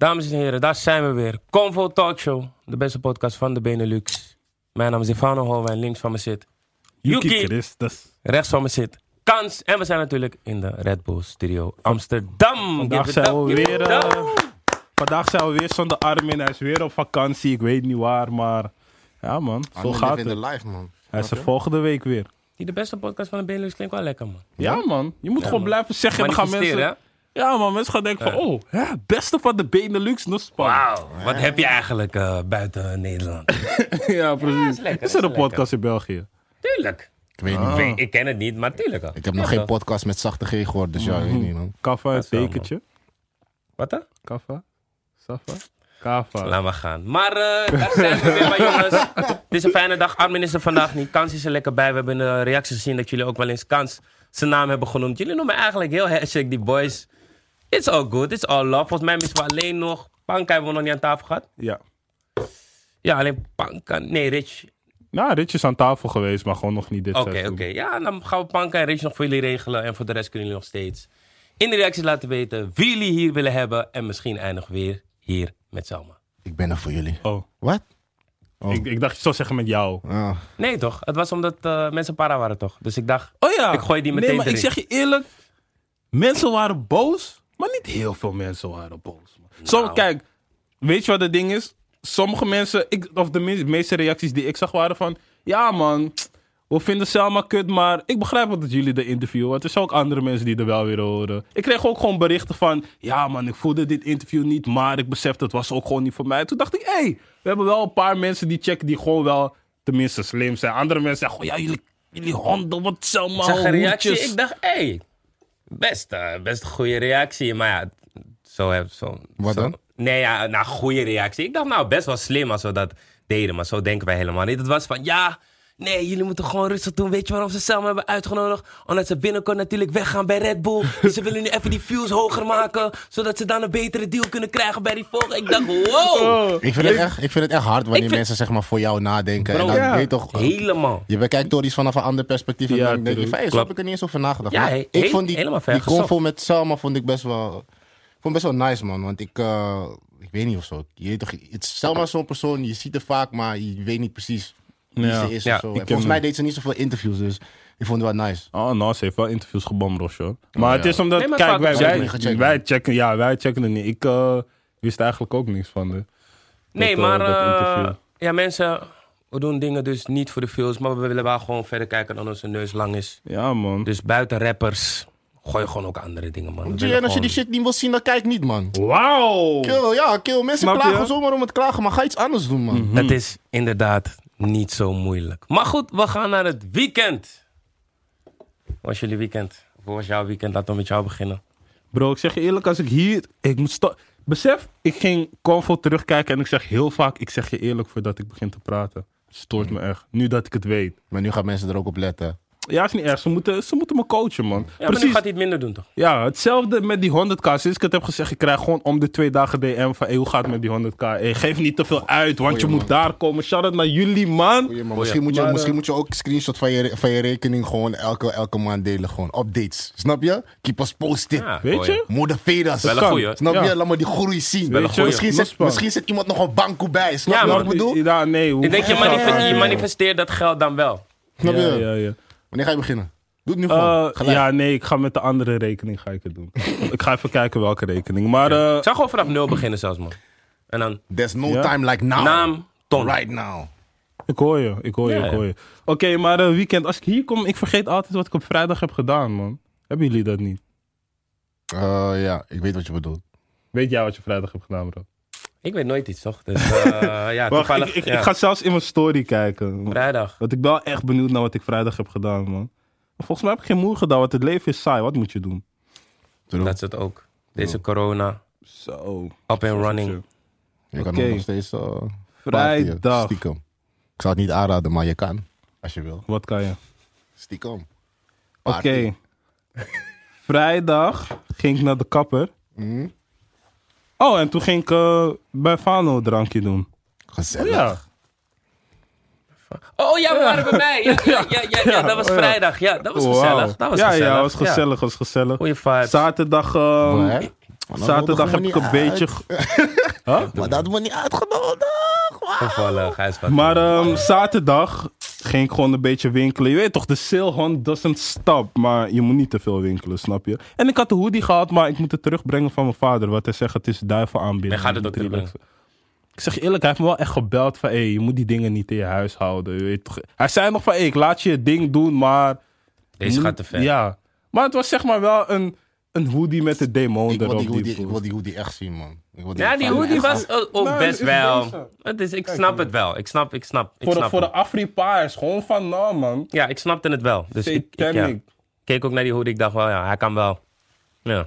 Dames en heren, daar zijn we weer. Convo Talkshow, de beste podcast van de Benelux. Mijn naam is Ivano Holwijn, links van me zit Yuki. Christus. Rechts van me zit Kans. En we zijn natuurlijk in de Red Bull Studio Amsterdam. Vandaag zijn we weer zonder Armin. Hij is weer op vakantie. Ik weet niet waar, maar ja man, zo Armin gaat in het. de live, man. Hij is er volgende week weer. Die de beste podcast van de Benelux klinkt wel lekker, man. Ja man, je moet gewoon blijven zeggen. Dan gaan mensen... Hè? Ja man, mensen gaan denken van, het beste van de Benelux, nog spannend. Wauw, wat heb je eigenlijk buiten Nederland? Ja, precies. is lekker, Is er is een podcast in België? Tuurlijk. Ik weet niet. Ik ken het niet, maar tuurlijk al. Ik heb nog geen podcast met zachte G gehoord, dus ja, ik weet niet, man. Kaffa, het is wel, tekentje. Wat dan? Kaffa? Safa? Kaffa. Laat maar gaan. Maar daar zijn we weer bij, jongens. Het is een fijne dag. Armin is er vandaag niet. Kans is er lekker bij. We hebben in de reacties gezien dat jullie ook wel eens Kans zijn naam hebben genoemd. Jullie noemen eigenlijk heel hashtag die boys. It's all good. It's all love. Volgens mij missen we alleen nog... Panka hebben we nog niet aan tafel gehad. Ja. Ja, alleen Panka. Nee, Rich. Nou, Rich is aan tafel geweest, maar gewoon nog niet dit seizoen. Oké. Ja, dan gaan we Panka en Rich nog voor jullie regelen. En voor de rest kunnen jullie nog steeds in de reacties laten weten wie jullie hier willen hebben. En misschien eindigen we weer hier met Selma. Ik ben er voor jullie. Oh. Wat? Oh. Ik dacht je zou zeggen met jou. Ah. Nee, toch? Het was omdat mensen para waren, toch? Dus ik dacht, Oh ja. ik gooi die meteen Nee, maar erin. ik zeg je eerlijk. Mensen waren boos, maar niet heel veel mensen waren boos. Man. Kijk, weet je wat het ding is? Sommige mensen, de meeste reacties die ik zag waren van... Ja man, we vinden Selma kut, maar ik begrijp wel dat jullie de interview. Want er zijn ook andere mensen die er wel weer horen. Ik kreeg ook gewoon berichten van... Ja man, ik voelde dit interview niet, maar ik besefte het was ook gewoon niet voor mij. Toen dacht ik, we hebben wel een paar mensen die checken die gewoon wel tenminste slim zijn. Andere mensen zeggen gewoon, ja jullie honden, wat Selma, Ik zag een reactie, hoedjes. ik dacht, best een goede reactie. Maar ja, zo. Wat dan? Nee, ja, nou, goede reactie. Ik dacht, nou, best wel slim als we dat deden. Maar zo denken wij helemaal niet. Het was van, nee, jullie moeten gewoon rustig doen. Weet je waarom ze Selma hebben uitgenodigd? Omdat ze binnenkort natuurlijk weggaan bij Red Bull. Dus ze willen nu even die views hoger maken. Zodat ze dan een betere deal kunnen krijgen bij die volgende. Ik dacht, wow. Ik vind het echt hard wanneer mensen zeg maar voor jou nadenken. Bro, en dan ja. weet je toch... Helemaal. Je bekijkt door iets vanaf een ander perspectief. En Ja, dan denk je tuurlijk. van, zo heb ik er niet eens over nagedacht. Ja, Maar ik vond helemaal ver die convo gezocht. met Selma vond ik best wel nice, man. Want ik weet niet of zo. Je weet toch, Selma is zo'n persoon, je ziet er vaak, maar je weet niet precies wie Ja. ze is Ja, of zo. ik En ken volgens mij hem. deed ze niet zoveel interviews, dus ik vond het wel nice. Oh, nou, ze heeft wel interviews gebomrost, hoor. Maar het ja. is omdat, Nee, maar kijk, vaak wij gecheckt. checken het niet. Ik wist eigenlijk ook niks van de. Nee, dat, maar dat interview. ja, mensen, we doen dingen dus niet voor de views. Maar we willen wel gewoon verder kijken dan onze neus lang is. Ja, man. Dus buiten rappers, gooi gewoon ook andere dingen, man. We willen En als je gewoon- die shit niet wil zien, dan kijk niet, man. Wauw! Kill. Mensen Snap je? klagen zomaar om het klagen, maar ga iets anders doen, man. Het is inderdaad niet zo moeilijk. Maar goed, we gaan naar het weekend. Hoe was jullie weekend? Of hoe was jouw weekend? Laten we met jou beginnen. Bro, ik zeg je eerlijk, als ik hier... Ik moet besef, ik ging Convo terugkijken en ik zeg heel vaak... Ik zeg je eerlijk voordat ik begin te praten. Het stoort me echt. Nu dat ik het weet. Maar nu gaan mensen er ook op letten. Ja, is niet erg. Ze moeten me coachen, man. Ja, maar nu gaat hij het minder doen, toch? Ja, hetzelfde met die 100k. Sinds ik het heb gezegd, ik krijg gewoon om de 2 dagen DM van... hoe gaat het met die 100k? Geef niet te veel uit, want je man. moet daar komen. Shout-out naar jullie, man. Goeie, man. Misschien moet je ook een screenshot van je rekening gewoon elke maand delen. Gewoon updates. Snap je? Keep us posted. Ja, Weet goeie. je? Motiveer us. Wel een kan. goeie. Snap je? Ja. Laat maar die groei zien. Weet je? Misschien zet iemand nog een banko bij. Snap Ja, je man. wat ik bedoel? Ja, nee. Ik denk, je manifesteert dat geld dan wel. Snap je? Ja. Wanneer ga je beginnen? Doe het nu gewoon. Gelijk. Ja, nee, ik ga met de andere rekening ga ik het doen. Ik ga even kijken welke rekening. Maar Ik zou gewoon vanaf 0 beginnen zelfs, man. En dan There's no Ja. time like now. naam, ton. Right now. ik hoor je. Oké, maar weekend, als ik hier kom, ik vergeet altijd wat ik op vrijdag heb gedaan, man. Hebben jullie dat niet? Ja, ik weet wat je bedoelt. Weet jij wat je vrijdag hebt gedaan, bro? Ik weet nooit iets, toch? Dus ja, Wacht, toevallig. ik ga zelfs in mijn story kijken. Vrijdag. Want ik ben wel echt benieuwd naar wat ik vrijdag heb gedaan, man. Maar volgens mij heb ik geen moe gedaan, want het leven is saai. Wat moet je doen? Dat is het ook. Deze corona. Zo. Up and running. Je kan Oké. nog steeds Vrijdag. partyen, stiekem. Ik zou het niet aanraden, maar je kan. Als je wil. Wat kan je? Stiekem. Oké. Vrijdag ging ik naar de kapper. Mhm. Oh, en toen ging ik bij Fano een drankje doen. Gezellig. Ja. Oh ja, we waren bij mij. Ja, dat was vrijdag. Ja, dat was gezellig. Dat was gezellig. Ja, was gezellig. Goeie vibes. Zaterdag... Waar? Zaterdag heb ik een beetje... Maar dat wordt niet uitgenodigd. Toevallig, hij is wat. Maar zaterdag ging ik gewoon een beetje winkelen. Je weet toch, de sale hunt doesn't stop. Maar je moet niet te veel winkelen, snap je? En ik had de hoodie gehad, maar ik moet het terugbrengen van mijn vader. Wat hij zegt, het is duivel aanbieden. Hij gaat het ook terugbrengen. Ik zeg je eerlijk, hij heeft me wel echt gebeld van... je moet die dingen niet in je huis houden. Je weet toch? Hij zei nog van, ik laat je ding doen, maar... Deze gaat te ver. Ja. Maar het was zeg maar wel een hoodie met de demon Ik erop. wil die hoodie echt zien, man. Ja, die hoodie was ook Nee, best is wel. deze. Het is, ik snap het wel. Ik snap Voor de het. Afri-paars. Gewoon van, nou man. Ja, ik snapte het wel. Dus ik Satanic. keek ook naar die hoodie. Ik dacht wel, ja, hij kan wel. Ja.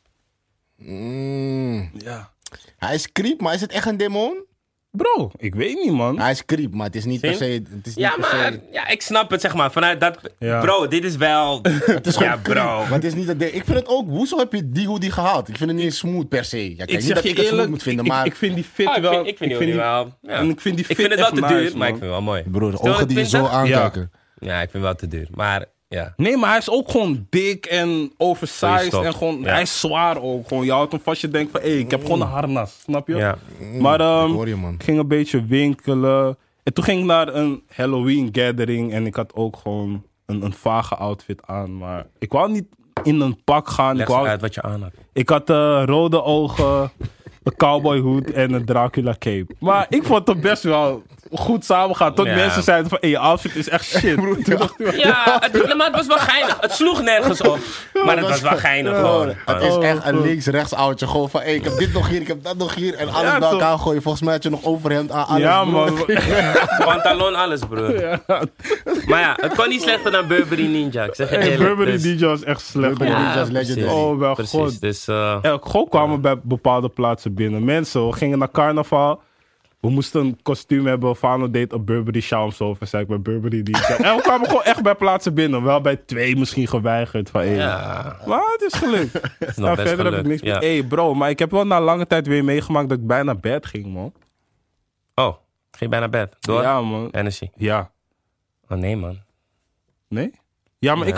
Ja. Hij is creep, maar is het echt een demon? Bro, ik weet niet man. Hij is creep, maar het is niet per se... Het is niet Ja, per maar se, ja, ik snap het, zeg maar. Vanuit dat... Ja. Bro, dit is wel... het is ja, gewoon creep, bro. maar het is niet dat... Ik vind het ook... Hoezo heb je die hoodie gehaald? Ik vind het niet eens smooth per se. Ja, kijk, Ik niet zeg dat je ik het smooth eerlijk, moet vinden, ik, maar... ik vind die fit Ah, wel... ik vind die hoodie wel... Ja. En ik vind die Ik fit vind het wel echt te duur, nice, maar ik man. vind het wel mooi. Broer, de ogen die je zo 220? aankijken. Ja, ik vind het wel te duur. Maar ja. Nee, maar hij is ook gewoon dik en oversized. Goeie stof. En gewoon, Ja. hij is zwaar ook. Gewoon, je houdt hem vast, je denkt van, ik heb gewoon een harnas. Snap je? Ja. Maar Ik hoor je, man. ik ging een beetje winkelen. En toen ging ik naar een Halloween gathering. En ik had ook gewoon een vage outfit aan. Maar ik wou niet in een pak gaan. Leg Ik, eens wou, uit wat je aan had. ik had rode ogen, een cowboyhoed en een Dracula cape. Maar ik vond het best wel goed samengaan. Tot Ja. mensen zeiden van, je outfit is echt shit. Toen dacht ik, Ja, maar het was wel geinig. Het sloeg nergens op. Maar het was wel geinig gewoon. Het is echt een links-rechts oudje. Gewoon van, ik heb dit nog hier, ik heb dat nog hier. En alles Ja, bij elkaar toch? gooien. Volgens mij had je nog overhemd aan. Alles, ja broer. man. Pantalon, alles, broer. Maar ja, het kon niet slechter dan Burberry Ninja. Ik zeg je Hey, eerlijk. Burberry dus- DJ was echt slecht. Burberry man. DJ is precies. legendary. Oh mijn Precies, god. dus... Ja, gewoon kwamen bij bepaalde plaatsen binnen. Mensen, we gingen naar carnaval. We moesten een kostuum hebben. Fano deed een Burberry Charms over. Zei ik bij Burberry DJ. En we kwamen gewoon echt bij plaatsen binnen. Wel bij 2 misschien geweigerd. Van, ja, Maar het is gelukt. nog Ja, best verder heb ik gelukt, niks meer. ja. Hey bro, maar ik heb wel na lange tijd weer meegemaakt dat ik bijna naar bed ging, man. Oh, ging bijna bed. Door? Ja, man. Energy. Ja. Oh nee, man. Nee? Ja, maar Ja,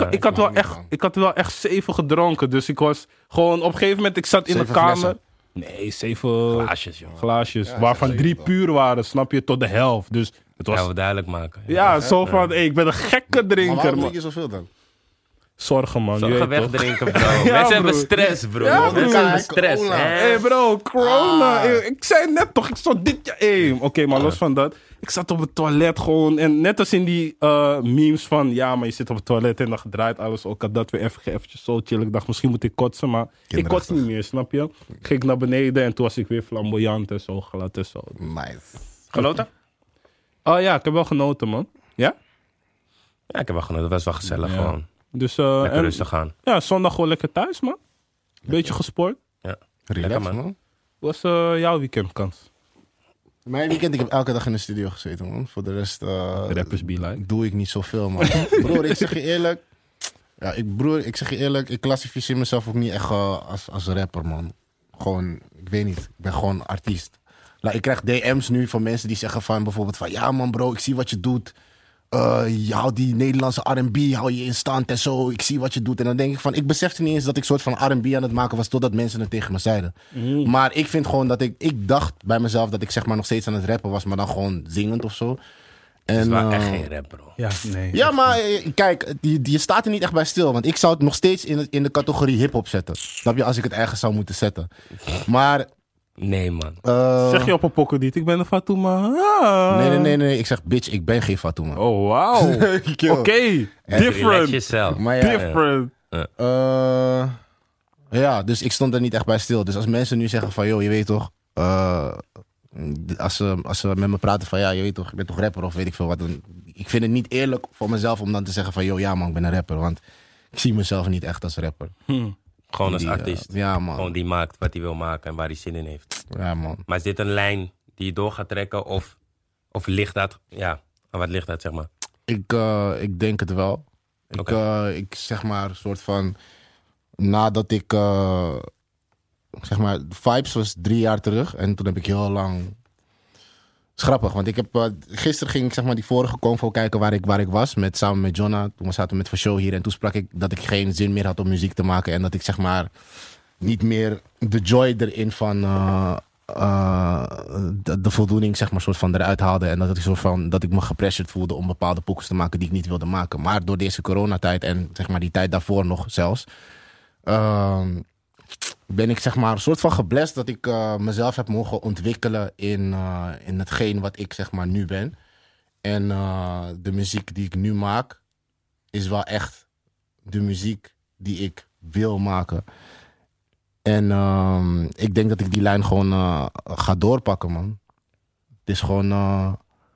ik had wel echt 7 gedronken. Dus ik was gewoon op een gegeven moment, ik zat in de 7 kamer. flessen? Nee, 7 Glaasjes, jongen. glaasjes. Ja, waarvan 7 3 toch? puur waren, snap je, tot de helft. Dus het was... Ja, we duidelijk maken. Ja, zo van, hey, ik ben een gekke Maar drinker, waarom man. drink je zoveel dan? Zorgen, man. je Zorgen weet toch. wegdrinken, bro. Mensen hebben broer. stress, bro. Ja, Mensen broer. hebben stress. Corona. hè? Hey bro, corona. Ah. Hey, ik zei net toch, ik stond dit jaar... Hey, oké, maar los van dat. Ik zat op het toilet gewoon. En net als in die memes van... Ja, maar je zit op het toilet en dan draait alles. Ook had dat weer eventjes zo chillen. Ik dacht, misschien moet ik kotsen. Maar ik kots niet meer, snap je? Ging ik naar beneden en toen was ik weer flamboyant en zo. Glad en zo. Nice. Genoten? Oh ja, ik heb wel genoten, man. Ja? Ja, ik heb wel genoten. Het was wel gezellig Ja. gewoon. Dus, Lekker en- rustig aan. Ja, zondag gewoon lekker thuis, man. Beetje gesport. Ja. Relax, Lekker, man. man. Hoe was jouw weekendkans? Mijn weekend, ik heb elke dag in de studio gezeten, man. Voor de rest Rappers be like. doe ik niet zoveel, man. Broer, ik zeg je eerlijk. Ja, ik zeg je eerlijk, ik klassificeer mezelf ook niet echt als rapper, man. Gewoon, ik weet niet. Ik ben gewoon artiest. Ik krijg DM's nu van mensen die zeggen van bijvoorbeeld van... Ja man bro, ik zie wat je doet. Je houdt die Nederlandse R&B, hou je in stand en zo. Ik zie wat je doet. En dan denk ik van... Ik besefte niet eens dat ik soort van R&B aan het maken was... totdat mensen het tegen me zeiden. Maar ik vind gewoon dat ik dacht bij mezelf dat ik zeg maar nog steeds aan het rappen was... maar dan gewoon zingend of zo. En, Het is wel echt geen rap, bro. Ja, nee. ja, maar kijk, je staat er niet echt bij stil. Want ik zou het nog steeds in de categorie hip-hop zetten. Snap je? Als ik het ergens zou moeten zetten. Maar. Nee, man. Zeg je op een pokkediet, ik ben een Fatuma. Ah. Nee. Ik zeg, bitch, ik ben geen Fatuma. Oh, wauw. Oké, Relax different. jezelf. Maar ja, Different. ja, dus ik stond er niet echt bij stil. Dus als mensen nu zeggen van, joh, je weet toch... als ze met me praten van, ja, je weet toch, ik ben toch rapper of weet ik veel wat. Dan, ik vind het niet eerlijk voor mezelf om dan te zeggen van, joh, ja man, ik ben een rapper. Want ik zie mezelf niet echt als rapper. Gewoon als Die, artiest. ja, man. Gewoon die maakt wat hij wil maken en waar hij zin in heeft. Ja, man. Maar is dit een lijn die je door gaat trekken? Of ligt dat? Ja, aan wat ligt dat, zeg maar? Ik denk het wel. Oké. Ik zeg maar, een soort van... Nadat ik... zeg maar, Vibes was 3 jaar terug. En toen heb ik heel lang... Het is grappig, want ik heb... gisteren ging ik zeg maar die vorige convo kijken waar ik was. Samen met Jonna. Toen zaten we met voor show hier. En toen sprak ik dat ik geen zin meer had om muziek te maken. En dat ik zeg maar... niet meer de joy erin van de voldoening, zeg maar, soort van eruit haalde. En dat ik me gepressured voelde om bepaalde pokus te maken die ik niet wilde maken. Maar door deze coronatijd en zeg maar die tijd daarvoor nog zelfs, ben ik zeg maar een soort van geblest dat ik mezelf heb mogen ontwikkelen in hetgeen wat ik zeg maar nu ben. En de muziek die ik nu maak is wel echt de muziek die ik wil maken. En ik denk dat ik die lijn gewoon ga doorpakken, man. Het is gewoon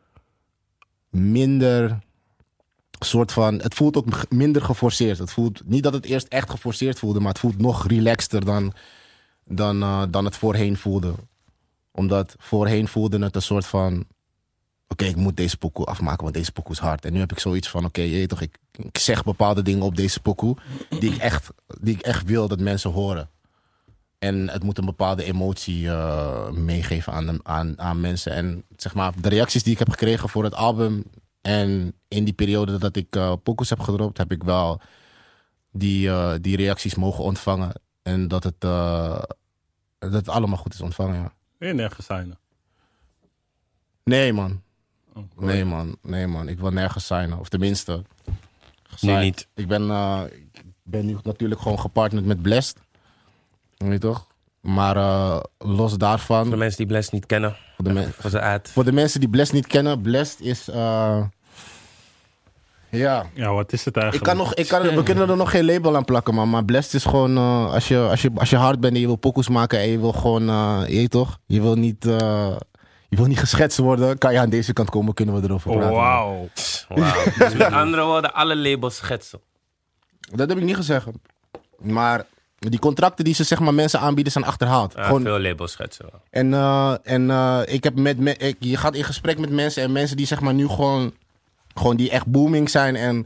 minder soort van... Het voelt ook minder geforceerd. Het voelt niet dat het eerst echt geforceerd voelde, maar het voelt nog relaxter dan het voorheen voelde. Omdat voorheen voelde het een soort van... Oké, ik moet deze pokoe afmaken, want deze pokoe is hard. En nu heb ik zoiets van, ik zeg bepaalde dingen op deze pokoe die ik echt wil dat mensen horen. En het moet een bepaalde emotie meegeven aan mensen. En zeg maar, de reacties die ik heb gekregen voor het album en in die periode dat ik pokoes heb gedropt, heb ik wel die reacties mogen ontvangen. En dat het allemaal goed is ontvangen, ja. Wil je nergens signen? Nee, man. Oh, Nee, man. Ik wil nergens signen. Of tenminste... Nu niet. Ik ben nu natuurlijk gewoon gepartnerd met Blessed. Weet je toch? Maar los daarvan... Voor de mensen die Blessed niet kennen. Voor zijn aard. Voor de mensen die Blessed niet kennen. Blessed is... ja, wat is het eigenlijk? We kunnen er nog geen label aan plakken, man. Maar Blessed is gewoon... als je hard bent en je wil pokoes maken en je wil gewoon... je weet toch? Je wil niet geschetst worden. Kan je aan deze kant komen, kunnen we erover praten. Wauw. Dus met andere woorden, alle labels schetsen. Dat heb ik niet gezegd. Maar die contracten die ze zeg maar mensen aanbieden zijn achterhaald. Ja, veel labels schetsen wel. En ik heb je gaat in gesprek met mensen en mensen die zeg maar nu gewoon die echt booming zijn en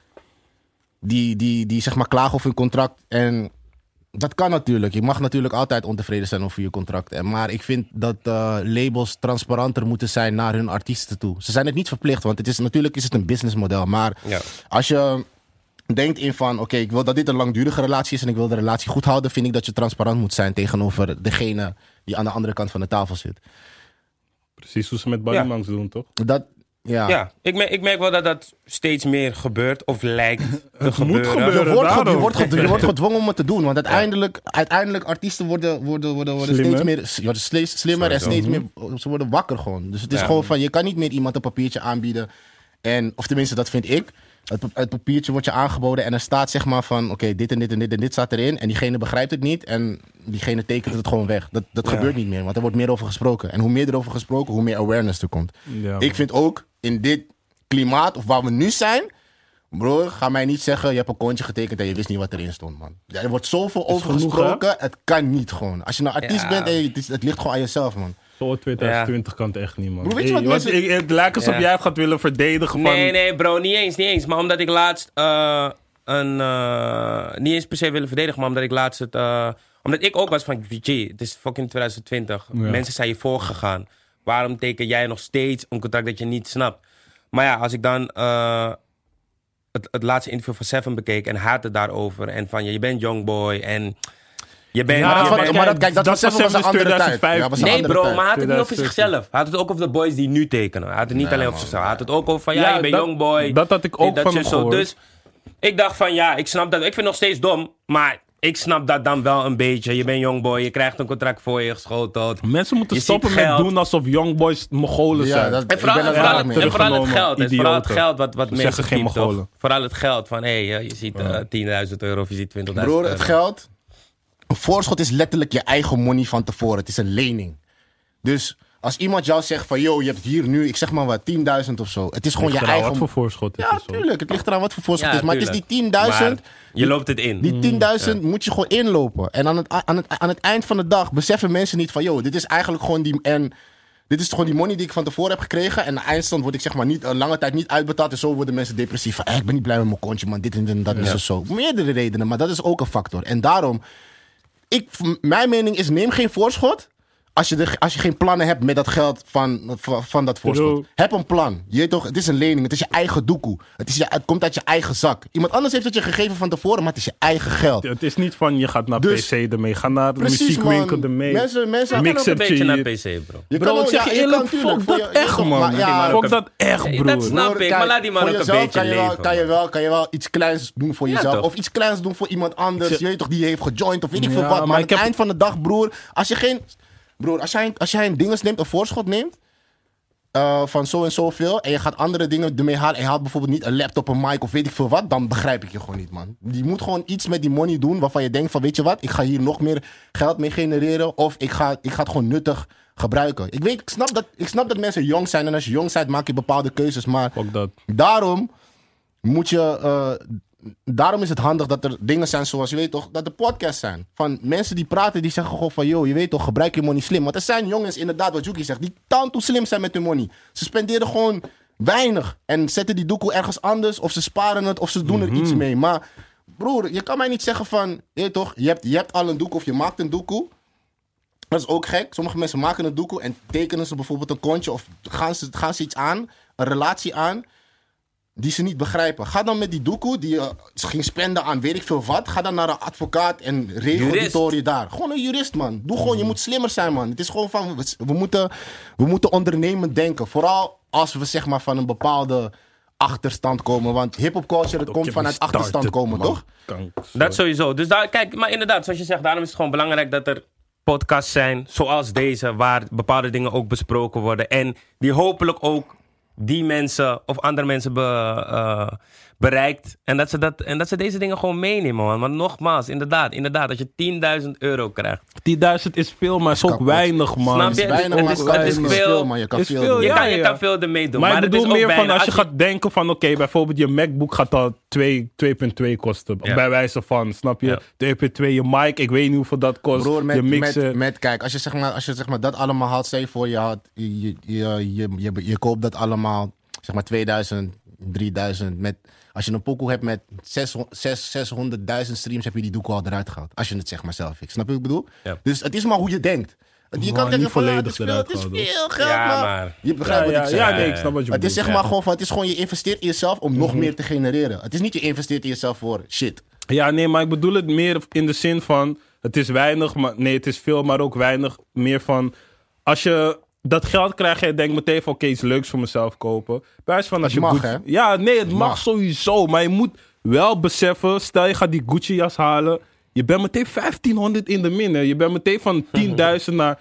die zeg maar klagen over hun contract. En dat kan natuurlijk. Je mag natuurlijk altijd ontevreden zijn over je contract. Maar ik vind dat labels transparanter moeten zijn naar hun artiesten toe. Ze zijn het niet verplicht, want natuurlijk is het een businessmodel. Maar als je denkt in van, oké, ik wil dat dit een langdurige relatie is en ik wil de relatie goed houden, vind ik dat je transparant moet zijn tegenover degene die aan de andere kant van de tafel zit. Precies hoe ze met Buddymangs doen, toch? Ja, ik merk wel dat steeds meer gebeurt of lijkt te gebeuren. Je wordt gedwongen om het te doen. Want uiteindelijk artiesten worden steeds slimmer en steeds meer... Ze worden wakker gewoon. Dus het is gewoon van, je kan niet meer iemand een papiertje aanbieden. Of tenminste, dat vind ik. Het papiertje wordt je aangeboden en er staat zeg maar van... Oké, dit en dit en dit en dit staat erin. En diegene begrijpt het niet en diegene tekent het gewoon weg. Dat gebeurt niet meer, want er wordt meer over gesproken. En hoe meer er over gesproken, hoe meer awareness er komt. Ja. Ik vind ook, in dit klimaat, of waar we nu zijn... Bro, ga mij niet zeggen, je hebt een kontje getekend en je wist niet wat erin stond, man. Er wordt zoveel over gesproken, het kan niet gewoon. Als je een artiest bent, het ligt gewoon aan jezelf, man. Voor 2020 kan het echt niet, man. Bro, weet je wat het lijkt alsof jij het gaat willen verdedigen van... Nee, bro, niet eens. Maar omdat ik laatst niet eens per se willen verdedigen, maar omdat ik laatst het... omdat ik ook was van, gee, het is fucking 2020. Ja. Mensen zijn je voorgegaan. Waarom teken jij nog steeds een contract dat je niet snapt? Maar ja, als ik dan het laatste interview van Seven bekeek en hij had het daarover. En van, je bent Youngboy en... Dat was een andere tijd. Nee, bro, maar hij had het niet over zichzelf. Hij had het ook over de boys die nu tekenen. Hij had het niet alleen over zichzelf. Hij had het ook over van, je bent Youngboy. Dat had ik ook van hem gehoord. Dus ik dacht van, ik snap dat. Ik vind het nog steeds dom, maar ik snap dat dan wel een beetje. Je bent Youngboy, je krijgt een contract voor je geschoteld. Mensen moeten stoppen met doen alsof Youngboys Mongolen zijn. En vooral het geld. Het is vooral het geld wat mensen geen Mongolen. Vooral het geld van, je ziet €10.000 of je ziet €20.000. Broer, het geld... Een voorschot is letterlijk je eigen money van tevoren. Het is een lening. Dus als iemand jou zegt van... je hebt hier nu, ik zeg maar wat, 10.000 of zo. Het is gewoon je eigen... wat voor voorschot is. Ja, tuurlijk. Het ligt eraan wat voor voorschot is. Maar tuurlijk. het is die 10.000... Je loopt het in. Die 10.000 moet je gewoon inlopen. En aan het eind van de dag beseffen mensen niet van... dit is eigenlijk gewoon die... En dit is gewoon die money die ik van tevoren heb gekregen. En de eindstand word ik zeg maar niet een lange tijd niet uitbetaald. En zo worden mensen depressief van... ik ben niet blij met mijn kontje, man. Dit en dat is zo. Meerdere redenen, maar dat is ook een factor. En daarom... Mijn mening is, neem geen voorschot als je geen plannen hebt met dat geld van dat voorschot. Heb een plan. Je weet toch, het is een lening. Het is je eigen doekoe. Het komt uit je eigen zak. Iemand anders heeft het je gegeven van tevoren, maar het is je eigen geld. Het is niet van je gaat naar Dus- PC ermee. Ga naar de Precies, muziekwinkel man. ermee. Mensen Ik kan ook een Mixertje beetje naar hier. PC, bro. Je Bro, kan ik zeg je eerlijk, tuurlijk, fuck dat echt, man. Maar Fuck dat echt, Ja, broer. dat snap ik, maar laat die man voor ook een jezelf beetje kan je wel, leven, kan je wel iets kleins doen voor Ja, jezelf. toch? Of iets kleins doen voor iemand anders. Je weet toch, die heeft gejoind of weet ik veel Ja, wat. maar Maar aan ik het heb- eind van de dag, broer. Als jij een dinges neemt, een voorschot neemt. Van zo en zoveel. En je gaat andere dingen ermee halen. En je haalt bijvoorbeeld niet een laptop, een mic of weet ik veel wat. Dan begrijp ik je gewoon niet, man. Je moet gewoon iets met die money doen. Waarvan je denkt van, weet je wat. Ik ga hier nog meer geld mee genereren. Of ik ga het gewoon nuttig gebruiken. Ik snap dat mensen jong zijn. En als je jong bent, maak je bepaalde keuzes. Maar Fuck dat. daarom moet je... daarom is het handig dat er dingen zijn zoals, je weet toch, dat er podcasts zijn. Van mensen die praten, die zeggen gewoon van, yo, je weet toch, gebruik je money slim. Want er zijn jongens, inderdaad, wat Juki zegt, die toe slim zijn met hun money. Ze spenderen gewoon weinig. En zetten die doekoe ergens anders, of ze sparen het, of ze doen er iets mee. Maar, broer, je kan mij niet zeggen van, je weet toch, je hebt al een doekoe, of je maakt een doekoe. Dat is ook gek. Sommige mensen maken een doekoe en tekenen ze bijvoorbeeld een kontje, of gaan ze iets aan, een relatie aan, die ze niet begrijpen. Ga dan met die doekoe, die je ging spenden aan weet ik veel wat. Ga dan naar een advocaat en regel die tory daar. Gewoon een jurist, man. Doe gewoon, je moet slimmer zijn, man. Het is gewoon van, we moeten ondernemend denken. Vooral als we zeg maar van een bepaalde achterstand komen. Want hip-hop culture, het komt vanuit achterstand komen, toch? Dat sowieso. Dus daar, kijk, maar inderdaad, zoals je zegt, daarom is het gewoon belangrijk dat er podcasts zijn, zoals deze, waar bepaalde dingen ook besproken worden. En die hopelijk ook die mensen of andere mensen bereikt. En dat ze deze dingen gewoon meenemen, man. Maar nogmaals, inderdaad, als je €10.000 krijgt. 10.000 is veel, maar is ook kapot. weinig, man. Snap je? Het is weinig, Het maar is- het het is is veel. veel, man. Je kan Is veel veel, doen. ja. Je kan veel ermee doen. Maar ik het bedoel is ook meer van bijna, als je gaat denken van oké, bijvoorbeeld je MacBook gaat al 2,2 kosten. Ja. Bij wijze van, snap je? Ja. 2,2 je mic, ik weet niet hoeveel dat kost. Broer, je mixer. kijk, als je zeg maar dat allemaal had, stel je voor, je koopt dat allemaal, zeg maar 2000, 3000. Als je een pokoe hebt met 600.000 streams, heb je die doekoe al eruit gehaald. Als je het zeg maar zelf fixt. Snap je wat ik bedoel? Ja. Dus het is maar hoe je denkt. Je Maar kan denken niet van, ja, volledig het is eruit veel gehaald, geld, Ja, maar... maar- Je begrijpt wat ik zeg. Ja, nee, ik snap wat je Het bedoelt. is zeg maar gewoon van, het is gewoon je investeert in jezelf om nog meer te genereren. Het is niet je investeert in jezelf voor shit. Ja, nee, maar ik bedoel het meer in de zin van het is weinig, maar nee, het is veel, maar ook weinig. Meer van als je dat geld krijgt en je denkt meteen van oké, iets leuks voor mezelf kopen. Bij wijze van als Het je mag, Gucci- hè? Ja, nee, het mag mag. sowieso, maar je moet wel beseffen, stel je gaat die Gucci jas halen, je bent meteen 1500 in de min, hè. Je bent meteen van 10.000 naar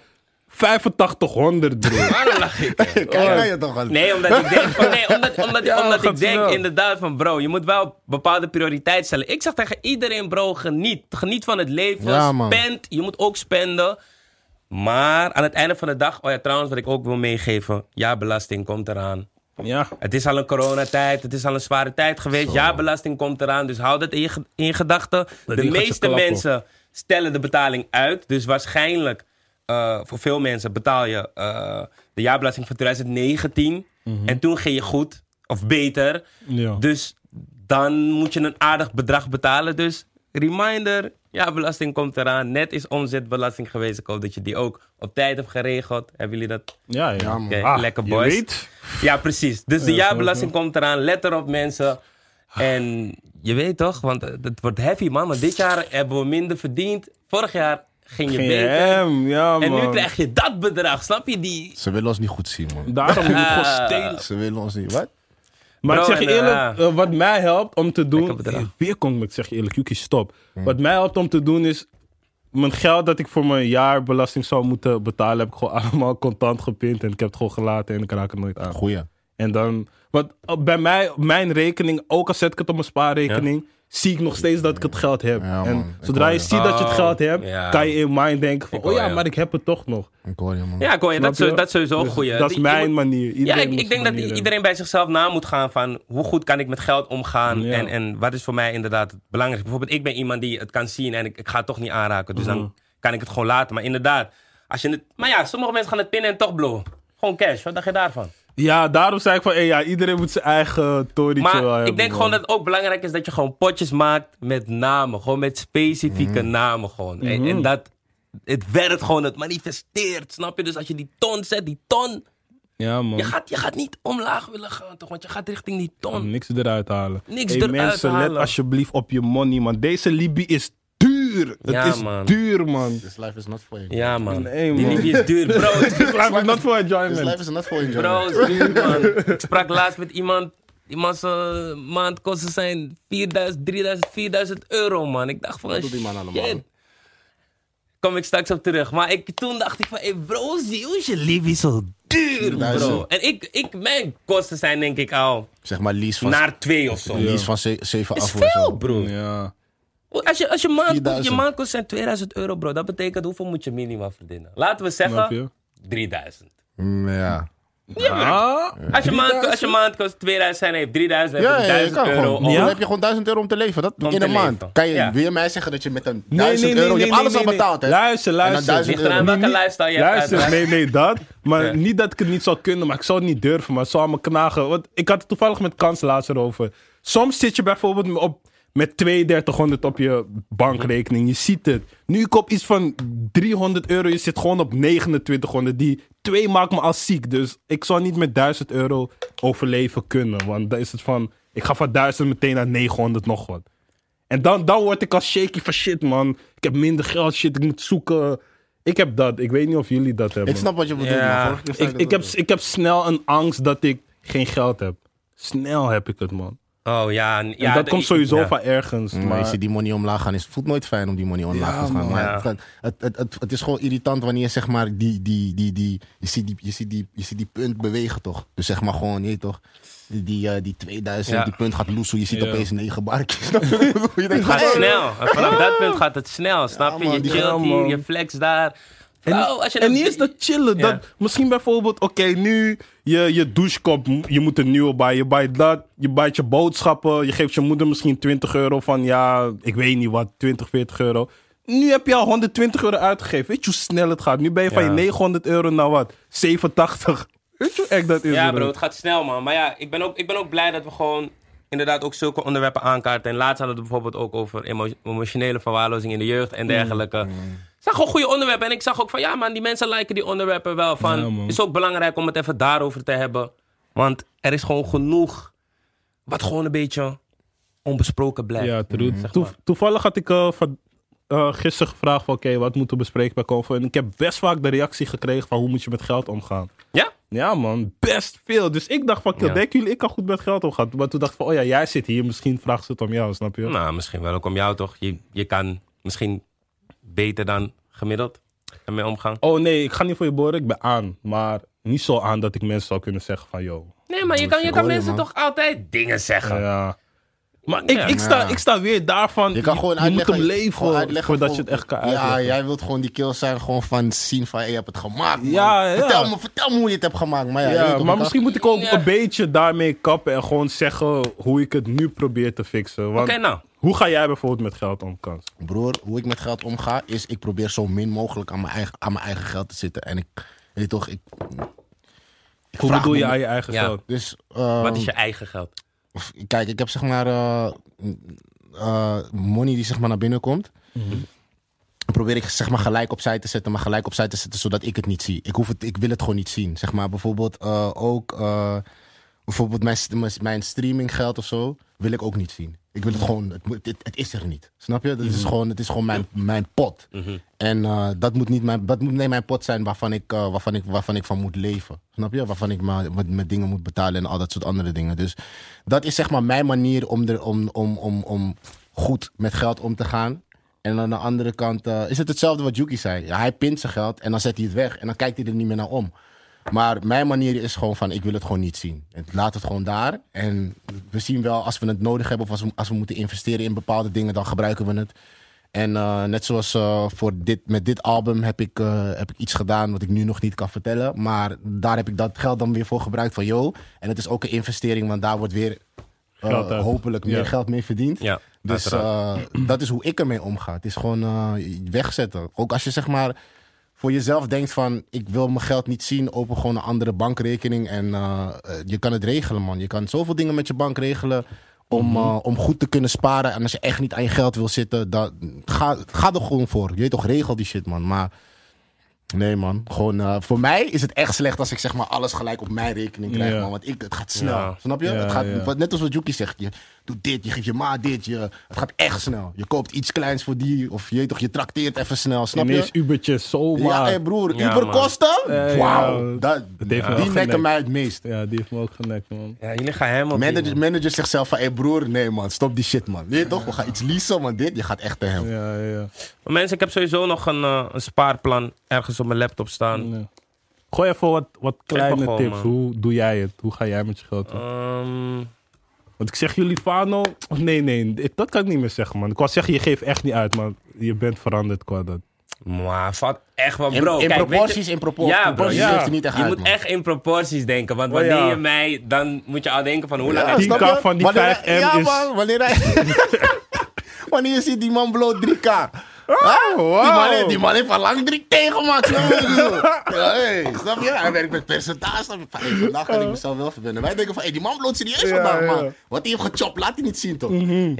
8500, bro. Waarom lach ik? Kijk naar je toch al. Nee, omdat ik denk, omdat ik gaat denk snel. inderdaad van bro, je moet wel bepaalde prioriteit stellen. Ik zeg tegen iedereen bro, geniet van het leven, Ja, man. spend, je moet ook spenden. Maar aan het einde van de dag, oh ja trouwens wat ik ook wil meegeven, ja belasting komt eraan. Ja. Het is al een coronatijd, het is al een zware tijd geweest. Ja, belasting komt eraan, dus hou dat in gedachten. De gaat je meeste klappen. mensen stellen de betaling uit. Dus waarschijnlijk, voor veel mensen betaal je de jaarbelasting van 2019. En toen ging je goed, of beter. Ja. Dus dan moet je een aardig bedrag betalen. Dus reminder, ja, belasting komt eraan. Net is omzetbelasting geweest. Ik hoop dat je die ook op tijd hebt geregeld. Hebben jullie dat? Ja, ja. Ja, man. Oké, lekker je boys. weet. Ja, precies. Dus de Ja, jaarbelasting komt eraan. Let erop, mensen. En je weet toch, want het wordt heavy, man. Maar dit jaar hebben we minder verdiend. Vorig jaar ging je Geen beter. hem, ja, En nu man. krijg je dat bedrag. Snap je die? Ze willen ons niet goed zien, man. Daarom moet je gewoon stelen. Ze willen ons niet... Wat? Maar Bro, ik zeg je en, eerlijk, wat mij helpt om te doen... Lekker bedrag. Weer kom ik zeg je eerlijk, Yuki, stop. Wat mij helpt om te doen is... Mijn geld dat ik voor mijn jaarbelasting zou moeten betalen... heb ik gewoon allemaal contant gepind. En ik heb het gewoon gelaten en ik raak het nooit aan. Goeie. En dan... Want bij mij, op mijn rekening, ook al zet ik het op mijn spaarrekening... zie ik nog steeds dat ik het geld heb. Ja, man. En Ik zodra hoor je je. ziet dat je het geld hebt... ja. kan je in mind denken van... Ik hoor oh ja, je. maar ik heb het toch nog. Ik hoor je, man. Ja, Kooi, dat Snap je? is sowieso een Dus goeie. dat is Je mijn moet- manier. Ja, Iedereen moet ik denk zijn dat manier iedereen bij zichzelf na moet gaan van hoe goed kan ik met geld omgaan Ja. en wat is voor mij inderdaad het belangrijkste. Bijvoorbeeld ik ben iemand die het kan zien en ik ga het toch niet aanraken, dus dan kan ik het gewoon laten. Maar inderdaad, als je het... Maar ja, sommige mensen gaan het pinnen en toch blowen. Gewoon cash, wat dacht je daarvan? Ja, daarom zei ik van, ja, iedereen moet zijn eigen torietje wel Maar hebben. ik denk man. gewoon dat het ook belangrijk is dat je gewoon potjes maakt met namen. Gewoon met specifieke namen gewoon. En dat Het werkt gewoon, het manifesteert, snap je? Dus als je die ton zet, die ton... Ja, man. Je gaat niet omlaag willen gaan, toch? Want je gaat richting die ton. Niks eruit halen. Niks Hey, eruit mensen, halen. let alsjeblieft op je money, man. Deze Libi is duur. Ja, Het is man. duur, man. This life is not for you. Ja, man. Nee, Die man. Libi is duur, bro. Laat me not for This life enjoyment. is not for you. Bro, is duur, man. Ik sprak laatst met iemand. Iemands maandkosten zijn 4000, 3000, 4000 euro, man. Ik dacht van, Wat doet die man allemaal? shit. Kom ik straks op terug. Maar toen dacht ik van, hey bro, hoe is je Libi zo duur, 4000. bro? En mijn kosten zijn denk ik al Zeg maar lease van, naar 2 of zo. lease van 7 is af of veel, zo. bro. Ja. Als je 4000. maandkosten zijn 2000 euro, bro. Dat betekent hoeveel moet je minimaal verdienen? Laten we Snap zeggen je? 3000. Ja. Ja. Als je maandkosten 2000 zijn, heeft 3000, heb Ja, je je 1000 kan euro. gewoon. om- Dan heb je gewoon 1000 euro om te leven. Dat Om in te een maand. leven. Kan je, Ja. wil je mij zeggen dat je met een 1000 euro... je hebt alles al betaald, hè? Luister. En dan 1000 Ligt eraan euro. welke lifestyle je hebt. Luister, uiteraard. nee, dat. Maar Ja. niet dat ik het niet zou kunnen, maar ik zou het niet durven. Maar het zou me knagen. Want ik had het toevallig met Kans laatst erover. Soms zit je bijvoorbeeld met 3200 op je bankrekening. Je ziet het. Nu ik op iets van 300 euro, je zit gewoon op 2900. Die 2 maakt me al ziek. Dus ik zou niet met 1000 euro overleven kunnen. Want dan is het van, ik ga van 1000 meteen naar 900 nog wat. En dan word ik al shaky van shit, man. Ik heb minder geld, shit, ik moet zoeken. Ik heb dat. Ik weet niet of jullie dat hebben. Ik snap wat je bedoelt, Ja. man. Vorige keer zei dat ook. Ik heb snel een angst dat ik geen geld heb. Snel heb ik het, man. Oh ja. En dat komt sowieso ja. van ergens. Maar Maar je ziet die money omlaag gaan. Het voelt nooit fijn om die money omlaag Ja, te gaan. man. Maar Ja. het is gewoon irritant wanneer je zeg maar je ziet die punt bewegen toch. Dus zeg maar gewoon, nee toch. Die 2000, Ja. die punt gaat loesoe. Je ziet Ja. opeens 9 barkjes. Snap je wat ik bedoel? Je denkt Het gaat van, hey, snel. En vanaf dat punt gaat het snel, snap je? man, Je die chillt gaan, hier, man. je flex daar. En, Bro, als je en een- niet eens dat chillen. Ja. Dat, misschien bijvoorbeeld, oké, nu je douchekop, je moet een nieuwe bij. Je bijt dat, je bijt je boodschappen. Je geeft je moeder misschien 20 euro van, ja, ik weet niet wat, 20, 40 euro. Nu heb je al 120 euro uitgegeven. Weet je hoe snel het gaat? Nu ben je van Ja. je 900 euro naar wat? 87. Weet je hoe echt dat is? Ja, bro? bro, het gaat snel, man. Maar ja, ik ben ook blij dat we gewoon inderdaad ook zulke onderwerpen aankaarten. En laatst hadden we het bijvoorbeeld ook over emotionele verwaarlozing in de jeugd en dergelijke. Het zijn gewoon goede onderwerpen. En ik zag ook van, ja man, die mensen liken die onderwerpen wel. Van, Ja, man. het is ook belangrijk om het even daarover te hebben. Want er is gewoon genoeg wat gewoon een beetje onbesproken blijft. Ja, true. zeg maar. Toevallig had ik gisteren gevraagd van, oké, wat moeten we bespreken bij Convo? En ik heb best vaak de reactie gekregen van, hoe moet je met geld omgaan? Ja? Ja, man, best veel. Dus ik dacht van, Ja. denken jullie, ik kan goed met geld omgaan? Maar toen dacht ik van, oh ja, jij zit hier, misschien vraagt ze het om jou, snap je? Nou, misschien wel ook om jou toch. Je kan misschien beter dan gemiddeld ermee omgaan. Oh nee, ik ga niet voor je boren, ik ben aan. Maar niet zo aan dat ik mensen zou kunnen zeggen van, yo. Nee, maar je hoor kan je, mensen man. toch altijd dingen zeggen. Ja. Maar Ja. ik sta weer daarvan, Je kan gewoon je moet uitleggen, hem leven gewoon uitleggen voordat van- je het echt kan Ja, uitleggen. jij wilt gewoon die kills zijn gewoon van zien van, hey, je hebt het gemaakt, man. Ja, ja. Vertel me hoe je het hebt gemaakt. Maar ja, je Ja, weet toch, maar je kan- misschien moet ik ook Ja. een beetje daarmee kappen en gewoon zeggen hoe ik het nu probeer te fixen. Want Oké, nou. hoe ga jij bijvoorbeeld met geld om, Kans? Broer, hoe ik met geld omga, is ik probeer zo min mogelijk aan mijn eigen geld te zitten. En ik weet toch, ik Hoe vraag bedoel je me- aan je eigen Ja. geld? Dus, Wat is je eigen geld? kijk, ik heb zeg maar money die zeg maar naar binnen komt. Dan probeer ik zeg maar gelijk opzij te zetten, maar gelijk opzij te zetten zodat ik het niet zie. Ik wil het gewoon niet zien. Zeg maar bijvoorbeeld ook bijvoorbeeld mijn streaminggeld of zo wil ik ook niet zien. Ik wil het gewoon, het is er niet. Snap je? Het is gewoon mijn pot. En dat moet niet mijn pot zijn waarvan ik van moet leven. Snap je? Waarvan ik met dingen moet betalen en al dat soort andere dingen. Dus dat is zeg maar mijn manier om goed met geld om te gaan. En aan de andere kant is het hetzelfde wat Yuki zei. Ja, hij pint zijn geld en dan zet hij het weg. En dan kijkt hij er niet meer naar om. Maar mijn manier is gewoon van, ik wil het gewoon niet zien. Laat het gewoon daar. En we zien wel, als we het nodig hebben... of als we moeten investeren in bepaalde dingen... dan gebruiken we het. En net zoals met dit album heb ik iets gedaan... wat ik nu nog niet kan vertellen. Maar daar heb ik dat geld dan weer voor gebruikt van... yo, en het is ook een investering... want daar wordt weer Geld uit. hopelijk meer Ja. geld mee verdiend. Ja, Dus uiteraard. dat is hoe ik ermee omga. Het is gewoon wegzetten. Ook als je zeg maar voor jezelf denkt van... ik wil mijn geld niet zien, open gewoon een andere bankrekening. En je kan het regelen, man. Je kan zoveel dingen met je bank regelen... om goed te kunnen sparen. En als je echt niet aan je geld wil zitten, ga er gewoon voor. Je weet toch, regel die shit, man. Maar nee, man. Gewoon, voor mij is het echt slecht als ik zeg maar alles gelijk op mijn rekening krijg, man. Want het gaat snel. Ja. Snap je? Ja, Het gaat, ja. net als wat Yuki zegt. Je doet dit, je geeft je ma dit. Het gaat echt snel. Je koopt iets kleins voor die. Of je weet toch, je trakteert even snel. Snap Ineens je? Ubertje, zomaar. Ja, hey broer. Ja, Uber man. kosten? Ja, Wauw. ja. Dat- heeft me Die wel nekken genekt. mij het meest. Ja, die heeft me ook genekt, man. Ja, jullie gaan hem op die, Manager zegt zelf van, hey broer, nee man, stop die shit man. Weet je toch, we gaan iets leasen, man. Je gaat echt te hem. Ja. Maar mensen, ik heb sowieso nog een spaarplan ergens op mijn laptop staan. Nee. Gooi even wat kleine gewoon, tips. man. Hoe doe jij het? Hoe ga jij met je geld om? Want ik zeg jullie Fano... Oh, nee, dat kan ik niet meer zeggen, man. Ik wou zeggen, je geeft echt niet uit, maar je bent veranderd qua dat. Maar valt echt wel, In bro. Kijk, proporties, weet je- in proporties. Ja, bro. Proporties ja. geeft hij niet echt Je uit, moet man. echt in proporties denken. Want Oh, wanneer ja. je mij... Dan moet je al denken van hoe lang... Ja, heb je- 10K snap je? van die Wanneer 5M ja, is- man, wanneer je ziet die man bloot 3K. wow. Die man heeft al lang 3 tegengemaakt. Snap je? Ja, hey, snap je? Hij werkt met percentage. Snap je? Van, hey, vandaag kan ik mezelf wel verbinden. Wij denken van, hey, die man bloot serieus vandaag, ja. man. Wat hij heeft gechopt, laat hij niet zien, toch? In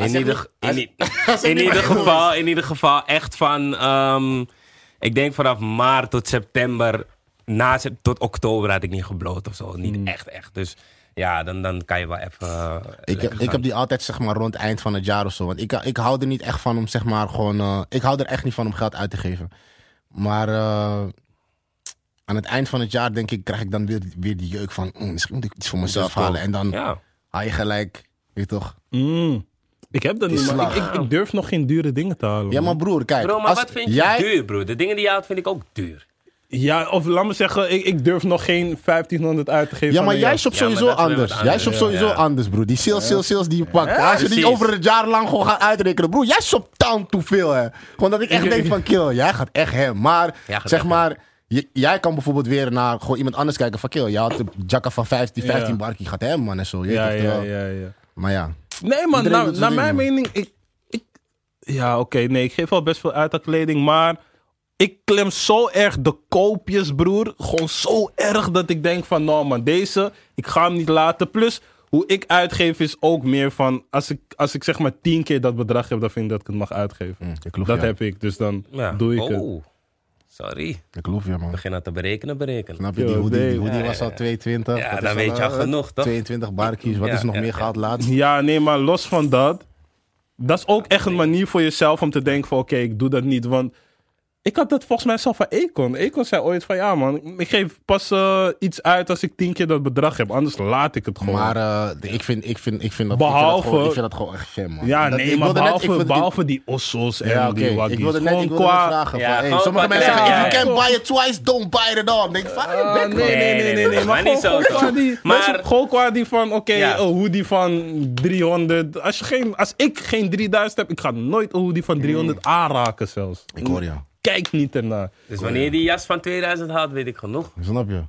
ieder geval echt van... ik denk vanaf maart tot september... tot oktober had ik niet gebloot of zo. Niet echt. Dus ja, dan kan je wel even... Ik heb die altijd zeg maar rond eind van het jaar of zo. Want ik hou er niet echt van om zeg maar gewoon... ik hou er echt niet van om geld uit te geven. Maar aan het eind van het jaar denk ik... krijg ik dan weer die jeuk van... misschien moet ik iets voor mezelf halen. En dan Ja. haal je gelijk... Weet je toch? Ik heb dat Die niet, maar slag. ik durf nog geen dure dingen te halen. Ja, man. maar broer, kijk. Bro, maar als wat vind je jij, duur, bro? De dingen die je haalt vind ik ook duur. Ja, of laat me zeggen, ik durf nog geen 1500 uit te geven. Ja, aan maar een jij jas. shopt Ja, maar sowieso dat is weer anders. wat Jij anders. shopt sowieso Ja. anders, broer. Die sales die je pakt. Als je die precies. over het jaar lang gewoon gaat uitrekenen. Broer, jij shopt town te veel, hè. Gewoon dat ik echt denk van, kill, jij gaat echt hem. Maar, Jij gaat zeg echt maar... Jij kan bijvoorbeeld weer naar gewoon iemand anders kijken van, kill, jij had de jacka van 15 Ja. barkie, gaat hem, man, en zo. Je Ja, weet toch wel. ja. Maar ja. Nee, man, Iedereen doet zijn naar ding, mijn man. mening... Ja, oké, nee, ik geef wel best veel uit aan kleding, maar... Ik klem zo erg de koopjes, broer. Gewoon zo erg dat ik denk van... Nou man, deze, ik ga hem niet laten. Plus, hoe ik uitgeef is ook meer van... Als ik zeg maar 10 keer dat bedrag heb... dan vind ik dat ik het mag uitgeven. Ik geloof Dat je. heb ik, dus dan Ja. doe ik het. Sorry. Ik geloof je, man. Begin dat te berekenen. Snap je? Die Yo, hoodie, nee. die hoodie was al 22. Ja, Dat dan is weet je al genoeg, toch? 22 barkies. Wat Ja, is nog ja, meer ja. gehaald laatst? Ja, nee, maar los van dat... Dat is ook echt een manier voor jezelf om te denken van... Oké, ik doe dat niet, want... Ik had dat volgens mij zelf van Econ. Econ zei ooit van... Ja man, ik geef pas iets uit als ik 10 keer dat bedrag heb. Anders laat ik het gewoon. Maar ik vind dat Behalve- ik vind dat gewoon echt sham, man. ja, Dat- nee, ik maar wilde net- ik wilde- behalve die ossos en Ja, die oké. waggies. Ik wilde net Gewoon vragen. Ja, Van, hey, gewoon sommige qua- mensen zeggen, ja, if you ja. can't buy it twice, don't buy it all. Dan denk ik van, Ah, hey, Nee, maar niet zo, toch? Maar- Gewoon qua die van, oké, Ja. een hoodie van 300. Als ik geen 3000 heb, ik ga nooit een hoodie van 300 aanraken zelfs. Ik hoor jou. Kijk niet ernaar. Dus wanneer je die jas van 2000 haalt, weet ik genoeg. Snap je?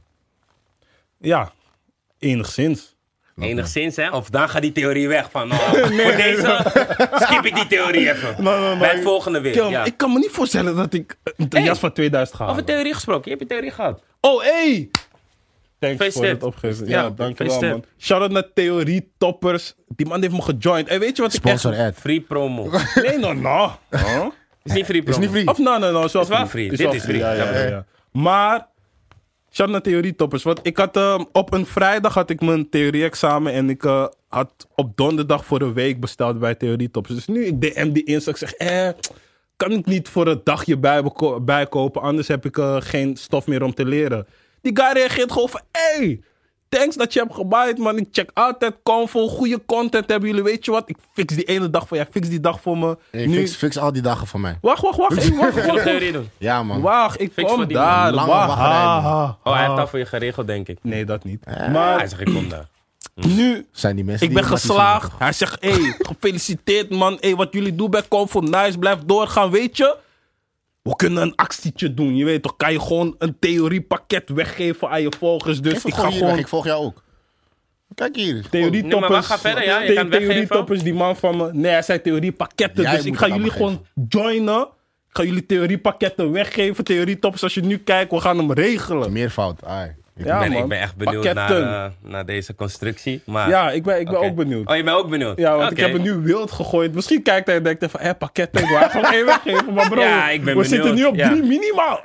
Ja, enigszins. Enigszins, hè? Of dan gaat die theorie weg van... Oh, voor deze skip ik die theorie even. Bij het volgende weer. Kill, Ja. ik kan me niet voorstellen dat ik een jas van 2000 ga Over halen. theorie gesproken. Je hebt je theorie gehad. Oh, hey! Thanks voor Gefeliciteerd. het opgeven. Ja, Ja, dankjewel, gefeliciteerd. man. Shout-out naar Theorie Toppers. Die man heeft me gejoined. Hey, weet je wat ik Sponsor echt... ad. Free promo. Nee, no. Huh? Is niet free promo. Is niet free. Of no, is wel Is wel free. free. Is Dit wel is free. Ja, Ja, ja. Maar, shout naar Theorie Toppers. Want ik had op een vrijdag had ik mijn theorie-examen. En ik had op donderdag voor een week besteld bij Theorie Toppers. Dus nu ik DM die Insta. Ik zeg, kan ik niet voor een dagje bijkopen. Anders heb ik geen stof meer om te leren. Die guy reageert gewoon van, hey... Thanks dat je hebt gebaaid, man. Ik check altijd Convo. Goede content hebben jullie. Weet je wat? Ik fix die ene dag voor jij. Fix die dag voor me. Hey, nu... fix al die dagen voor mij. Wacht. Hey, Wat theorie doen? Ja, man. Wacht, ik Fix kom voor die daar. lange Wacht. wachtrij, man. Oh, hij heeft dat voor je geregeld, denk ik. Nee, dat niet. Hij Maar zegt, ik kom daar. nu, Zijn die mensen ik die ben wat die geslaagd. Hij zegt, hey, gefeliciteerd man. Hey, wat jullie doen bij Convo, nice. Blijf doorgaan, weet je. We kunnen een actietje doen. Je weet toch, kan je gewoon een theoriepakket weggeven aan je volgers. Dus Geef ik het ga gewoon hier weg, gewoon... ik volg jou ook. Kijk hier. Nee, maar Theorietoppers. wacht, ga verder, ja. Je kan weggeven. Theorietoppers, die man van me. Nee, hij zei theoriepakketten. Jij Dus ik moet ga het jullie allemaal gewoon joinen. Ik ga jullie theoriepakketten weggeven. Theorietoppers, als je nu kijkt, we gaan hem regelen. Meervoud. Ai. Ja, ik man. ben echt benieuwd Pakketten. naar deze constructie. Maar, Ja, ik ben oké. ook benieuwd. Oh, je bent ook benieuwd? Ja, want Oké. ik heb hem nu wild gegooid. Misschien kijkt hij en denkt hij van, pakketten, ik wil gewoon één weggeven. Maar bro, Ja, ik ben we zitten nu benieuwd. op Ja. 3 minimaal.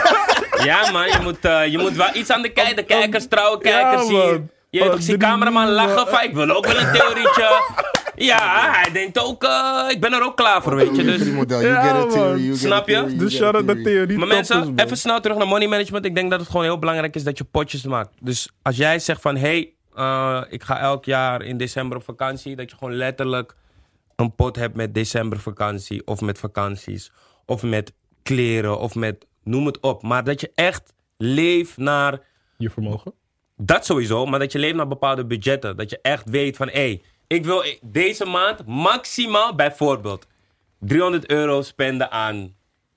Ja, man, je moet wel iets aan de kijkers, trouwe kijkers Ja, zien. man. Je weet toch, zie cameraman lachen van, ik wil ook wel een theorietje. Ja, hij denkt ook, ik ben er ook klaar voor, weet je. Dus. Model. Ja, You get a man. theory, you get Snap a je? theory, you Dus get a shout-out naar theory. theorie. Maar mensen, even snel terug naar money management. Ik denk dat het gewoon heel belangrijk is dat je potjes maakt. Dus als jij zegt van, ik ga elk jaar in december op vakantie. Dat je gewoon letterlijk een pot hebt met decembervakantie. Of met vakanties. Of met kleren. Of met, noem het op. Maar dat je echt leeft naar, Je vermogen. dat sowieso. Maar dat je leeft naar bepaalde budgetten. Dat je echt weet van, ik wil deze maand maximaal bijvoorbeeld €300 spenden aan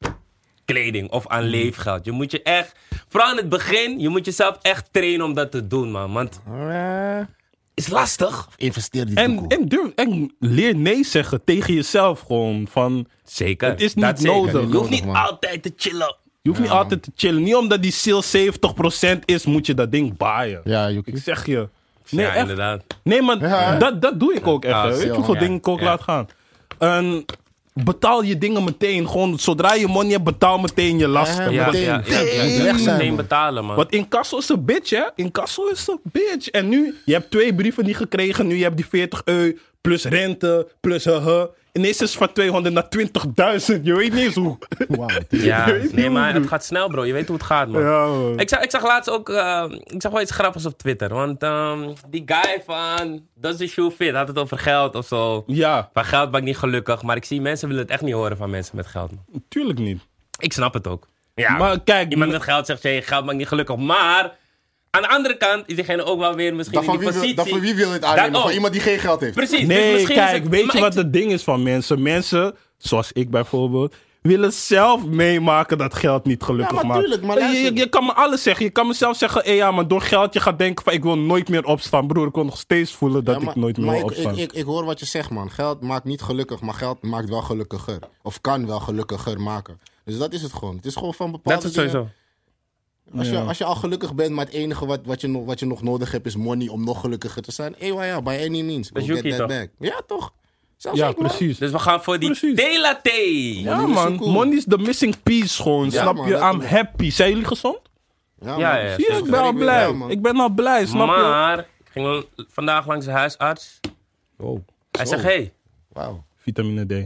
kleding of aan leefgeld. Je moet je echt, vooral in het begin, je moet jezelf echt trainen om dat te doen, man. Want het is lastig. Investeer die En, toekomst. en leer nee zeggen tegen jezelf gewoon. Van, Zeker. Het is niet Dat zeker. nodig. Je hoeft niet man. altijd te chillen. je hoeft niet altijd te chillen. Niet omdat die sale 70% is, moet je dat ding baaien. Ja, Yuki. Ik zeg je. Nee, Ja, echt. inderdaad. Nee, maar Ja. dat doe ik ook echt. Ah, hè. Weet je zo. hoeveel Ja. dingen ik ook Ja. laat gaan? En betaal je dingen meteen. Gewoon, zodra je money hebt, betaal meteen je lasten. Ja, meteen. ja, Meteen weg zijn, meteen man. betalen, man. Want incasso is een bitch, hè? Incasso is een bitch. En nu, je hebt 2 brieven niet gekregen. Nu je hebt die 40 euro plus rente, plus Ineens is het van 200 naar 20.000. Je weet niet eens hoe. Wauw. Ja, Je weet niet nee, hoe maar het het doet. gaat snel, bro. Je weet hoe het gaat, man. Ja, man. Ik zag laatst ook, ik zag wel iets grappigs op Twitter. Want die guy van Does the Shoe Fit had het over geld of zo. Ja, Van geld ben ik niet gelukkig. Maar ik zie mensen willen het echt niet horen van mensen met geld, man. tuurlijk niet. Ik snap het ook. Ja, Maar kijk, iemand met geld zegt, geld maakt niet gelukkig. Maar aan de andere kant is diegene ook wel weer misschien Dan in die positie. van wie wil je het aannemen? Dat Van ook. iemand die geen geld heeft. Precies. dus nee, misschien is kijk, het- weet maar je wat ik- het ding is van mensen? Mensen, zoals ik bijvoorbeeld, willen zelf meemaken dat geld niet gelukkig Ja, maar maakt. tuurlijk, maar je, luister. je kan me alles zeggen. Je kan mezelf zeggen, ja, maar door geld je gaat denken van ik wil nooit meer opstaan. Broer, ik wil nog steeds voelen dat Ja, ik nooit meer wil maar opstaan. ik hoor wat je zegt, man. Geld maakt niet gelukkig, maar geld maakt wel gelukkiger. Of kan wel gelukkiger maken. Dus dat is het gewoon. Het is gewoon van bepaalde Dat is het dingen. sowieso. Als je al gelukkig bent, maar het enige wat je nog nodig hebt is money om nog gelukkiger te zijn. Ja, by any means. Dat is Go get Yuki, that toch? back. Ja, toch? Zelfs Ja, ik, man. precies. Dus we gaan voor die Precies. thee-latte. Ja, Money is man. zo cool. Money is the missing piece gewoon. Ja, snap man, je? I'm letterlijk. happy. Zijn jullie gezond? Ja, Ja, man. ja, Zie je, zeker. ik ben al blij. Ja, man. Ik ben al blij, snap je? Maar ik ging vandaag langs de huisarts. Oh, Hij Zo. zegt, hey. Wauw. vitamine D.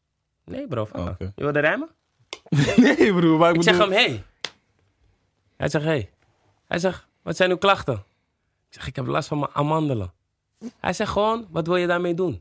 Nee bro, fuck. Oké. Je wilde rijmen? Nee, broer, maar ik Ik zeg bedoel... hem, hey. Hij zegt, hey. Hij zegt, wat zijn uw klachten? Ik zeg, ik heb last van mijn amandelen. Hij zegt gewoon, wat wil je daarmee doen?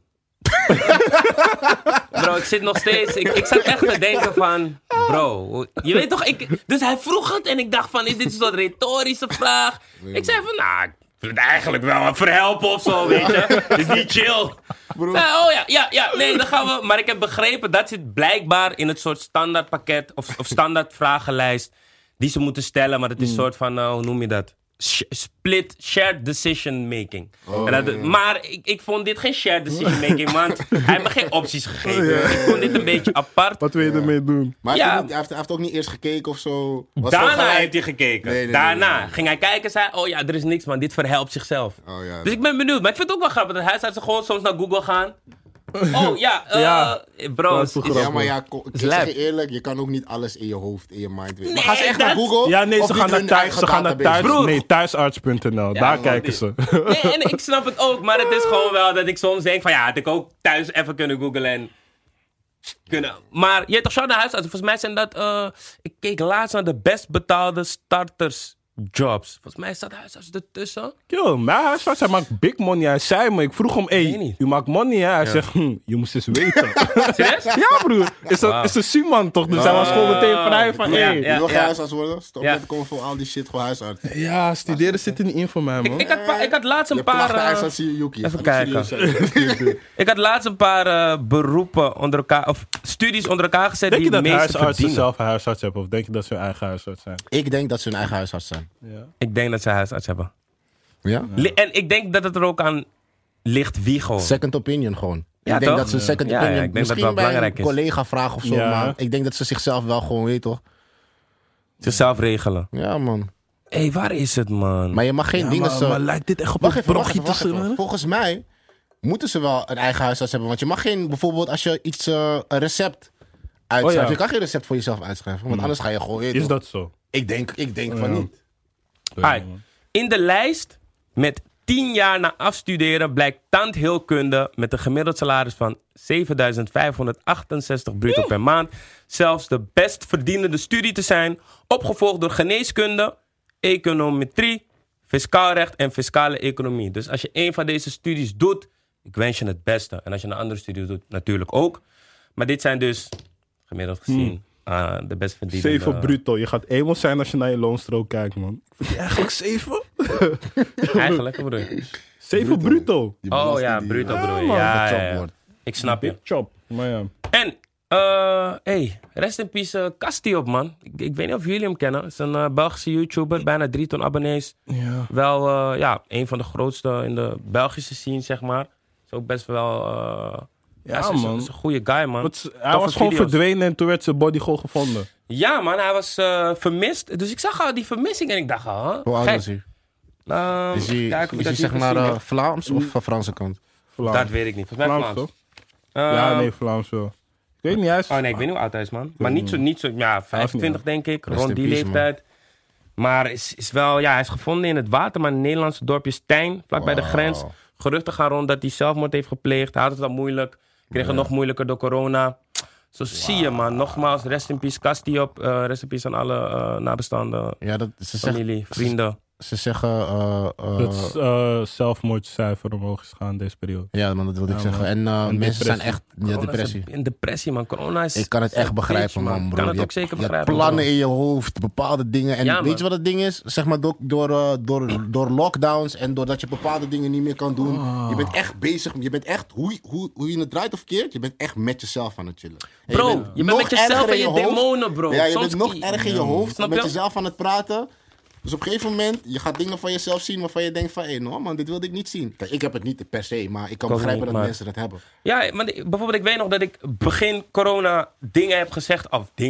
Bro, ik zit nog steeds... Ik zat echt te denken van... Bro, je weet toch... Dus hij vroeg het en ik dacht van... Is dit een soort retorische vraag? Ik zei van... Nou, ik vind het eigenlijk wel verhelpen of zo, weet je. Is niet chill. Bro. Nou, oh ja, nee, dan gaan we... Maar ik heb begrepen, dat zit blijkbaar in het soort standaard pakket... Of standaard vragenlijst... Die ze moeten stellen, maar het is een soort van... hoe noem je dat? Split, shared decision making. Maar ik vond dit geen shared decision making, want hij heeft me geen opties gegeven. Ik vond dit een beetje apart. Wat wil je ermee doen? Maar Ja. hij heeft ook niet eerst gekeken of zo. Was gewoon Daarna gelijk. heeft hij gekeken. Nee, Daarna nee. ging hij kijken en zei... Oh ja, er is niks, man. Dit verhelpt zichzelf. Oh, ja. Dus ik ben benieuwd. Maar ik vind het ook wel grappig dat huisartsen gewoon soms naar Google gaan. Oh ja, Ja. bro. Dat is toch is- Ja, maar ja, ik zeg lijp. je eerlijk, je kan ook niet alles in je hoofd, in je mind weten. Nee, Maar gaan ze echt naar dat- Google? Ja, nee, Of ze niet gaan naar hun thuis. eigen Ze gaan naar database? thuis. Broer. Nee, thuisarts.nl. Daar man, kijken die- ze. Nee, en ik snap het ook, maar het is gewoon wel dat ik soms denk van ja, had ik ook thuis even kunnen googlen en kunnen. Maar je hebt toch zo naar huisartsen? Volgens mij zijn dat, ik keek laatst naar de best betaalde starters jobs. Volgens mij staat huisarts ertussen. Yo, mijn huisarts, hij maakt big money. Hij zei me, ik vroeg hem, weet niet. u maakt money hè? Hij zegt, je moest eens weten. Serieus? Ja, broer. Is een Suman toch? Dus hij was gewoon meteen vrij van, Ja, hey. Je wil geen ja. huisarts worden? Stop Ja. met te komen voor al die shit, gewoon huisarts. Ja, studeren zit er niet in voor mij, man. Ik had laatst Je een paar... placht de huisarts in je Yuki. even Ga niet kijken. serieus zijn. ik had laatst een paar beroepen onder elkaar, of studies onder elkaar gezet Denk je die dat het meeste huisartsen verdienen. zelf een huisarts hebben? Of denk je dat ze hun eigen huisarts zijn? Ik denk dat ze hun eigen huisarts zijn. Ja. Ik denk dat ze huisarts hebben. Ja? En ik denk dat het er ook aan ligt wie gewoon. Second opinion gewoon. Ja, ik denk toch? dat ze een second Ja, opinion... ja, ik denk dat het misschien wel bij belangrijk een is. collega vragen of zo, Ja. maar ik denk dat ze zichzelf wel gewoon, weet toch? Zichzelf regelen. Ja, man. Hé, waar is het, man? Maar je mag geen dingen zo... Maar lijkt dit echt op Wacht een even. bronchitis? Volgens mij moeten ze wel een eigen huisarts hebben. Want je mag geen, bijvoorbeeld als je iets, een recept uitschrijft. Oh, ja. Je kan geen recept voor jezelf uitschrijven. Want anders ga je gewoon... Is dat zo? Ik denk van niet. Alright. In de lijst met 10 jaar na afstuderen blijkt tandheelkunde met een gemiddeld salaris van 7.568 bruto per maand zelfs de best verdienende studie te zijn, opgevolgd door geneeskunde, econometrie, fiscaal recht en fiscale economie. Dus als je een van deze studies doet, ik wens je het beste. En als je een andere studie doet, natuurlijk ook. Maar dit zijn dus, gemiddeld gezien, de best verdienende... 7 bruto. Je gaat eenmaal zijn als je naar je loonstrook kijkt, man. Ik vind die eigenlijk 7? Eigenlijk, wat bedoel je? 7 bruto. Die Oh belasting ja, die, bruto bedoel je. man, Ja, gechopt ja, ja. wordt. Ik snap je. Big chop. Maar ja. En, rest in peace Castiop, man. Ik weet niet of jullie hem kennen. Het is een Belgische YouTuber, bijna 3 ton abonnees. Ja. Wel, een van de grootste in de Belgische scene, zeg maar. Is ook best wel... man. Is een goede guy, man. Hij was gewoon video's. verdwenen en toen werd zijn body gewoon gevonden. Ja, man, hij was vermist. Dus ik zag al die vermissing en ik dacht, Hoe oud gek. is hij? Is Is hij zeg maar Vlaams of van Franse kant? Vlaams. Dat weet ik niet. Volgens mij Vlaams, Vlaams. toch? Ja, nee, Vlaams wel. Ik weet niet, hij is... Oh nee, ik weet niet hoe oud hij is, man. Maar niet zo, ja, 25 denk ik, Rest rond in die peace, leeftijd. Maar is wel, ja, hij is gevonden in het water, maar in het Nederlandse dorpje Stijn, vlakbij de grens. Geruchten gaan rond dat hij zelfmoord heeft gepleegd. Hij had het al moeilijk. Kreeg het nog moeilijker door corona. Zo zie je, man. Nogmaals, rest in peace Castiop. Rest in peace aan alle nabestaanden, Ja, familie, vrienden. ze zeggen... Dat zelfmoordcijfer omhoog is gegaan deze periode. ja, man, dat wilde ik Ja, zeggen. man. En En mensen zijn depressie. echt... Ja, depressie. In depressie, man. Corona is... Ik kan het echt begrijpen, Jeetje, man, Ik bro. kan het Je ook hebt- zeker Je hebt begrijpen. plannen bro. in je hoofd, bepaalde dingen. En Ja, weet man. je wat het ding is? Zeg maar door lockdowns en doordat je bepaalde dingen niet meer kan doen. Je bent echt bezig. Je bent echt, hoe je het draait of keert, je bent echt met jezelf aan het chillen. En Bro, je bent nog met jezelf erger en in je hoofd. demonen, bro. Ja, je Soms bent nog erg in je hoofd Snap met je? jezelf aan het praten. Dus op een gegeven moment, je gaat dingen van jezelf zien waarvan je denkt van, hé, no man, dit wilde ik niet zien. Kijk, ik heb het niet per se, maar ik kan ook begrijpen niet, dat maar- mensen dat hebben. Ja, maar bijvoorbeeld ik weet nog dat ik begin corona dingen heb gezegd.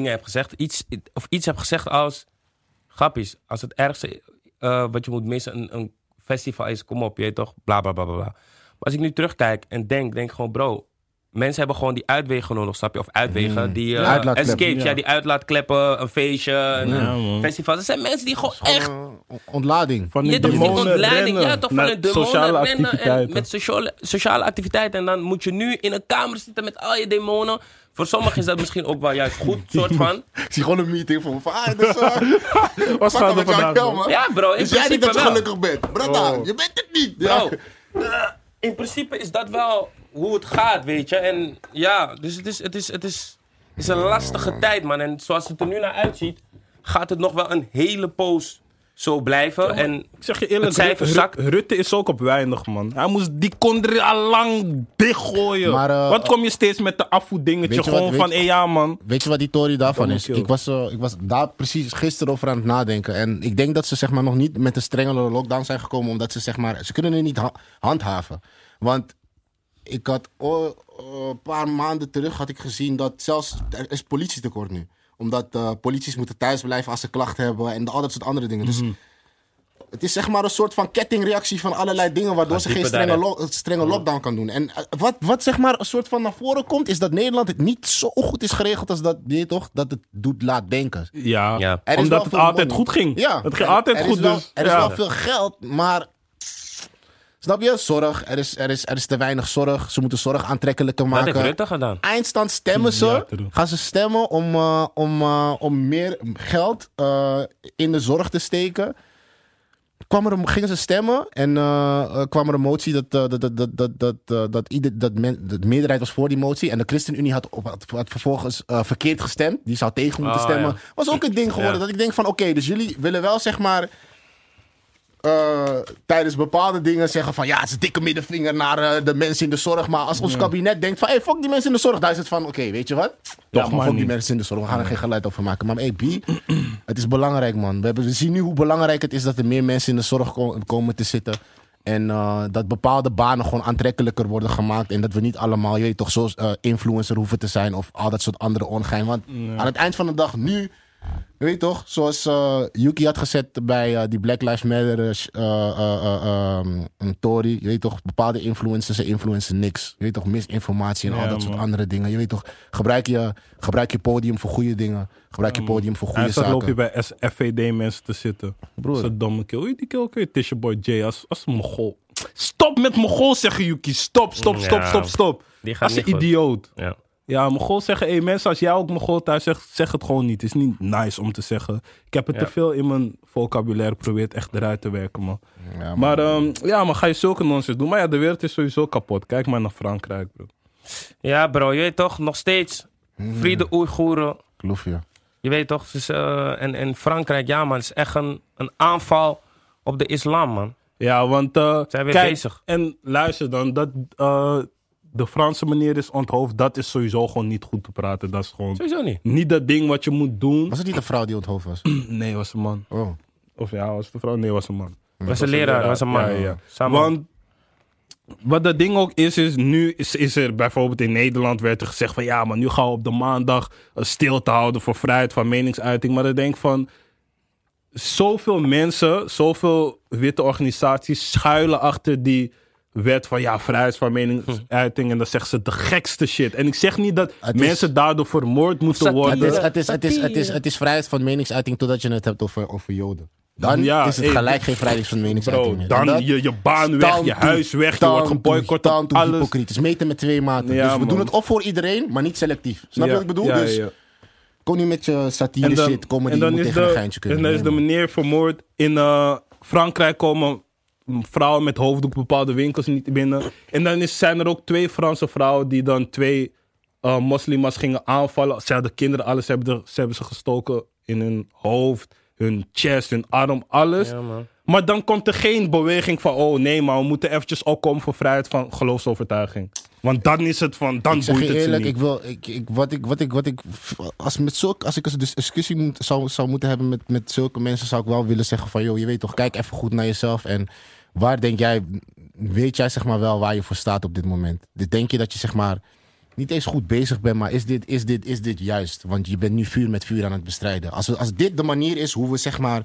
Iets heb gezegd als... Grappies, als het ergste wat je moet missen een festival is, kom op, je weet toch, bla bla bla bla. Maar als ik nu terugkijk en denk ik gewoon, bro... Mensen hebben gewoon die uitwegen nodig, snap je? Of uitwegen, die Uitlaatklep. escapes, Ja. die uitlaatkleppen, een feestje, een man. festival. Dat zijn mensen die gewoon echt... Gewoon, ontlading. Van die Je toch die demonen ontleiding, rennen ja, toch van naar de demonen sociale rennen en activiteiten. met sociale activiteiten. En dan moet je nu in een kamer zitten met al je demonen. Voor sommigen is dat misschien ook wel juist goed, soort van. Ik zie gewoon een meeting van dus, Wat pak gaat met er jou, vandaag? man. Ja, bro, in Dus jij niet principe dat je wel. gelukkig bent. Brada, Oh. je bent het niet. Ja. Bro, in principe is dat wel hoe het gaat, weet je. En ja, dus het is een lastige tijd, man. En zoals het er nu naar uitziet, gaat het nog wel een hele poos zo blijven. En Ik zeg je eerlijk, het cijfer zakt. Rutte is ook op weinig, man. Die kon er al lang dichtgooien. Maar, Wat kom je steeds met de afvoerdingetje? weet je wat- Gewoon weet van, je- ja, man. Weet je wat die Tory daarvan Domme is? kill. Ik was daar precies gisteren over aan het nadenken. En ik denk dat ze zeg maar nog niet met een strengere lockdown zijn gekomen. Omdat ze zeg maar... Ze kunnen het niet handhaven. Want ik had een paar maanden terug had ik gezien dat zelfs... Er is politietekort nu. Omdat polities moeten thuis blijven als ze klachten hebben. En al dat soort andere dingen. Dus het is zeg maar een soort van kettingreactie van allerlei dingen. Waardoor ze geen dieper strenge lockdown kan doen. En wat zeg maar een soort van naar voren komt. Is dat Nederland het niet zo goed is geregeld als dat, weet je toch, dat het doet laat denken. Ja, Ja. Er is wel omdat het veel altijd money. goed ging. Ja, Het ging altijd er goed, is wel, dus... er is ja. wel veel geld, maar... Snap je? Zorg. Er is te weinig zorg. Ze moeten zorg aantrekkelijker dat heeft maken. Rutte gedaan. Eindstand stemmen Ja, ze. te doen. Gaan ze stemmen om meer geld in de zorg te steken. Gingen ze stemmen en kwam er een motie de meerderheid was voor die motie. En de ChristenUnie had vervolgens verkeerd gestemd. Die zou tegen moeten Oh, stemmen. ja. Was ook een ding geworden. Ja. Dat ik denk van oké, dus jullie willen wel zeg maar... tijdens bepaalde dingen zeggen van... Ja, het is een dikke middenvinger naar de mensen in de zorg. Maar als ons kabinet denkt van... Hey, fuck die mensen in de zorg. Dan is het van... Oké, weet je wat? Ja, maar maar fuck die niet. mensen in de zorg. We gaan er geen geluid over maken. Maar hey, B, het is belangrijk, man. We zien nu hoe belangrijk het is... dat er meer mensen in de zorg komen te zitten. En dat bepaalde banen gewoon aantrekkelijker worden gemaakt. En dat we niet allemaal, je weet toch, zo influencer hoeven te zijn. Of al dat soort andere ongein. Want aan het eind van de dag nu... Je weet toch, zoals Yuki had gezet bij die Black Lives Matter Tory. Je weet toch, bepaalde influencers influencen niks. Je weet toch, misinformatie en al dat soort andere dingen. Je weet toch, gebruik je podium voor goede dingen. Gebruik je podium voor goede en zaken. dan loop je bij FVD mensen te zitten. Broer. Dat is een domme kill. Die kill kun je Tisha Boy J als Mogol. Stop met Mogol zeggen, Yuki. Stop. Die gaat Als niet een goed. idioot. Ja. Ja, Mogol zeggen, hey, mensen, als jij ook Mogol thuis zegt, zeg het gewoon niet. Het is niet nice om te zeggen. Ik heb het te veel in mijn vocabulaire geprobeerd echt eruit te werken, man. Ja, Maar maar ga je zulke nonsens doen? Maar ja, de wereld is sowieso kapot. Kijk maar naar Frankrijk, bro. Ja, bro, je weet toch, nog steeds. Vrede Oeigoeren. Geloof je. Je weet toch, dus, en Frankrijk, ja man, het is echt een aanval op de islam, man. Ja, want Zijn we kijk, bezig. en luister dan, dat de Franse manier is onthoofd, dat is sowieso gewoon niet goed te praten. Dat is gewoon Sowieso niet. niet dat ding wat je moet doen. Was het niet een vrouw die onthoofd was? Nee, was een man. Oh. Of ja, was het een vrouw? Nee, was een man. Was een leraar, was een man. Ja. Samen. Want wat dat ding ook is nu is er bijvoorbeeld in Nederland werd er gezegd van ja, maar nu gaan we op de maandag stilte houden voor vrijheid van meningsuiting. Maar ik denk van zoveel mensen, zoveel witte organisaties schuilen achter die wet van ja, vrijheid van meningsuiting. En dan zeggen ze de gekste shit. En ik zeg niet dat mensen daardoor vermoord moeten worden. Het is vrijheid van meningsuiting totdat je het hebt over Joden. Dan is het gelijk geen vrijheid van meningsuiting Bro, meer. dan je baan weg, je huis weg, je wordt geboycott op alles. Hypocriet. Het is meten met twee maten. Ja, dus we man. doen het op voor iedereen, maar niet selectief. Snap je wat ik bedoel? Ja, Dus ja. kom niet met je satire shit. Kom die moet tegen een geintje kunnen. En dan is de meneer vermoord. In Frankrijk komen vrouwen met hoofddoek bepaalde winkels niet binnen. En dan zijn er ook 2 Franse vrouwen die dan 2 moslims gingen aanvallen. Ze hadden kinderen, alles ze hebben ze gestoken in hun hoofd, hun chest, hun arm, alles. Ja, man. Maar dan komt er geen beweging van, oh nee, maar we moeten eventjes ook komen voor vrijheid van geloofsovertuiging. Want dan is het van, dan Ik zeg boeit je het ze eerlijk, niet. als ik een discussie zou moeten hebben met zulke mensen, zou ik wel willen zeggen van, joh, je weet toch, kijk even goed naar jezelf en waar denk jij, weet jij zeg maar wel waar je voor staat op dit moment? Denk je dat je zeg maar niet eens goed bezig bent, maar is dit juist? Want je bent nu vuur met vuur aan het bestrijden. Als dit de manier is hoe we zeg maar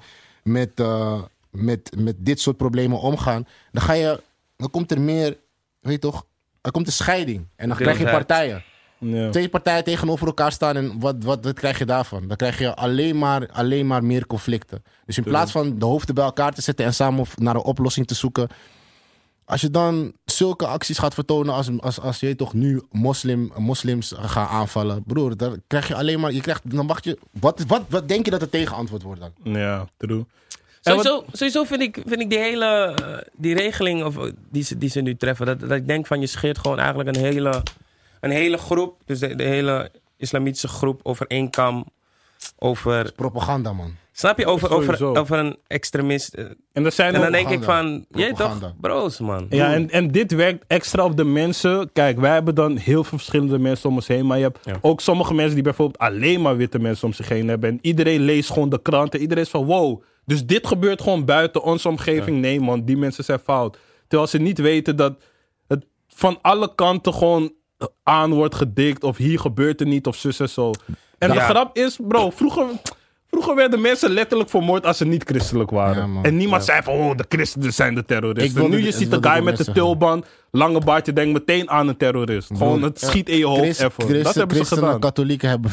met dit soort problemen omgaan, dan komt er meer, weet je toch, er komt een scheiding. En dan krijg je partijen. Ja. 2 partijen tegenover elkaar staan en wat krijg je daarvan? Dan krijg je alleen maar meer conflicten. Dus in plaats van de hoofden bij elkaar te zetten en samen naar een oplossing te zoeken, als je dan zulke acties gaat vertonen als je toch nu moslims gaat aanvallen, broer, dan krijg je alleen maar, dan wacht je, wat denk je dat het tegenantwoord wordt dan? Ja, true. Sowieso vind ik die hele die regeling of, die ze nu treffen, dat ik denk van je scheert gewoon eigenlijk een hele groep, dus de hele islamitische groep over één kam, over Propaganda, man. snap je, Sowieso. over een extremist. En er zijn En dan ook... denk ik van, je Propaganda. toch, bro's man. Ja, en dit werkt extra op de mensen. Kijk, wij hebben dan heel veel verschillende mensen om ons heen. Maar je hebt ook sommige mensen die bijvoorbeeld alleen maar witte mensen om zich heen hebben. En iedereen leest gewoon de kranten. Iedereen is van, wow, dus dit gebeurt gewoon buiten onze omgeving. Ja. Nee man, die mensen zijn fout. Terwijl ze niet weten dat het van alle kanten gewoon aan wordt gedikt. Of hier gebeurt er niet, of zus en zo. En de grap is, bro, Vroeger werden mensen letterlijk vermoord als ze niet christelijk waren. Ja, en niemand zei van, oh, de christenen zijn de terroristen. Nu je ziet de guy met de tulband, lange baard, je denkt meteen aan een terrorist. Gewoon, het schiet in je hoofd even. Dat hebben ze gedaan. En katholieken hebben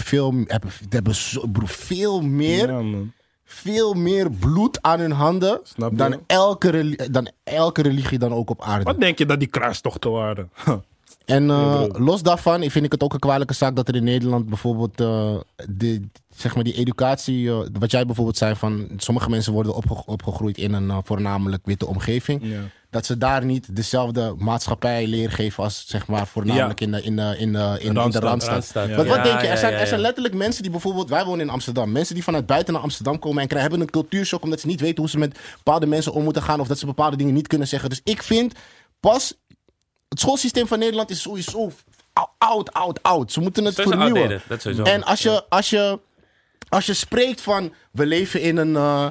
veel meer bloed aan hun handen dan elke religie dan ook op aarde. Wat denk je dat die kruistochten waren? En los daarvan vind ik het ook een kwalijke zaak dat er in Nederland bijvoorbeeld die educatie, wat jij bijvoorbeeld zei van sommige mensen worden opgegroeid in een voornamelijk witte omgeving. Ja. Dat ze daar niet dezelfde maatschappij leer geven als zeg maar voornamelijk in de Randstad. Ja. Wat denk je? Er zijn letterlijk mensen die bijvoorbeeld, wij wonen in Amsterdam, mensen die vanuit buiten naar Amsterdam komen en hebben een cultuurshock omdat ze niet weten hoe ze met bepaalde mensen om moeten gaan of dat ze bepaalde dingen niet kunnen zeggen. Dus ik vind het schoolsysteem van Nederland is sowieso oud. Ze moeten het vernieuwen. En als je spreekt van we leven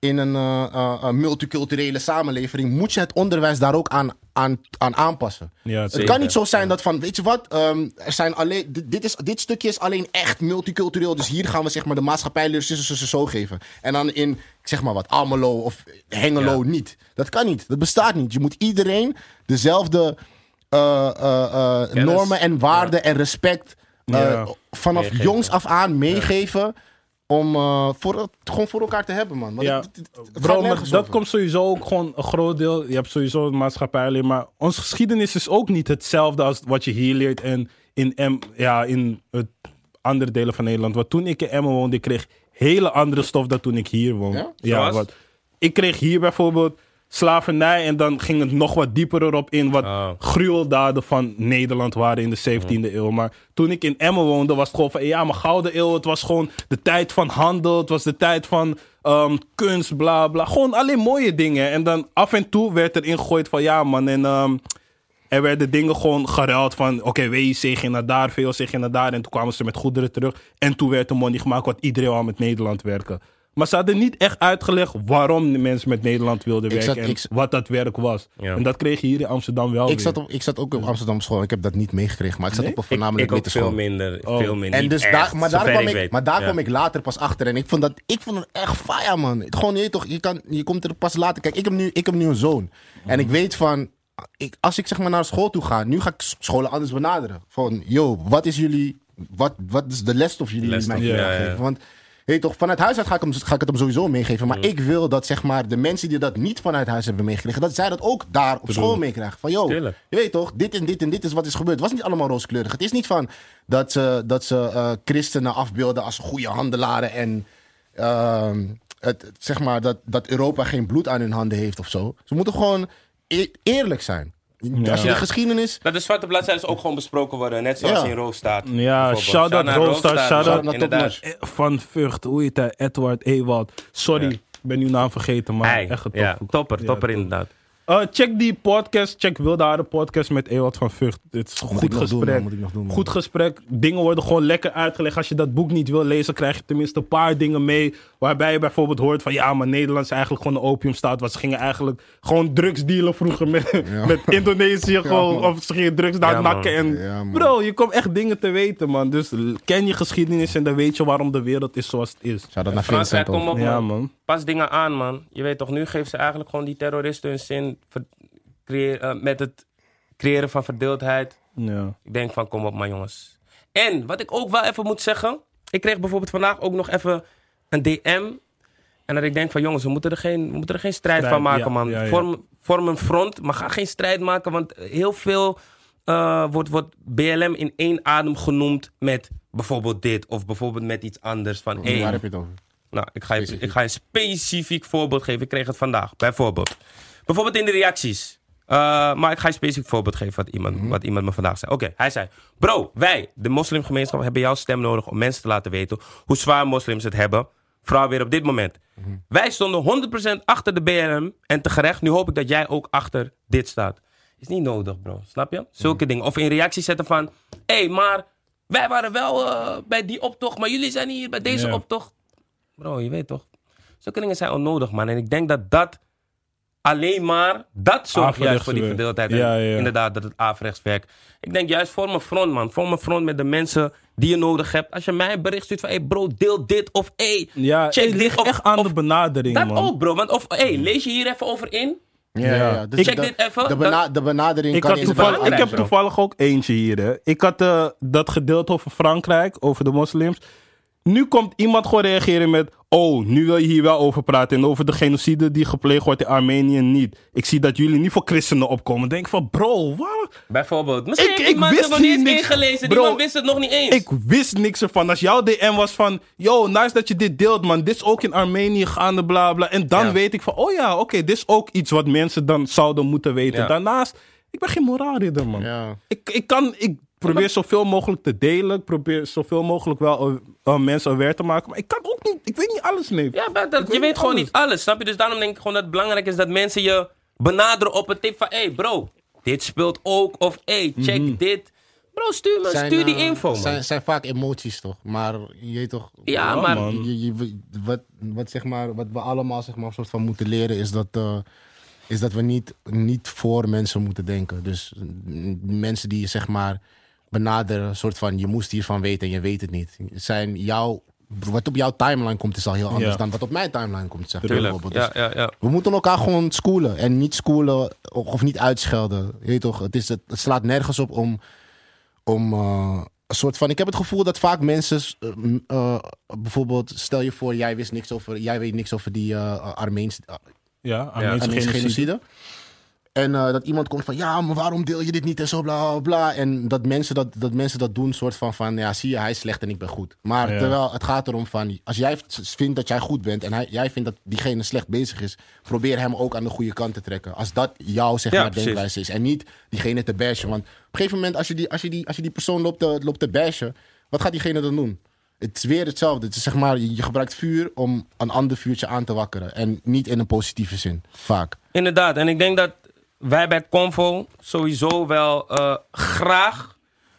in een multiculturele samenleving moet je het onderwijs daar ook aan aanpassen. Ja, het zeker. kan niet zo zijn dat van, weet je wat, er zijn alleen, dit stukje is alleen echt multicultureel, dus hier gaan we zeg maar de maatschappijleer zo geven. En dan in, zeg maar wat, Almelo of Hengelo niet. Dat kan niet, dat bestaat niet. Je moet iedereen dezelfde normen en waarden en respect vanaf meegeven. jongs af aan meegeven. Om gewoon voor elkaar te hebben, man. Want Ja, het gaat bro, maar nergens dat over. komt sowieso ook gewoon een groot deel. Je hebt sowieso een maatschappijleer, maar onze geschiedenis is ook niet hetzelfde als wat je hier leert en in het andere delen van Nederland. Want toen ik in Emmen woonde, ik kreeg hele andere stof dan toen ik hier woonde. Ja? Zoals? Want ik kreeg hier bijvoorbeeld slavernij en dan ging het nog wat dieper erop in wat gruweldaden van Nederland waren in de 17e eeuw. Maar toen ik in Emmen woonde was het gewoon van ja, maar Gouden Eeuw, het was gewoon de tijd van handel, het was de tijd van kunst, bla bla. Gewoon alleen mooie dingen. En dan af en toe werd er ingegooid van ja man, en er werden dingen gewoon geruild van oké, WIC ging naar daar, VOC ging naar daar en toen kwamen ze met goederen terug. En toen werd er money gemaakt, want iedereen wou met Nederland werken. Maar ze hadden niet echt uitgelegd waarom de mensen met Nederland wilden werken en wat dat werk was. Ja. En dat kreeg je hier in Amsterdam wel Ik weer. zat ook op Amsterdam school. Ik heb dat niet meegekregen, maar ik zat op een voornamelijk Ik ook witte veel school. minder. Veel minder. En niet dus echt, maar zover ik weet. daar Ja. kwam ik later pas achter. En ik vond het echt fire, man. Gewoon, je toch, je komt er pas later. Kijk, ik heb nu een zoon. En ik weet van, als ik zeg maar naar school toe ga, nu ga ik scholen anders benaderen. Van, yo, wat is de lesstof jullie mij Lesstof, gaan ja. geven? Want, weet je toch, vanuit huis uit ga ik het hem sowieso meegeven. Maar ik wil dat, zeg maar, de mensen die dat niet vanuit huis hebben meegekregen, dat zij dat ook daar op school meekrijgen. Van, yo, Tuurlijk. je weet toch, dit en dit en dit is wat is gebeurd. Het was niet allemaal rooskleurig. Het is niet van dat ze christenen afbeelden als goede handelaren en zeg maar dat Europa geen bloed aan hun handen heeft of zo. Ze moeten gewoon eerlijk zijn. Als je de geschiedenis... Dat de zwarte bladzijden ook gewoon besproken worden. Net zoals Ja. in Roofstaat. Ja, shout-out naar Roofstaat, shout-out naar inderdaad. Topnotch. Van Vught, hoe heet hij? Edward Ewald. Sorry, ik ben uw naam vergeten, maar Hey, echt een ja, topper Ja, inderdaad. Check die podcast, check Wilde Haren podcast met Ewald van Vught. Dit is een Moet goed ik nog doen, gesprek. man, moet ik nog doen, man. Goed gesprek. Dingen worden gewoon lekker uitgelegd. Als je dat boek niet wil lezen, krijg je tenminste een paar dingen mee. Waarbij je bijvoorbeeld hoort van ja, maar Nederland is eigenlijk gewoon een opiumstaat. Want ze gingen eigenlijk gewoon drugs dealen vroeger met Indonesië. Gewoon, man. of ze gingen drugs daar Ja, man. nakken. En Ja, man. bro, je komt echt dingen te weten, man. Dus ken je geschiedenis en dan weet je waarom de wereld is zoals het is. Shout-out naar Frankrijk, Vincent kom ook. op Ja, man. man. Pas dingen aan, man. Je weet toch, nu geven ze eigenlijk gewoon die terroristen hun zin met het creëren van verdeeldheid. Ja. Ik denk van, kom op man jongens. En, wat ik ook wel even moet zeggen. Ik kreeg bijvoorbeeld vandaag ook nog even een DM. En dat ik denk van, jongens, we moeten er geen strijd van maken, ja, man. ja, ja. Vorm een front, maar ga geen strijd maken. Want heel veel wordt BLM in één adem genoemd met bijvoorbeeld dit. Of bijvoorbeeld met iets anders. Van, hey, Waar heb je het over? nou, ik ga je een specifiek voorbeeld geven. Ik kreeg het vandaag, bijvoorbeeld. Bijvoorbeeld in de reacties. Maar ik ga je een specifiek voorbeeld geven wat iemand me vandaag zei. Oké, hij zei... Bro, wij, de moslimgemeenschap, hebben jouw stem nodig om mensen te laten weten hoe zwaar moslims het hebben. Vooral weer op dit moment. Wij stonden 100% achter de BLM en terecht. Nu hoop ik dat jij ook achter dit staat. Is niet nodig, bro. Snap je? Zulke dingen. Of in reacties zetten van... Hé, maar wij waren wel bij die optocht, maar jullie zijn hier bij deze Ja. optocht. Bro, je weet toch? Zulke dingen zijn onnodig, man. En ik denk dat alleen maar... Dat zorgt juist voor die Averechts verdeeldheid. werkt. En Ja, ja. inderdaad, dat het averechts werkt. Ik denk juist, vorm een front, man. Vorm een front met de mensen die je nodig hebt. Als je mij een bericht stuurt van... Hey bro, deel dit. Of hey, Ja, check het dit. ligt Of, echt aan of- de benadering, dat man. ook, bro. Want of, hey, lees je hier even over in? Ja. Dus Check dit even. De benadering Ik, kan had in toevallig, belangrijk, ik heb bro. toevallig ook eentje hier. Hè. Ik had dat gedeeld over Frankrijk, over de moslims. Nu komt iemand gewoon reageren met... Oh, nu wil je hier wel over praten. En over de genocide die gepleegd wordt in Armenië niet. Ik zie dat jullie niet voor christenen opkomen. Denk van, bro, wat? Bijvoorbeeld. Misschien Ik heeft die man wist het nog niet hier eens niks. ingelezen. Bro, Die man wist het nog niet eens. Ik wist niks ervan. Als jouw DM was van... Yo, nice dat je dit deelt, man. Dit is ook in Armenië gaande, bla, bla. En dan Ja. weet ik van... Oh ja, oké, dit is ook iets wat mensen dan zouden moeten weten. Ja. Daarnaast, ik ben geen moraalridder, man. Ja. Ik probeer zoveel mogelijk te delen. Ik probeer zoveel mogelijk wel mensen aware te maken. Maar ik kan ook niet... Ik weet niet alles, nee. Ja, maar je weet weet gewoon alles. niet alles, snap je? Dus daarom denk ik gewoon dat het belangrijk is dat mensen je benaderen op een tip van... Hey bro, dit speelt ook. Of hey, check dit. Bro, stuur die info, man. Zijn vaak emoties, toch? Maar je weet toch... Ja, maar... man. Wat, zeg maar, wat we allemaal zeg maar, een soort van moeten leren is dat we niet voor mensen moeten denken. Dus mensen die je zeg maar benaderen, een soort van je moest hiervan weten en je weet het niet. Wat op jouw timeline komt is al heel anders dan wat op mijn timeline komt. Zeg, bijvoorbeeld. Dus Ja. we moeten elkaar gewoon schoolen en niet schoolen of niet uitschelden. Je weet toch? Het slaat nergens op om een soort van... Ik heb het gevoel dat vaak mensen... bijvoorbeeld, stel je voor, jij weet niks over die Armeense Armeense genocide. En dat iemand komt van, ja, maar waarom deel je dit niet en zo, bla, bla, bla. En dat mensen dat doen, soort van, ja, zie je, hij is slecht en ik ben goed. Maar terwijl het gaat erom van, als jij vindt dat jij goed bent en jij vindt dat diegene slecht bezig is, probeer hem ook aan de goede kant te trekken. Als dat jouw, zeg maar, denkwijze is. En niet diegene te bashen. Want op een gegeven moment, als je die persoon loopt te bashen, wat gaat diegene dan doen? Het is weer hetzelfde. Het is, zeg maar, je gebruikt vuur om een ander vuurtje aan te wakkeren. En niet in een positieve zin, vaak. Inderdaad, en ik denk dat wij bij Convo sowieso wel graag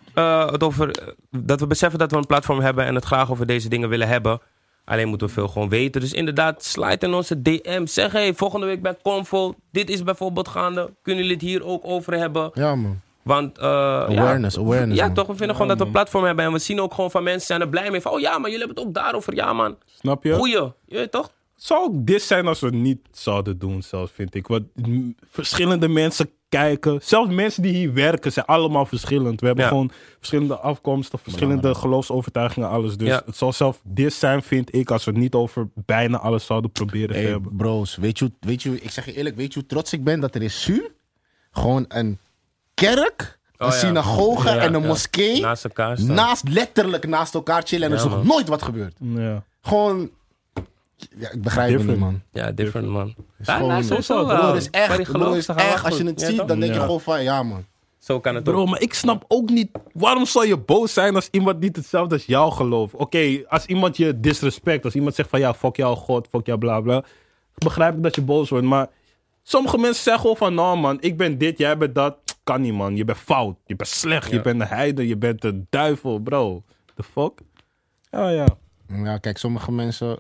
dat we beseffen dat we een platform hebben en het graag over deze dingen willen hebben. Alleen moeten we veel gewoon weten. Dus inderdaad, slide in onze DM. Zeg, hey, volgende week bij Convo, dit is bijvoorbeeld gaande. Kunnen jullie het hier ook over hebben? Ja, man. Want awareness. Ja, man. toch? We vinden gewoon dat we een platform hebben. En we zien ook gewoon van mensen zijn er blij mee. Van, oh ja, maar jullie hebben het ook daarover. Ja, man. Snap je? Goeie. Je weet toch? Het zou ook dit zijn als we het niet zouden doen, zelfs, vind ik. Want verschillende mensen kijken. Zelfs mensen die hier werken zijn allemaal verschillend. We hebben gewoon verschillende afkomsten, verschillende geloofsovertuigingen, alles. Dus het zal zelfs dit zijn, vind ik, als we het niet over bijna alles zouden proberen te hebben. Bros, weet je, ik zeg je eerlijk, weet je hoe trots ik ben dat er is Su? Gewoon een kerk, een synagoge en een moskee naast elkaar staan. Letterlijk naast elkaar chillen en er is nog nooit wat gebeurd. Ja. Gewoon... Ja, ik begrijp het niet, man. Ja, different, man. Sowieso, bro, is echt, als je het ziet, dan denk je gewoon van, ja, man. Zo kan het Bro, ook. maar ik snap ook niet, waarom zou je boos zijn als iemand niet hetzelfde als jou gelooft? Oké, als iemand je disrespect, als iemand zegt van, ja, fuck jou God, fuck jou bla bla, begrijp ik dat je boos wordt, maar sommige mensen zeggen gewoon van, nou man, ik ben dit, jij bent dat. Kan niet, man. Je bent fout. Je bent slecht. Je bent de heiden. Je bent de duivel, bro. The fuck? Ja. Ja, kijk, sommige mensen...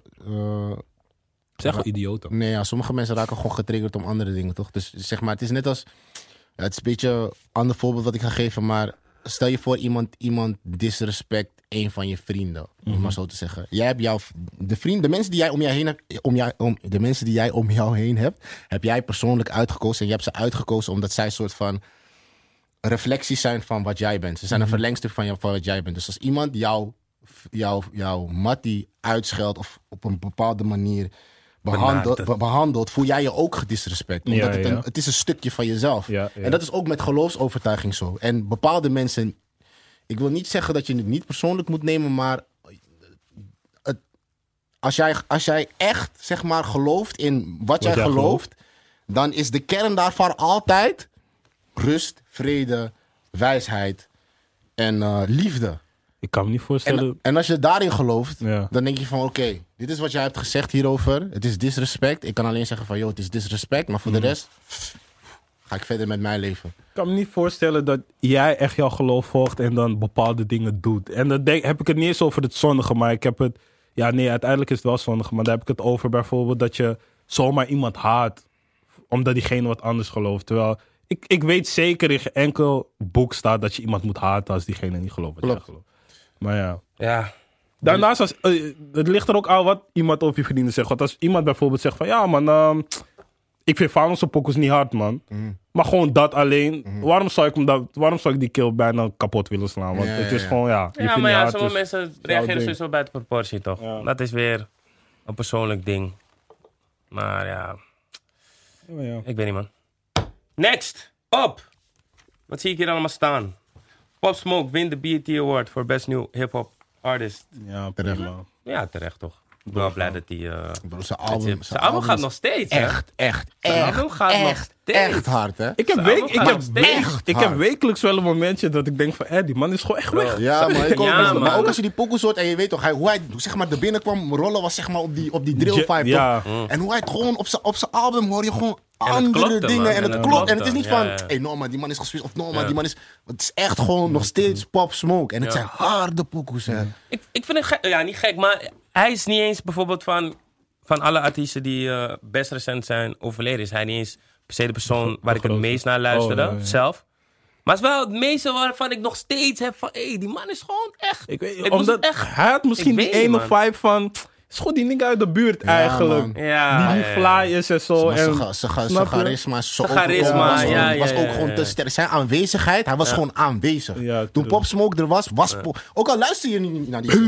Zeg wel idioten. Nee, ja, sommige mensen raken gewoon getriggerd om andere dingen, toch? Dus zeg maar, het is net als... Ja, het is een beetje een ander voorbeeld wat ik ga geven, maar stel je voor iemand disrespect een van je vrienden, om maar zo te zeggen. Jij hebt de mensen die jij om jou heen hebt, de mensen die jij om jou heen hebt, heb jij persoonlijk uitgekozen en je hebt ze uitgekozen omdat zij een soort van reflecties zijn van wat jij bent. Ze zijn een verlengstuk van wat jij bent. Dus als iemand jouw mattie uitscheldt of op een bepaalde manier behandelt, voel jij je ook gedisrespect. Omdat het is een stukje van jezelf. Ja. En dat is ook met geloofsovertuiging zo. En bepaalde mensen... Ik wil niet zeggen dat je het niet persoonlijk moet nemen, maar... Als jij echt, zeg maar, gelooft in wat jij gelooft, dan is de kern daarvan altijd rust, vrede, wijsheid en liefde. Ik kan me niet voorstellen... En als je daarin gelooft, dan denk je van oké, dit is wat jij hebt gezegd hierover. Het is disrespect. Ik kan alleen zeggen van het is disrespect. Maar voor de rest ga ik verder met mijn leven. Ik kan me niet voorstellen dat jij echt jouw geloof volgt en dan bepaalde dingen doet. En dan heb ik het niet eens over het zondige, maar ik heb het... Ja, nee, uiteindelijk is het wel zondige. Maar daar heb ik het over bijvoorbeeld dat je zomaar iemand haat omdat diegene wat anders gelooft. Terwijl ik weet zeker in geen enkel boek staat dat je iemand moet haten als diegene niet gelooft wat jij gelooft. Maar ja. Daarnaast, het ligt er ook aan wat iemand over je vrienden zegt. Want als iemand bijvoorbeeld zegt van... Ja man, ik vind Vanos pokus niet hard, man. Maar gewoon dat alleen. Waarom zou ik die kill bijna kapot willen slaan? Want het is gewoon, je vindt maar hard, sommige dus mensen reageren sowieso bij de proportie, toch? Ja. Dat is weer een persoonlijk ding. Maar ja, ik weet niet, man. Next, op! Wat zie ik hier allemaal staan? Pop Smoke wint de BET Award voor Best New Hip Hop Artist. Ja, prima. Ja, terecht toch? Ik ben wel blij dat hij... Bro, zijn zijn album gaat nog steeds, hè? Zijn album gaat nog steeds. Echt hard, hè? Ik heb wekelijks wel een momentje dat ik denk van, die man is gewoon echt weg. Ja, maar, man. maar ook als je die pokoes hoort en je weet toch, hoe hij zeg maar, er binnenkwam, rollen was zeg maar op die drill vibe, Ja. toch? En hoe hij het gewoon op zijn album hoor je gewoon het andere klopte, dingen. man. En het En klopt. het En het is niet van, klopte, ja. hey, Norma, die man is geswitcht. Of Norma, die man is... Het is echt gewoon nog steeds Pop Smoke. En het zijn harde pokoes, hè. Ik vind het gek, ja, niet gek, maar hij is niet eens bijvoorbeeld van alle artiesten die best recent zijn overleden, is hij niet eens per se de persoon waar ik het meest naar luisterde, zelf. Maar het is wel het meeste waarvan ik nog steeds heb van, die man is gewoon echt. Ik weet, Ik moest omdat echt- hij had misschien ik die weet niet, ene man. vibe van, is gewoon die nigga uit de buurt eigenlijk. man. Ja, Die fly is en zo. Maar En, zijn snap je? charisma is zo Zijn charisma, was, ja, was ja, ook ja, gewoon ja. te sterk. Zijn aanwezigheid, hij was gewoon aanwezig. Ja, Toen true. Pop Smoke er was ook al luister je niet naar die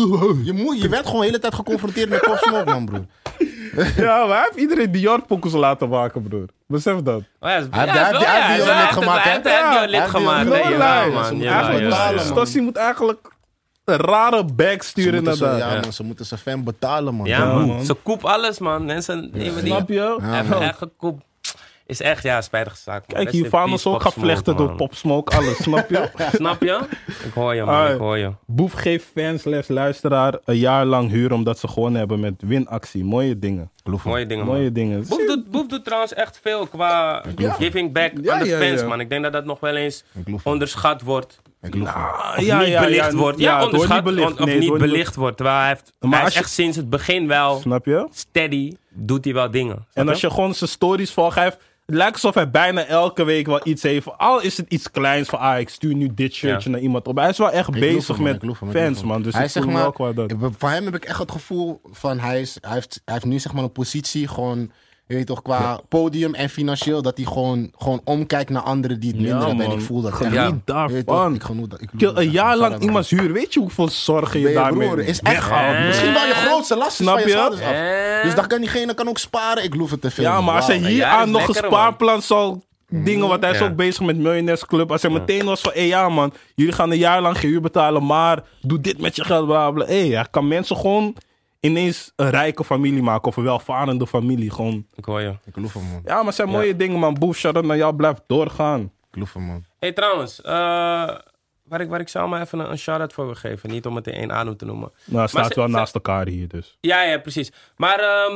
je werd gewoon de hele tijd geconfronteerd met Pop Smoke, man, broer. Ja, maar hij heeft iedereen Dior-pokus laten maken, broer. Besef dat. Oh ja, is- Hij ja, heeft is wel- die ja, lid is wel echt- gemaakt, hè? Hij heeft die lid Ja, gemaakt. hij heeft Nee, die jawel, lid man. gemaakt. Jawel, Eigenlijk jawel, betalen, moest man. Stassi moet eigenlijk een rare bag sturen naar daar. Ja, man, ze moeten zijn fan betalen, man. Ja, man. man. Ze koep alles, man. Mensen, Snap je? Even echt gekoep. Is echt, ja, spijtige zaak, man. Kijk, Rest hier in Vanos peace, ook Pop gaat Smoke, vlechten door man. Pop Smoke, alles, snap je? Snap je? Ik hoor je, man. Ai. Ik hoor je. Boef geeft fans luisteraar een jaar lang huur omdat ze gewonnen hebben met winactie. Mooie dingen. Mooie dingen, man. Mooie dingen. Boef doet trouwens echt veel qua giving back Ja, aan de ja, fans, ja. man. Ik denk dat dat nog wel eens geloof hem. onderschat wordt. Ik geloof hem. Ah, Of niet belicht wordt. Ja, het wordt onderschat niet belicht. of Nee, het niet wordt belicht wordt. Terwijl hij heeft Maar hij als is je- echt sinds het begin wel Snap je? steady, doet hij wel dingen. En Snap als je gewoon zijn stories volgt, hij heeft, het lijkt alsof hij bijna elke week wel iets heeft. Al is het iets kleins van, ik stuur nu dit shirtje Ja. naar iemand op. Hij is wel echt Ik geloof bezig hem, man, met ik geloof hem, ik fans, geloof hem. man. Dus hij ik zeg voel maar, wel qua dat. van hem heb ik echt het gevoel van hij heeft nu zeg maar een positie gewoon, je weet toch, qua podium en financieel, dat hij gewoon omkijkt naar anderen die het minder hebben. En ik voel dat. Geniet echt. Ja. Je weet toch, daarvan. ik geniet dat. Kill, een jaar lang iemands huur. Weet je hoeveel zorgen je Ben je daarmee broer, is echt weghaalt? misschien wel je grootste last is Snap van je je? schouders af. Dus dan kan diegene ook sparen. Ik geloof het te veel. Ja, maar als hij Wauw. hier Ja, dat aan is nog een lekker, man. spaarplan zal dingen, want hij is Ja. ook bezig met Miljonairsclub. Als hij meteen was van, ja man, jullie gaan een jaar lang geen huur betalen, maar doe dit met je geld, bla bla. Hij kan mensen gewoon ineens een rijke familie maken of een welvarende familie. Gewoon. Ik hoor je. Ik geloof hem, man. Ja, maar het zijn mooie dingen, man. Boef, shout-out naar jou, blijf doorgaan. Ik geloof hem, man. Hey, trouwens, waar ik zou maar even een shout-out voor wil geven. Niet om het in één adem te noemen. Nou, het staat ze- wel ze- naast elkaar hier, dus. Ja, precies. Maar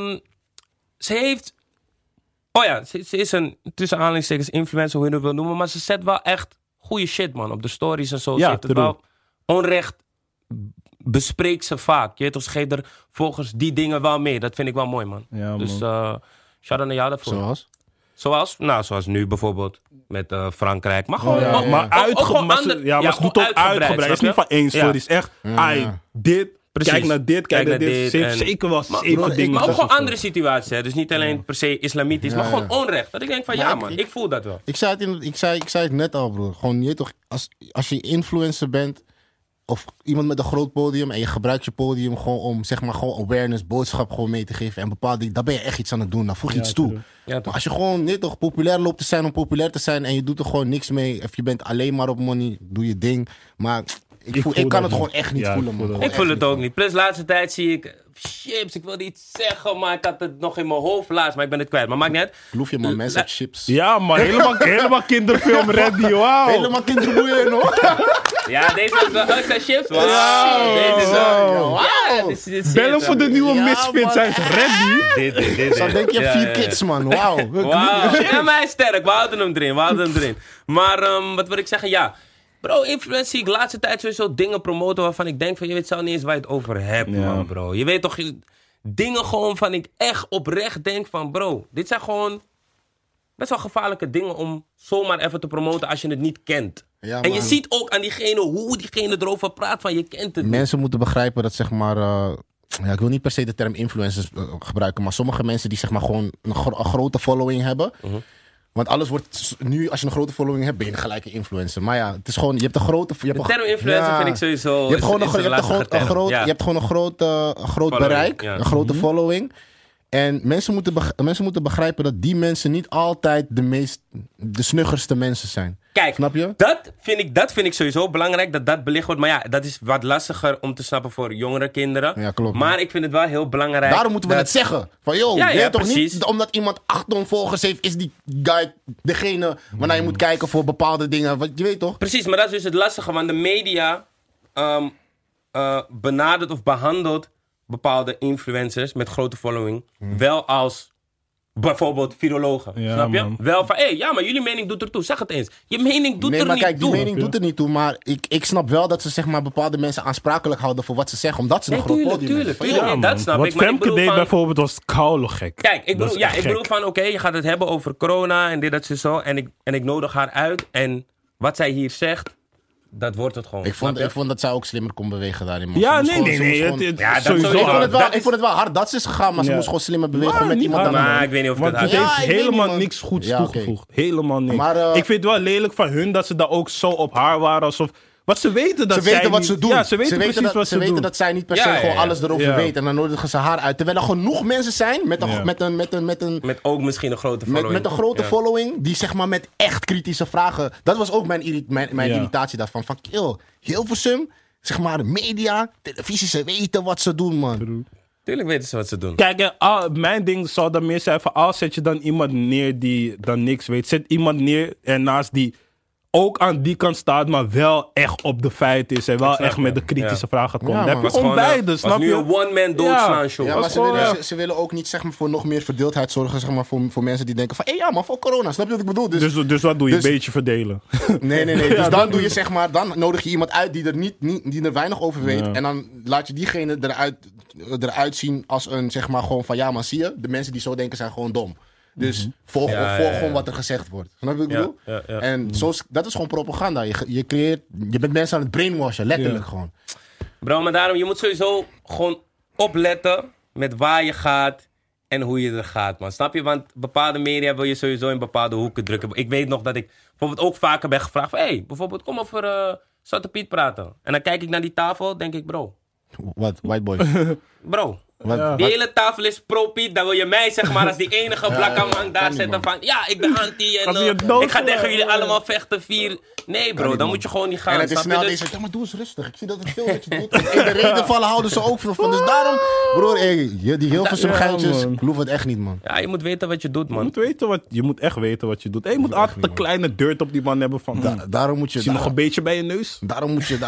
ze heeft... Oh ja, ze is een, tussen aanhalingstekens, influencer, hoe je het wil noemen. Maar ze zet wel echt goede shit, man. Op de stories en zo. Ja, Ze heeft het true. wel onrecht bespreekt ze vaak. Je weet toch, ze geeft er volgens die dingen wel mee. Dat vind ik wel mooi, man. Ja, Dus shout-out naar jou daarvoor. Zoals? Zoals nu bijvoorbeeld met Frankrijk. Maar gewoon... ja, ook- ja. Maar ook uitgebreid. gewoon Maar ander- ja, maar ze doet ook uitgebreid. Het is niet van één Ja. story. Het is echt, dit, Precies. kijk naar dit, kijk naar dit. Ze heeft en- zeker wel Maar- 7 broer, dingen. Maar ook gewoon tussen. andere situaties. Hè? Dus niet alleen per se islamitisch, maar gewoon onrecht. Dat ik denk van, Maar ja ik- man, ik voel dat wel. Ik zei het net al, broer. Gewoon, je weet toch, als je influencer bent, of iemand met een groot podium, en je gebruikt je podium gewoon om, zeg maar, gewoon awareness, boodschap gewoon mee te geven en bepaalde dingen, dan ben je echt iets aan het doen. Dan voeg je iets toe. Ja, Maar toch? als je gewoon niet toch populair loopt te zijn om populair te zijn en je doet er gewoon niks mee, of je bent alleen maar op money, doe je ding. Maar ik voel kan dat het niet. gewoon echt niet Ja, voelen, ik man. voel dat. Gewoon Ik voel echt het niet. ook niet. Plus, laatste tijd zie ik... Chips, ik wilde iets zeggen, maar ik had het nog in mijn hoofd laatst. Maar ik ben het kwijt. Maar maakt niet uit. Geloof je, man, mensen op chips. Ja, maar helemaal kinderfilm ready, wauw. Helemaal kinderboeien, hoor. Ja, deze is wel... Oh, ik zei chips? Wow. Deze is Wow. Ja, dit is Bel hem voor de nieuwe Ja, Misfits, man. hij is ready. Dit. Zo denk je, Ja, 4 ja. kids, man. Wauw. Wauw. Ja, maar hij is sterk. We houden hem erin. Maar wat wil ik zeggen? Ja. Bro, influencer zie ik de laatste tijd sowieso dingen promoten waarvan ik denk van, je weet zelf niet eens waar je het over hebt, Ja. man, bro. Je weet toch, dingen gewoon van ik echt oprecht denk van, bro, dit zijn gewoon best wel gevaarlijke dingen om zomaar even te promoten als je het niet kent. Ja, en je man. ziet ook aan diegene hoe diegene erover praat van, je kent het niet. Mensen moeten begrijpen dat, zeg maar... ja, ik wil niet per se de term influencers gebruiken, maar sommige mensen die, zeg maar, gewoon een grote following hebben. Want alles wordt nu, als je een grote following hebt, ben je een gelijke influencer. Maar ja, het is gewoon, je hebt een grote... Je hebt De term influencer vind ik sowieso... Je hebt gewoon is een lastige term. Ja. je hebt gewoon een groot Following, bereik, ja. een grote following. En mensen moeten begrijpen dat die mensen niet altijd de snuggerste mensen zijn. Kijk, Snap je? dat vind ik sowieso belangrijk, dat dat belicht wordt. Maar ja, dat is wat lastiger om te snappen voor jongere kinderen. Ja, klopt. Maar ik vind het wel heel belangrijk. Daarom moeten we het zeggen. Van joh, Ja, weet je toch precies. niet omdat iemand 8 miljoen volgers heeft, is die guy degene waarnaar je moet kijken voor bepaalde dingen. Wat, je weet toch? Precies, maar dat is dus het lastige, want de media benadert of behandelt bepaalde influencers met grote following wel als bijvoorbeeld virologen. Ja, snap je? man. Wel van, ja, maar jullie mening doet er toe. Zeg het eens. Je mening doet Nee, er maar niet kijk, die toe. mening doet er niet toe. Maar ik snap wel dat ze zeg maar, bepaalde mensen aansprakelijk houden voor wat ze zeggen. Omdat ze een Nee, groot tuurlijk, podium hebben. tuurlijk. Van, Nee, ja, dat snap Wat ik. Maar ik Femke bedoel deed van- bijvoorbeeld was koude gek. Kijk, ik Dat bedoel, is echt ik bedoel gek. van, oké, je gaat het hebben over corona en dit, dat, zo. En ik nodig haar uit. En wat zij hier zegt, dat wordt het gewoon. Ik snap je? vond dat zij ook slimmer kon bewegen daarin. Man. Ja, Ze moest nee. gewoon- ze moest gewoon- Het- Ja, dat sowieso sowieso. Ik vond, het wel, Dat ik is- vond het wel hard dat ze is gegaan, maar ze Ja. moest gewoon slimmer bewegen Maar met niet iemand hard, dan. Maar ik weet niet of Want het het haar... Ja, heeft ik weet niet, helemaal man. niks goeds Ja, oké. toegevoegd. Helemaal niks. Maar, ik vind het wel lelijk van hun dat ze daar ook zo op haar waren. Alsof... Want ze weten dat Ze weten zij wat niet- ze doen. Ja, ze weten precies dat, wat ze doen. weten dat zij niet per se Ja, ja, gewoon ja. alles erover Ja. weet. En dan nodigen ze haar uit. Terwijl er genoeg mensen zijn met een, Ja. Met ook misschien een grote following. met een grote Ja. following. Die zeg maar met echt kritische vragen. Dat was ook mijn Ja. irritatie daarvan. Van kill, Hilversum, zeg maar media, televisie, ze weten wat ze doen, man. Tuurlijk weten ze wat ze doen. Kijk, mijn ding zou dan meer zijn van... zet je dan iemand neer die dan niks weet. Zet iemand neer ernaast die ook aan die kant staat... maar wel echt op de feiten is. En wel Exact, echt met ja. de kritische Ja. vragen komt. Ja, Dan heb man. je Was gewoon gewoon, beide, was snap nu je? een one-man doodslaan Ja. show. Ja, was maar gewoon, ze willen ook niet zeg maar, voor nog meer verdeeldheid zorgen zeg maar, voor mensen die denken van... ja, maar voor corona, snap je wat ik bedoel? Dus wat doe je? Dus- Een beetje verdelen. Nee. Dus dan doe je zeg maar, dan nodig je iemand uit die er weinig over weet. Ja. En dan laat je diegene eruit zien als een zeg maar gewoon van ja, maar zie je, de mensen die zo denken zijn gewoon dom. Dus volg gewoon wat er gezegd wordt. Snap je wat ik bedoel? Ja. En dat is gewoon propaganda. Je bent mensen aan het brainwashen, letterlijk Ja. gewoon. Bro, maar daarom, je moet sowieso gewoon opletten met waar je gaat en hoe je er gaat, man. Snap je? Want bepaalde media wil je sowieso in bepaalde hoeken drukken. Ik weet nog dat ik bijvoorbeeld ook vaker ben gevraagd van... bijvoorbeeld kom over Zwarte Piet praten. En dan kijk ik naar die tafel, denk ik, bro. Wat, white boy? Bro, Wat, die hele tafel is pro-Piet. Dan wil je mij, zeg maar, als die enige blakke man daar niet, zetten man. van... Ja, ik ben anti en Gaat hij het dood ik ga tegen slaan? jullie allemaal vechten, 4... Nee, bro, niet, dan man. moet je gewoon niet gaan. En het is snap je? snel Dus- deze, ja maar doe eens rustig. Ik zie dat het veel wat je doet. En in de reden vallen houden ze ook veel van. Dus daarom, broer, die Hilversum Ja, geintjes, man. ik geloof het echt niet, man. Ja, je moet weten wat je doet, man. Je moet echt weten wat je doet. En je moet altijd een kleine dirt op die man hebben van... Daarom moet je... Zie je nog een beetje bij je neus? Daarom moet je...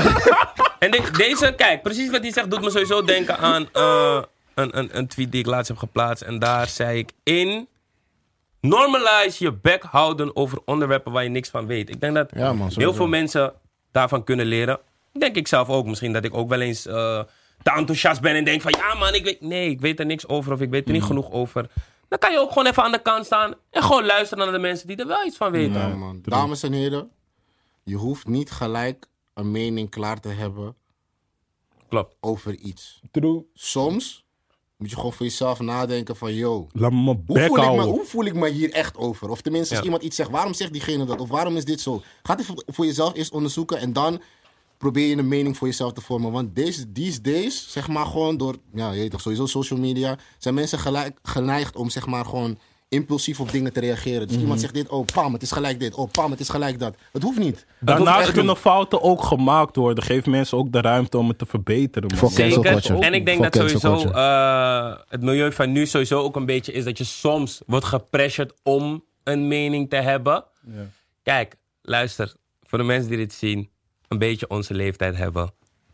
En deze, kijk, precies wat hij zegt, doet me sowieso denken aan een tweet die ik laatst heb geplaatst. En daar zei ik in... Normalize je bek houden over onderwerpen waar je niks van weet. Ik denk dat Ja, man, heel sowieso. veel mensen daarvan kunnen leren. Denk ik zelf ook. Misschien dat ik ook wel eens te enthousiast ben en denk van... Ja man, ik weet er niks over of ik weet er niet genoeg over. Dan kan je ook gewoon even aan de kant staan en gewoon luisteren naar de mensen die er wel iets van weten. Ja, man. Dames en heren, je hoeft niet gelijk een mening klaar te hebben Klopt. over iets. True. Soms moet je gewoon voor jezelf nadenken van... Yo, Laat me mijn hoe bek houden. voel ik me hier echt over? Of tenminste, als Ja. iemand iets zegt, waarom zegt diegene dat? Of waarom is dit zo? Ga het even voor jezelf eerst onderzoeken en dan probeer je een mening voor jezelf te vormen. Want these days, zeg maar gewoon door, ja, je weet toch, sowieso social media, zijn mensen geneigd om zeg maar gewoon impulsief op dingen te reageren. Dus iemand zegt dit, oh pam, het is gelijk dit. Oh pam, het is gelijk dat. Dat hoeft niet. Dat hoeft Daarnaast echt kunnen niet. fouten ook gemaakt worden. Geef mensen ook de ruimte om het te verbeteren. man. Fuck cancel Zeker. culture. En ik denk Fuck dat cancel sowieso culture. het milieu van nu sowieso ook een beetje is dat je soms wordt gepressured om een mening te hebben. Ja. Kijk, luister, voor de mensen die dit zien, een beetje onze leeftijd hebben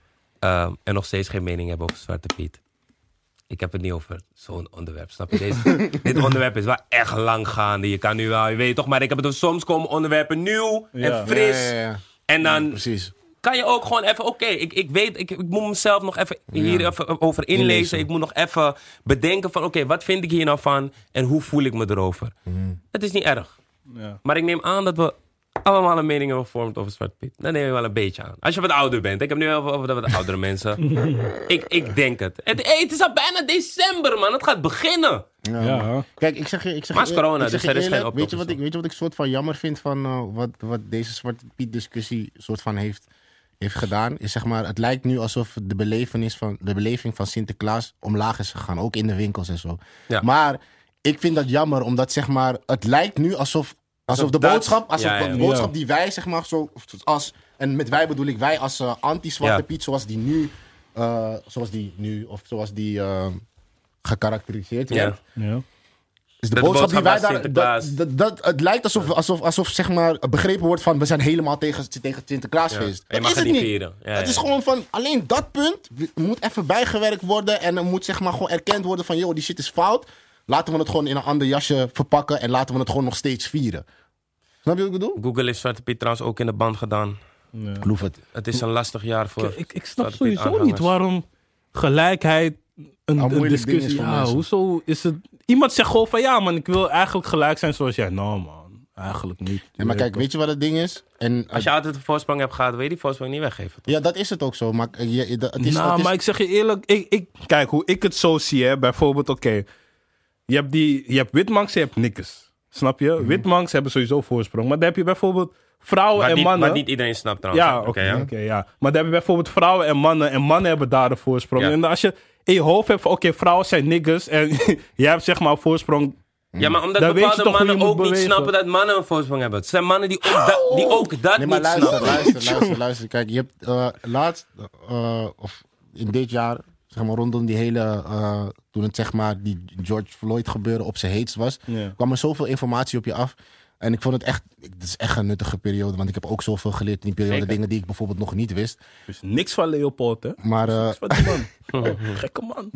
en nog steeds geen mening hebben over Zwarte Piet. Ik heb het niet over zo'n onderwerp, snap je? Dit onderwerp is wel echt lang gaande. Je kan nu wel, je weet toch, maar ik heb het over soms komen onderwerpen nieuw Ja. en fris. Ja. En dan Precies. kan je ook gewoon even, oké, ik weet, ik moet mezelf nog even hier even over inlezen. Inlezen. Ik moet nog even bedenken van, oké, wat vind ik hier nou van en hoe voel ik me erover? Het is niet erg. Ja. Maar ik neem aan dat we allemaal een mening hebben gevormd over Zwarte Piet. Dat neem ik wel een beetje aan. Als je wat ouder bent. Ik heb nu wel over de oudere mensen. ik denk het. Het is al bijna december, man. Het gaat beginnen. Ja. Kijk, ik zeg je Maar het is corona, ik zeg dus je er is geen eerlijk, optocht weet je wat ik soort van jammer vind van wat deze Zwarte Piet discussie soort van heeft gedaan? Is zeg maar, het lijkt nu alsof de beleving van Sinterklaas omlaag is gegaan. Ook in de winkels en zo. Ja. Maar ik vind dat jammer, omdat zeg maar, het lijkt nu alsof Alsof de boodschap, de boodschap Ja. die wij, zeg maar, en met wij bedoel ik wij als anti-Zwarte Ja. Piet, zoals die nu, of zoals die gekarakteriseerd werd. Ja. Ja. Is de De boodschap die wij boodschap daar, was Sinterklaas. het lijkt alsof zeg maar, begrepen wordt van, we zijn helemaal tegen het Sinterklaasfeest. Ja, je Dat mag is het het niet niet. vieren. Ja, Het is ja. gewoon van, alleen dat punt moet even bijgewerkt worden en er moet zeg maar gewoon erkend worden van, joh, die shit is fout. Laten we het gewoon in een ander jasje verpakken en laten we het gewoon nog steeds vieren. Snap je wat ik bedoel? Google heeft Zwarte Piet trouwens ook in de band gedaan. Ja. Geloof het. Het is een lastig jaar voor Ik snap Zwarte Piet sowieso aanhangers. niet waarom gelijkheid een moeilijk discussie ding is voor Ja, mensen. hoezo is het... Iemand zegt gewoon van ja man, ik wil eigenlijk gelijk zijn zoals jij. Nou man, eigenlijk niet. Ja, maar kijk, weet je wat het ding is? En, Als je altijd een voorsprong hebt gehad, wil je die voorsprong niet weggeven. ja, dat is het ook zo. Maar, het is, Nou, het is, maar ik zeg je eerlijk, kijk hoe ik het zo zie, hè. Bijvoorbeeld, oké, je hebt witmanks, je hebt nikkers. Snap je? Witmanks hebben sowieso voorsprong. Maar dan heb je bijvoorbeeld vrouwen en mannen. Wat niet iedereen snapt trouwens. Ja, hè? oké, ja. Maar dan heb je bijvoorbeeld vrouwen en mannen hebben daar de voorsprong. Ja. En als je in je hoofd hebt van, oké, vrouwen zijn niggers en jij hebt zeg maar een voorsprong. Ja, maar omdat Dan weet je bepaalde toch hoe je mannen moet ook niet bewegen. snappen dat mannen een voorsprong hebben. Het zijn mannen die ook dat nee, maar niet snappen. luister. Kijk, je hebt laatst, of in dit jaar, zeg maar rondom die hele, toen het zeg maar die George Floyd gebeuren op zijn heetst was, Ja. kwam er zoveel informatie op je af. En ik vond het echt, het is echt een nuttige periode, want ik heb ook zoveel geleerd in die periode, Zeker. dingen die ik bijvoorbeeld nog niet wist. Dus niks van Leopold, hè? Maar, Niks van die man. Gekke man.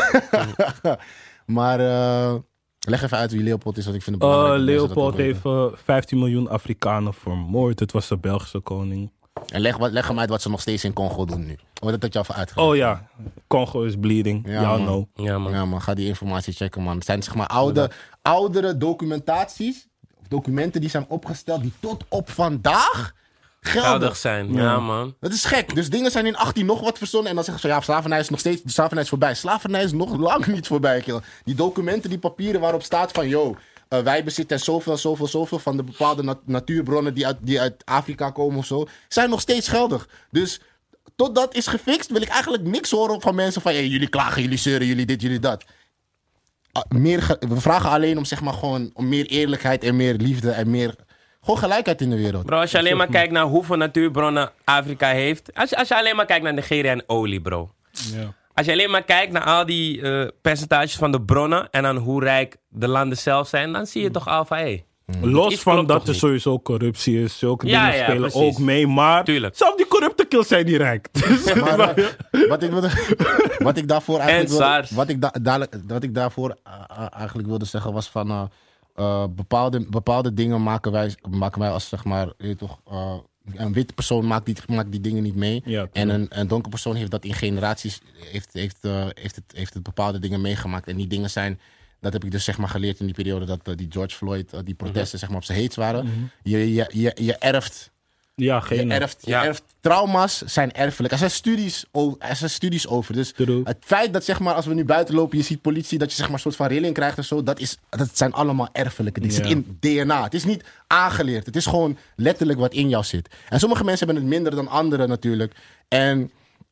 maar leg even uit wie Leopold is, want ik vind het belangrijk. dat mensen dat Leopold ook weten. heeft 15 miljoen Afrikanen vermoord. Het was de Belgische koning. En leg hem uit wat ze nog steeds in Congo doen nu. Oh, dat had je al voor uitgelegd. Oh ja, Congo is bleeding. Ja, Ja, man. no. Ja, man. Ja man, ga die informatie checken man. Het zijn zeg maar oudere documentaties, of documenten die zijn opgesteld die tot op vandaag geldig Geldig zijn. Ja, man. Dat is gek. Dus dingen zijn in 18 nog wat verzonnen en dan zeggen ze ja, slavernij is nog steeds, de slavernij is voorbij. Slavernij is nog lang niet voorbij, kill. Die documenten, die papieren waarop staat van yo, wij bezitten zoveel van de bepaalde natuurbronnen die uit Afrika komen of zo, zijn nog steeds geldig. Dus tot dat is gefixt, wil ik eigenlijk niks horen van mensen van hey, jullie klagen, jullie zeuren, jullie dit, jullie dat. We vragen alleen om zeg maar gewoon om meer eerlijkheid en meer liefde en meer gewoon gelijkheid in de wereld. Bro, als je alleen maar kijkt naar hoeveel natuurbronnen Afrika heeft. Als je alleen maar kijkt naar Nigeria en olie, bro. Ja. Als je alleen maar kijkt naar al die percentages van de bronnen en dan hoe rijk de landen zelf zijn, dan zie je toch al van, hé. Los Iets van klopt dat toch er niet? sowieso corruptie is. Zulke Ja, dingen ja, spelen precies. ook mee. Maar Tuurlijk. zelfs die corrupte kills zijn niet rijk. Dus, Maar wat ik daarvoor eigenlijk En SARS. wat ik daarvoor eigenlijk wilde zeggen was van bepaalde dingen maken wij als zeg maar een witte persoon maakt die dingen niet mee. Ja, en een donkere persoon heeft dat in generaties heeft het bepaalde dingen meegemaakt. En die dingen zijn, dat heb ik dus zeg maar geleerd in die periode dat die George Floyd, die protesten zeg maar op zijn heets waren. Je erft ja, geen. Ja. erft trauma's zijn erfelijk. Er zijn studies over. Dus True. het feit dat zeg maar, als we nu buiten lopen, je ziet politie, dat je zeg maar, een soort van rilling krijgt en zo, dat zijn allemaal erfelijke dingen. Het Ja. zit in DNA. Het is niet aangeleerd. Het is gewoon letterlijk wat in jou zit. En sommige mensen hebben het minder dan anderen natuurlijk. En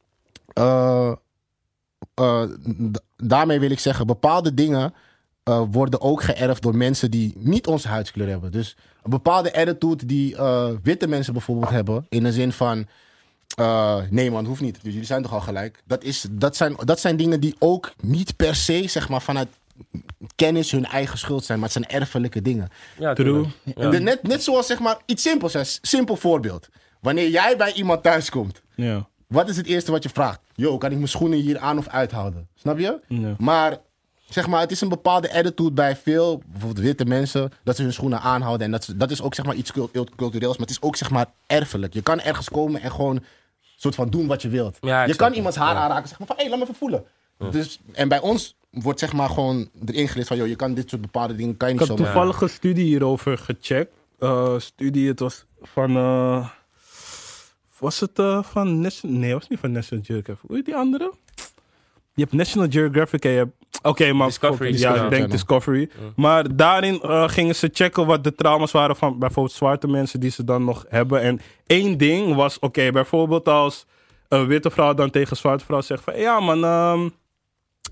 daarmee wil ik zeggen, bepaalde dingen worden ook geërfd door mensen die niet onze huidskleur hebben. Dus een bepaalde attitude die witte mensen bijvoorbeeld hebben, in de zin van, nee man, hoeft niet. Dus jullie zijn toch al gelijk. Dat zijn dingen die ook niet per se, zeg maar, vanuit kennis hun eigen schuld zijn, maar het zijn erfelijke dingen. Ja, True. tuurlijk. Ja. Net zoals, zeg maar, iets simpels. Hè. Simpel voorbeeld. Wanneer jij bij iemand thuis komt, Ja. wat is het eerste wat je vraagt? Yo, kan ik mijn schoenen hier aan of uithouden? Snap je? Ja. Maar, zeg maar, het is een bepaalde attitude bij veel, bijvoorbeeld witte mensen, dat ze hun schoenen aanhouden. En dat is ook, zeg maar, iets cultureels, maar het is ook, zeg maar, erfelijk. Je kan ergens komen en gewoon soort van doen wat je wilt. Ja, ik je snap kan het. iemands haar Ja. aanraken en zeggen van, hé, laat me even voelen. Dus, en bij ons wordt, zeg maar, gewoon erin geleerd van, joh, je kan dit soort bepaalde dingen, kan je Ik niet had zo toevallig een studie hierover gecheckt. Het was van... was het van National... Nee, het was niet van National Geographic. Hoe heet die andere? Je hebt National Geographic en je hebt... Oké, maar... Discovery. Ja, ik denk Channel. Discovery. Maar daarin gingen ze checken wat de trauma's waren van bijvoorbeeld zwarte mensen die ze dan nog hebben. En één ding was, bijvoorbeeld als een witte vrouw dan tegen een zwarte vrouw zegt van... Ja man,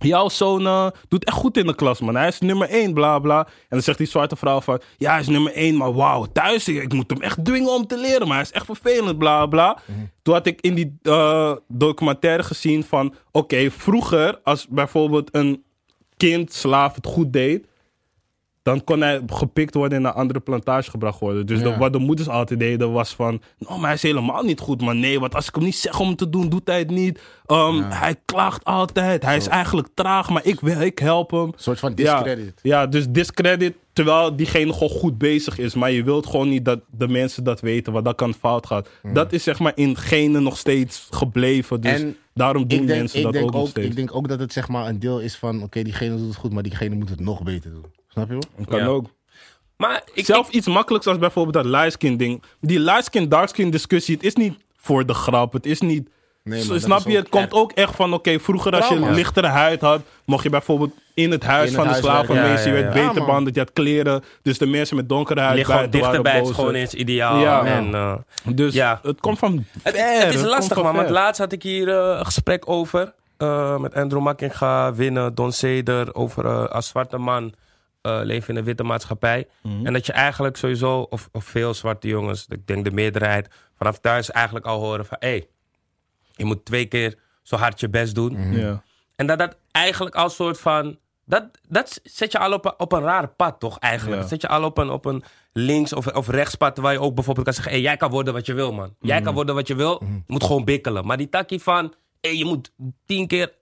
jouw zoon doet echt goed in de klas, man. Hij is nummer 1, bla bla. En dan zegt die zwarte vrouw van, ja, hij is nummer 1, maar wauw, thuis, ik moet hem echt dwingen om te leren, maar hij is echt vervelend, bla bla. Toen had ik in die documentaire gezien van, oké, vroeger, als bijvoorbeeld een kind, slaaf, het goed deed, dan kon hij gepikt worden en naar een andere plantage gebracht worden. Dus wat de moeders altijd deden was van, nou, maar hij is helemaal niet goed. Maar nee, want als ik hem niet zeg om het te doen, doet hij het niet. Hij klaagt altijd. Hij is eigenlijk traag, maar ik help hem. Een soort van discredit. Ja, dus discredit, terwijl diegene gewoon goed bezig is. Maar je wilt gewoon niet dat de mensen dat weten, want dat kan fout gaan. Dat is zeg maar in genen nog steeds gebleven. Dus en daarom doen mensen dat ook nog steeds. Ik denk ook dat het zeg maar een deel is van, oké, diegene doet het goed, maar diegene moet het nog beter doen. Snap je wel? Dat kan ook. Maar iets makkelijks als bijvoorbeeld dat lightskin ding. Die lightskin, darkskin discussie, het is niet voor de grap. Het is niet... Nee, snap je? Het komt ook echt van, oké, vroeger als je een lichtere huid had, mocht je bijvoorbeeld in het huis van de slavenmeester, je werd beter behandeld, je had kleren. Dus de mensen met donkere huid ligt gewoon dichterbij het gewoon is ideaal. Ja. En, dus het komt van ver. Het is lastig, man. Want laatst had ik hier een gesprek over met Andrew Makkinga, Winnen, Don Ceder, over als zwarte man leven in een witte maatschappij. En dat je eigenlijk sowieso, of veel zwarte jongens, ik denk de meerderheid, vanaf thuis eigenlijk al horen van, je moet 2 keer zo hard je best doen. Ja. En dat eigenlijk al soort van, dat zet je al op een raar pad, toch, eigenlijk. Dat zet je al op een links- of rechtspad, waar je ook bijvoorbeeld kan zeggen, jij kan worden wat je wil, man. Jij kan worden wat je wil, je moet gewoon bikkelen. Maar die takkie van, je moet 10 keer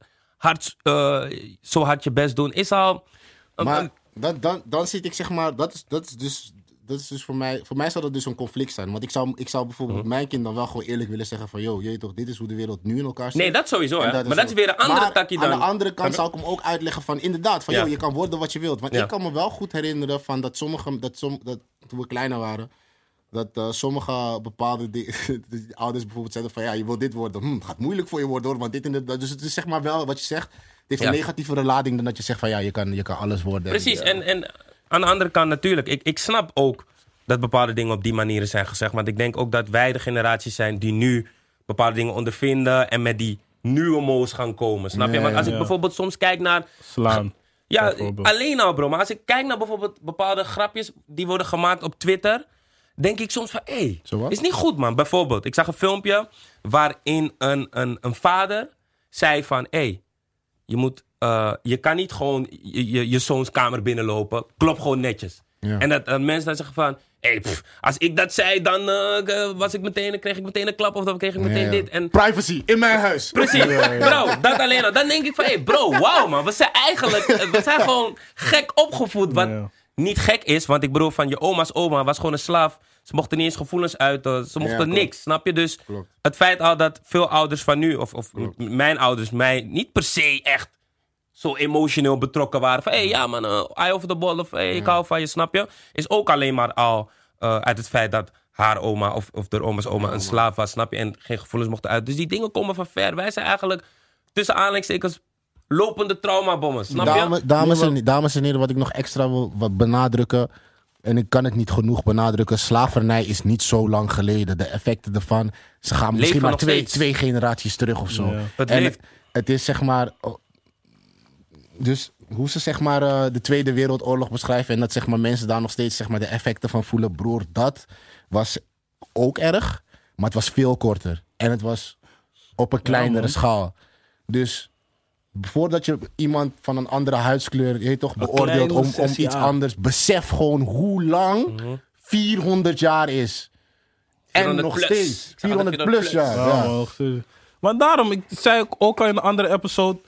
zo hard je best doen, is al... Maar dan zit ik zeg maar, dat is dus voor mij zou dat dus een conflict zijn. Want ik zou bijvoorbeeld mijn kind dan wel gewoon eerlijk willen zeggen van, yo, toch, dit is hoe de wereld nu in elkaar zit. Nee, dat sowieso, hè. Maar dat is weer een andere takkie dan. Aan de andere kant zou ik hem ook uitleggen van, inderdaad, van, je kan worden wat je wilt. Want ik kan me wel goed herinneren van dat toen we kleiner waren, dat sommige bepaalde ouders bijvoorbeeld zeiden van, je wil dit worden. Het gaat moeilijk voor je worden, hoor, want dit en dat. Dus het is zeg maar wel wat je zegt. Het heeft een negatievere lading dan dat je zegt van, je kan alles worden. Precies, en aan de andere kant natuurlijk, ik snap ook dat bepaalde dingen op die manieren zijn gezegd. Want ik denk ook dat wij de generatie zijn die nu bepaalde dingen ondervinden en met die nieuwe mo's gaan komen. Snap je? Want als ik bijvoorbeeld soms kijk naar... Slaan. Ja, alleen al, bro. Maar als ik kijk naar bijvoorbeeld bepaalde grapjes die worden gemaakt op Twitter, denk ik soms van, is niet goed, man. Bijvoorbeeld, ik zag een filmpje waarin een vader zei van, je kan niet gewoon je zoons kamer binnenlopen. Klop gewoon netjes. Ja. En dat mensen dan zeggen van, als ik dat zei, dan kreeg ik meteen een klap of dan kreeg ik meteen dit. En privacy, in mijn huis. Precies. Bro, dat alleen al. Dan denk ik van, bro, wauw, man. We zijn gewoon gek opgevoed. Wat niet gek is, want ik bedoel van, je oma's oma was gewoon een slaaf. Ze mochten niet eens gevoelens uiten. Ze mochten niks, snap je? Dus het feit al dat veel ouders van nu, of mijn ouders, mij niet per se echt zo emotioneel betrokken waren. Van, man, eye over the ball. Of, ik hou van je, snap je? Is ook alleen maar al uit het feit dat haar oma of de oma's oma een slaaf was, snap je? En geen gevoelens mochten uit. Dus die dingen komen van ver. Wij zijn eigenlijk, tussen aanhalingstekens, lopende traumabommen, snap je? Dames en heren, wat ik nog extra wil benadrukken, en ik kan het niet genoeg benadrukken, slavernij is niet zo lang geleden. De effecten ervan, ze gaan misschien maar twee generaties terug of zo. Ja. Het is zeg maar... Dus hoe ze zeg maar de Tweede Wereldoorlog beschrijven en dat zeg maar mensen daar nog steeds zeg maar de effecten van voelen, broer, dat was ook erg, maar het was veel korter en het was op een kleinere schaal. Dus voordat je iemand van een andere huidskleur beoordeelt om iets anders, besef gewoon hoe lang 400 jaar is. En nog steeds 400 plus jaar. Ja. Maar daarom, ik zei ook al in een andere episode,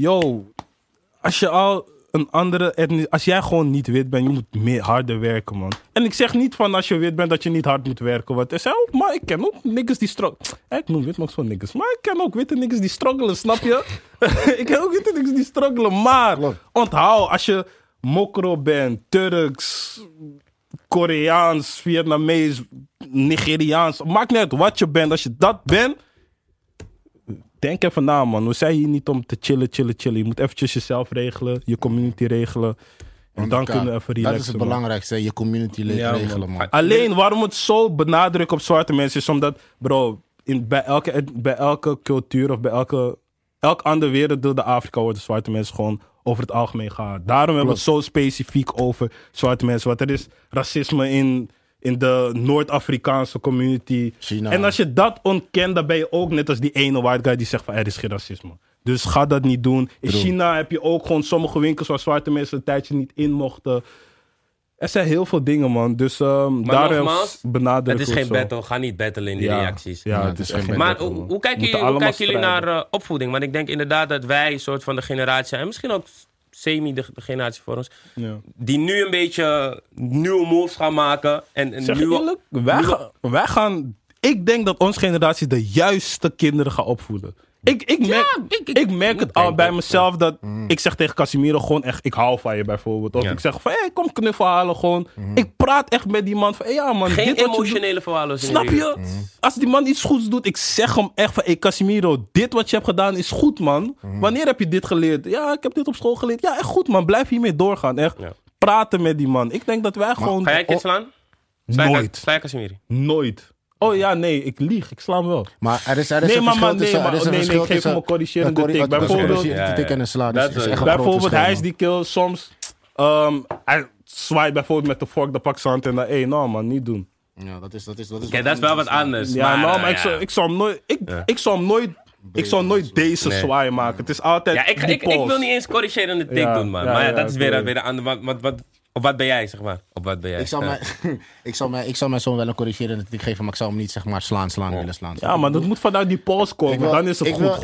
als jij gewoon niet wit bent, je moet meer harder werken, man. En ik zeg niet van als je wit bent dat je niet hard moet werken. Want maar ik ken ook niggas die struggelen. Ik noem wit nog zo'n niggas. Maar ik ken ook witte niggas die struggelen, snap je? Ik ken ook witte niggas die struggelen. Maar onthoud, als je mokro bent, Turks, Koreaans, Vietnamees, Nigeriaans, maakt niet uit wat je bent. Als je dat bent, denk even na, man. We zijn hier niet om te chillen. Je moet eventjes jezelf regelen, je community regelen. En dan kunnen we even relaxen. Dat is het belangrijkste, je community regelen, man. Alleen, waarom het zo benadrukken op zwarte mensen is omdat, bro, bij elke cultuur of bij elke elk ander werelddeel de Afrika worden zwarte mensen gewoon over het algemeen gehaat. Daarom hebben we het zo specifiek over zwarte mensen. Want er is racisme in de Noord-Afrikaanse community. China. En als je dat ontkent, dan ben je ook net als die ene white guy die zegt van er is geen racisme. Dus ga dat niet doen. In China heb je ook gewoon sommige winkels waar zwarte mensen een tijdje niet in mochten. Er zijn heel veel dingen, man. Dus daarom benadruk het is geen battle. Ga niet battlen in die reacties. Ja, het is echt geen Maar battle, man. hoe kijken jullie naar opvoeding? Want ik denk inderdaad dat wij een soort van de generatie zijn. En misschien ook semi de generatie voor ons. Ja. Die nu een beetje nieuwe moves gaan maken. En Zeg je eerlijk, wij gaan... Ik denk dat onze generatie de juiste kinderen gaat opvoeden. Ik merk het al bij mezelf dat... Ik zeg tegen Casimiro gewoon echt... Ik hou van je bijvoorbeeld. Of ik zeg van... Hey, kom knuffel halen gewoon. Ik praat echt met die man van... Hey, ja man, geen dit emotionele verwaarlozing. Snap je? Als die man iets goeds doet... Ik zeg hem echt van... Hey Casimiro, dit wat je hebt gedaan is goed, man. Wanneer heb je dit geleerd? Ja, ik heb dit op school geleerd. Ja, echt goed, man. Blijf hiermee doorgaan. Echt praten met die man. Ik denk dat wij gewoon... Ga jij kids slaan? Nooit. Sla je Casimiro? Nooit. Oh ja, nee, ik lieg. Ik sla hem wel. Maar er is een verschil tussen... Nee, ik geef hem een corrigerende tik. Bijvoorbeeld, tik en een sla. Dat is echt een bijvoorbeeld hij is die kill soms... hij zwaait bijvoorbeeld met de vork, dan pakt zijn hand en dan... Hey, nou man, niet doen. Ja, dat is Kijk, dat is wel wat anders. Ja, maar ik zou hem nooit... Ik zou nooit deze zwaai maken. Het is altijd ja, ik wil niet eens corrigerende tik doen, man. Maar dat is weer een ander... Op wat ben jij, zeg maar? Op wat ben jij? Ik zou mijn zoon wel een corrigerende tik geven, maar ik zou hem niet zeg maar slaan willen slaan. Ja, maar dat moet vanuit die pols komen. Dan is het goed.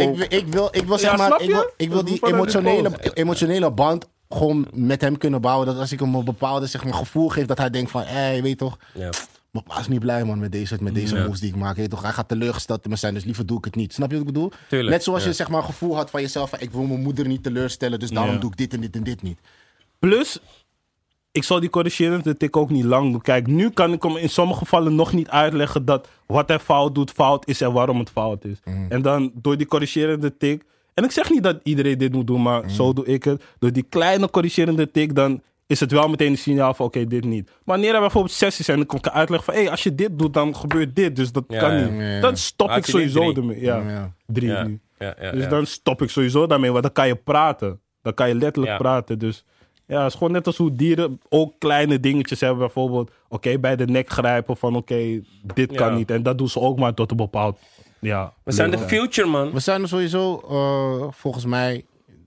Ik wil die emotionele band gewoon met hem kunnen bouwen. Dat als ik hem een bepaalde zeg maar, gevoel geef, dat hij denkt van, je weet toch... Ja. Maar ik was niet blij, man, met deze moves die ik maak. Weet toch? Hij gaat teleurgesteld in me zijn, dus liever doe ik het niet. Snap je wat ik bedoel? Tuurlijk, net zoals je zeg maar, een gevoel had van jezelf, van, ik wil mijn moeder niet teleurstellen, dus daarom doe ik dit en dit en dit niet. Plus... Ik zal die corrigerende tik ook niet lang doen. Kijk, nu kan ik hem in sommige gevallen nog niet uitleggen dat wat hij fout doet, fout is en waarom het fout is. En dan door die corrigerende tik... En ik zeg niet dat iedereen dit moet doen, maar zo doe ik het. Door die kleine corrigerende tik, dan is het wel meteen een signaal van oké, dit niet. Maar wanneer er bijvoorbeeld sessies zijn, dan kan ik uitleggen van als je dit doet, dan gebeurt dit. Dus dat kan niet. Ja. Dan stop ik sowieso ermee. Ja, 3 nu. Dus dan stop ik sowieso daarmee, want dan kan je praten. Dan kan je letterlijk praten, dus... Ja, het is gewoon net als hoe dieren ook kleine dingetjes hebben. Bijvoorbeeld, bij de nek grijpen van dit kan niet. En dat doen ze ook maar tot een bepaald... Ja, we zijn de future, man. We zijn er sowieso, volgens mij,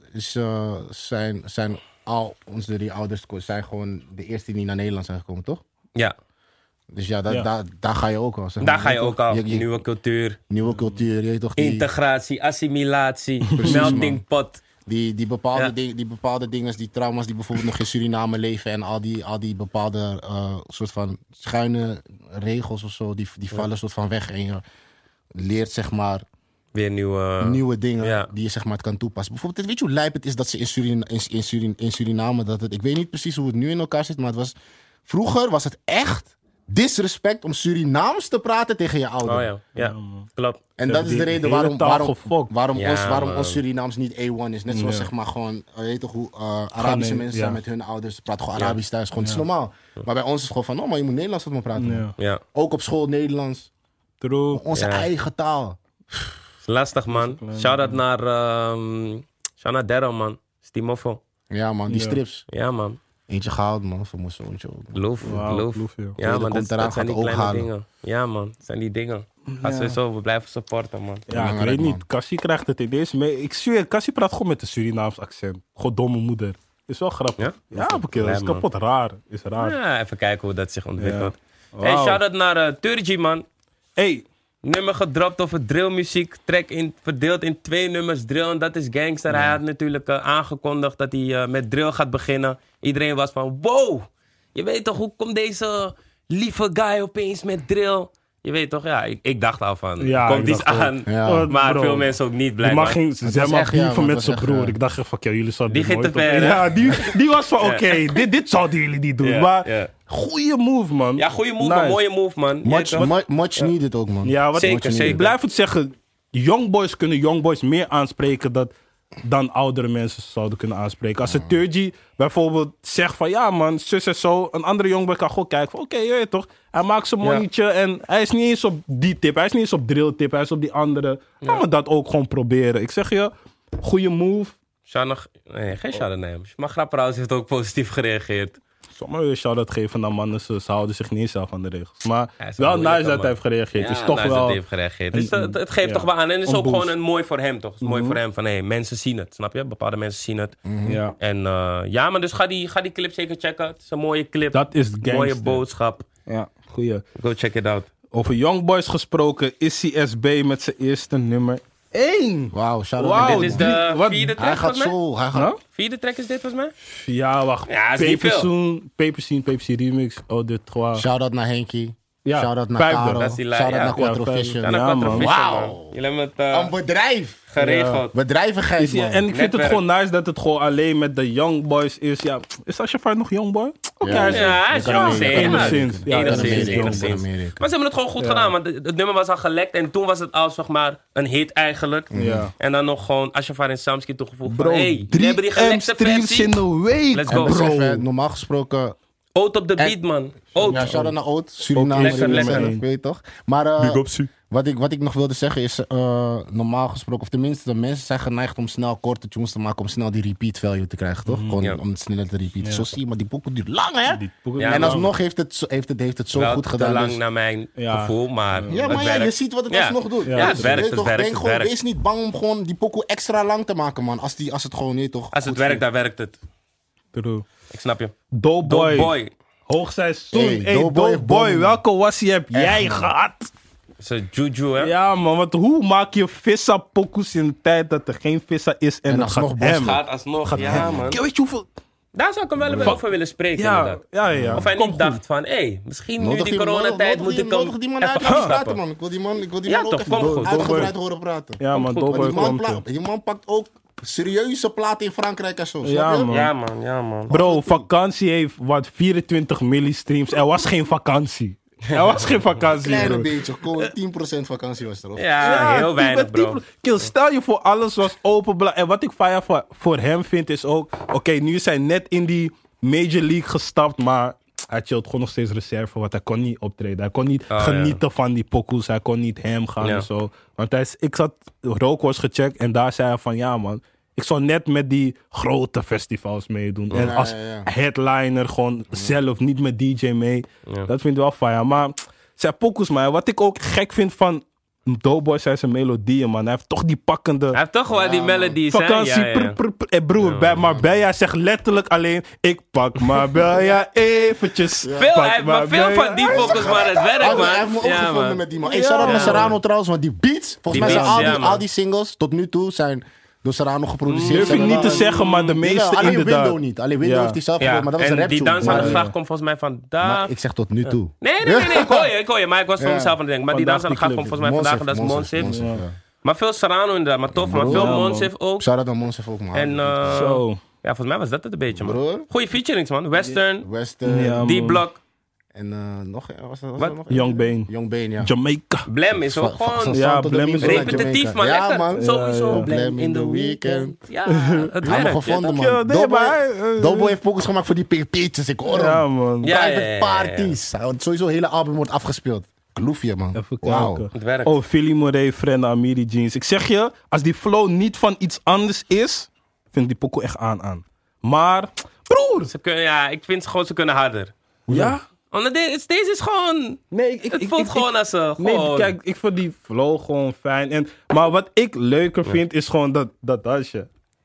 zijn al onze 3 ouders zijn gewoon de eerste die naar Nederland zijn gekomen, toch? Ja. Dus ja, daar ga je ook al. Zeg maar. Daar ga je ook al. Nieuwe cultuur. Nieuwe cultuur, je weet toch? Integratie, assimilatie, melting pot. Die bepaalde dingen, die trauma's die bijvoorbeeld nog in Suriname leven en al die bepaalde soort van schuine regels of zo, die vallen soort van weg en je leert zeg maar weer nieuwe dingen die je zeg maar kan toepassen. Bijvoorbeeld, weet je hoe lijp het is dat ze in Suriname, ik weet niet precies hoe het nu in elkaar zit, maar vroeger was het echt disrespect om Surinaams te praten tegen je ouder. Oh ja, klopt. En dat is de reden waarom ons Surinaams niet A1 is. Net zoals zeg maar gewoon, weet toch hoe Arabische mensen zijn met hun ouders. Praten gewoon Arabisch thuis, gewoon het is normaal. Maar bij ons is het gewoon van, maar je moet Nederlands met me praten. Ja. Ook op school Nederlands. True. Onze eigen taal. Lastig, man. Shout-out naar Daryl, man. Stimofo. Ja, man, die strips. Ja, man. Eentje gehaald, man, voor mijn zoontje. Loof. Ja, man, dat zijn die kleine dingen. Ja, man, dat zijn die dingen. Ga sowieso, we blijven supporten, man. Ja, ik weet niet. Cassie krijgt het ineens mee. Ik zweer, Cassie praat gewoon met een Surinaams accent. Gewoon domme moeder. Is wel grappig. Ja, dat is kapot raar. Is raar. Ja, even kijken hoe dat zich ontwikkelt. Ja. Wow. Hey, shout-out naar Turgi, man. Hey. Nummer gedropt over drillmuziek. Track verdeeld in 2 nummers drill. En dat is gangster. Hij had natuurlijk aangekondigd dat hij met drill gaat beginnen. Iedereen was van, wow. Je weet toch, hoe komt deze lieve guy opeens met drill? Je weet toch, ik dacht al van, komt iets aan. Ja. Maar veel mensen ook niet blij. Maar ging maar brieven met zijn broer. Ik dacht van, jullie zouden die dit nooit... Ver, ja, die was van, dit zouden jullie niet doen. Maar goeie move, man. Ja, goeie move, nice. Mooie move, man. Much needed ook, man. Ja, zeker. Ik blijf het zeggen, youngboys kunnen youngboys meer aanspreken dan oudere mensen zouden kunnen aanspreken. Als een Turgi bijvoorbeeld zegt van ja man, zus en zo, een andere jongboy kan gewoon kijken van oké, je weet toch, hij maakt zijn monnetje en hij is niet eens op die tip, hij is niet eens op drill tip, hij is op die andere. Gaan we dat ook gewoon proberen. Ik zeg je, Goeie move. Nee, geen shout-out naar hem. Maar Grapperhaus heeft ook positief gereageerd. Sommigen willen shout-out geven naar mannen, ze houden zich niet eens zelf aan de regels. Maar Hij is wel moeilijk, nice dat man. hij heeft gereageerd. Ja, Is toch nice wel... dat hij heeft gereageerd. Dus het geeft toch wel aan. En het is Een ook boost. gewoon een mooi voor hem, toch? Het is mooi voor hem van, mensen zien het, snap je? Bepaalde mensen zien het. Ja. En maar dus ga die clip zeker checken. Het is een mooie clip. Dat is gangster. Mooie boodschap. Ja, goeie. Go check it out. Over Youngboys gesproken, is SB met zijn eerste nummer 1. Wauw, shout-out. Wauw. Dit is de wat- 4e Hij track, gaat volgens mij. zo, hij gaat... Huh? 4e track is dit, volgens mij. Ja, wacht. Ja, is niet veel. Paper Remix, Oh de Trois. Shout-out naar Henky. Ja, Shout-out naar vijfde. Karel. Dat is die Shout-out ja. naar Quattro Ja, Vision. Ja, naar Ja, Quattro man. Vision, Wauw. man. Jullie hebben het Een bedrijf. geregeld. Bedrijvigheid, Is- man. en ik vind het Netwerk. gewoon nice dat het gewoon alleen met de Youngboys is. Ja, is Ashraf nog Youngboy? Oké, Ja, hij is- Ja, hij is kan jong, Amerika. zeker. Enigszins. Ja, Enigszins, Amerika. enigszins. Amerika. Maar ze hebben het gewoon goed gedaan, want het nummer was al gelekt en toen was het al, zeg maar, een hit eigenlijk. Ja. En dan nog gewoon Ashafar en Samski toegevoegd Bro, van, hey, jullie hebben die 3M gelekte streams versie. in de week, Let's En go. besef, hè, bro. normaal gesproken... Oot op de beat, man. Oot. Ja, shout-out naar Oud. Suriname, Lekker, lekker. weet je toch? Maar wat ik nog wilde zeggen is... normaal gesproken, of tenminste, de mensen zijn geneigd om snel korte tunes te maken... om snel die repeat value te krijgen, toch? Gewoon Ja. om het sneller te repeaten. Zo zie je, maar die pokoe duurt lang, hè? Ja, En man. alsnog heeft het zo Wel goed te gedaan. lang dus- naar mijn Ja. gevoel, maar Ja, het maar ja, werkt. je ziet wat het Ja. alsnog doet. Ja, het Dus, werkt, weet het toch, werkt, denk het gewoon, werkt. wees niet bang om gewoon die pokoe extra lang te maken, man. Als het gewoon niet toch Als het goed werkt, dan werkt het. True. Ik snap je. Doughboy. Boy. Hoogseizoen. Hey, Hey, Doughboy Doughboy, heeft welke wassie heb jij man. gehad? Is een juju, hè? Ja, man, want hoe maak je vissa pokoes in de tijd dat er geen vissa is en En het alsnog gaat bos hem? Gaat alsnog, ja, man. Weet je hoeveel... Daar zou ik hem wel even over willen spreken, Ja, inderdaad. ja. Of hij Komt niet dacht van, misschien nu Nodig die die- coronatijd nodig moet die- ik hem nodig die man uit even laten praten, afstappen. man. Ik wil die man Ja, ook toch, even kom goed. uitgebreid horen praten. Ja, man, goed. Maar Doughboy die man, komt. die man pakt ook serieuze platen in Frankrijk en zo. Ja, snap je? man. Ja, man, ja, man. Bro, vakantie heeft wat 24 millistreams. Er was geen vakantie. Er was geen vakantie, Kleine bro. beetje, gewoon 10% vakantie was erop. Ja, heel weinig, bro. Kill, stel je voor, alles was open. En wat ik fire voor hem vind is ook... Oké, nu is hij net in die Major League gestapt, maar... Hij chillt gewoon nog steeds reserve, want hij kon niet optreden. Hij kon niet genieten van die pokoes. Hij kon niet hem gaan Ja. en zo. Want ik zat Rookworst gecheckt en daar zei hij van... Ja, man, ik zou net met die grote festivals meedoen. En als headliner gewoon zelf, niet met DJ mee. Ja. Dat vind ik wel fire. Maar zijn pokoes, man. Wat ik ook gek vind van Doughboy zijn zijn melodieën, man. Hij heeft toch die pakkende... Hij heeft toch wel die melodies, hè? Vakantie, Ja, ja. broer, bij Marbella zegt letterlijk alleen... Ik pak Marbella eventjes. Maar veel van die focus, maar het werkt, man. Hij heeft me ook Ja, gevonden man. met die man. Hey, shout-out naar Serrano trouwens, want die beats... Volgens mij zijn beats, ja, man. al die singles tot nu toe zijn door Serrano geproduceerd. Durf ik niet te zeggen, maar de meeste alleen inderdaad. Window niet. Alleen Window Ja. heeft hij zelf Ja, gedaan, maar dat was een en rap die tune. dans aan de Maar- gracht komt volgens mij vandaag. Maar ik zeg tot nu toe. Nee, ik hoor je. Maar ik was voor mezelf aan het denken. Maar die dans aan de gracht komt volgens mij vandaag en dat is Monsif. Maar veel Serrano inderdaad, maar tof. Maar veel Ja, Monsif ook. Shout-out naar Monsif ook, man. En Zo. ja, volgens mij was dat het een beetje, man. Broer. Goeie featurings, man. Western, Western. Ja, man. D-Block. En nog, was er Wat? nog? Young Bane. Young Bane, ja. Jamaica. Blem is ook gewoon Ja, Blem is repetitief, man. Ja, Lekker. man. Sowieso. Ja. Blem in the weekend. Ja, het Hij heeft werkt. gevonden, Ja, man. nee, maar Doughboy heeft focus gemaakt voor die PP'tjes. Ik hoor hem. Ja, man. Ja, Private ja. parties. Sowieso het hele album wordt afgespeeld. Kloefje, man. Even Wauw. kijken. Het werkt. Oh, Philly Moray, Frenna, Amiri Jeans. Ik zeg je, als die flow niet van iets anders is, vind ik die pokoe echt aan. Maar, broer! Ze kunnen, ja, ik vind gewoon ze kunnen harder. Ja? Omdat deze is gewoon... Nee, Het voelt gewoon als ze... Nee, gewoon- kijk, ik vind die flow gewoon fijn. Maar wat ik leuker vind, is gewoon dat dansje.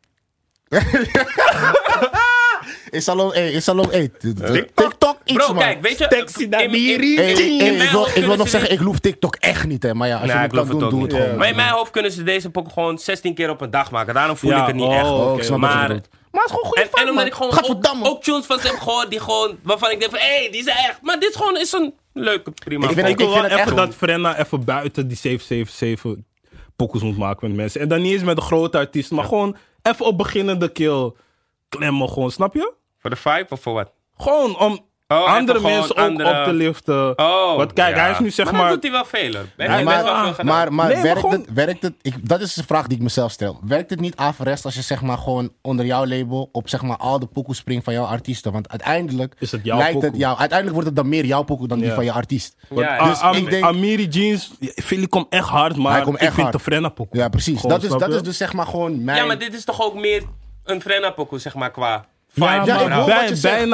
Is al TikTok iets, Bro, man. kijk, weet je... Taxi naar in- Miri. Hey, in hey, mijn ik hoofd wil kunnen nog ze zeggen, dit- ik geloof TikTok echt niet, hè. Maar ja, als je Nee, het ik kan geloof doen, het doe ook het niet. gewoon. Maar in mijn hoofd kunnen ze deze pokken gewoon 16 keer op een dag maken. Daarom voel Ja, ik het niet oh, echt. oké. Ik snap wat je Maar... bedoelt. Maar het is gewoon goede En omdat ik gewoon Gadverdamme. ook tunes van ze heb gehoord die gewoon... Waarvan ik denk van, hé, die zijn echt... Maar dit is gewoon een leuke, prima. Ik vind Ik wil wel het echt even goed. dat Frenna even buiten die 777 pokoes moet maken met mensen. En dan niet eens met een grote artiest, maar gewoon even op beginnende kill klemmen gewoon, snap je? Voor de vibe of voor wat? Gewoon om andere gewoon mensen ook op te liften. Want kijk, hij is nu zeg maar... maar... dat doet hij wel veel, hoor. Hij Ja, heeft best wel veel gedaan. maar Nee, maar gewoon- werkt het dat is de vraag die ik mezelf stel. Werkt het niet averechts als je zeg maar gewoon onder jouw label op zeg maar al de pokoes springt van jouw artiesten? Want uiteindelijk Is het jouw lijkt het pokoe. uiteindelijk wordt het dan meer jouw pokoe dan die Ja. van je artiest. Ja, Dus ik denk- Amiri Jeans, Philly komt echt hard, maar Hij komt ik echt vind hard. de Frenna pokoe. Ja, precies. Gewoon, Dat snap is je? dus zeg maar gewoon mijn... Ja, maar dit is toch ook meer een Frenna-pokoe, zeg maar, qua vibe. Ja, Ja, ik maar hoor wat je zegt.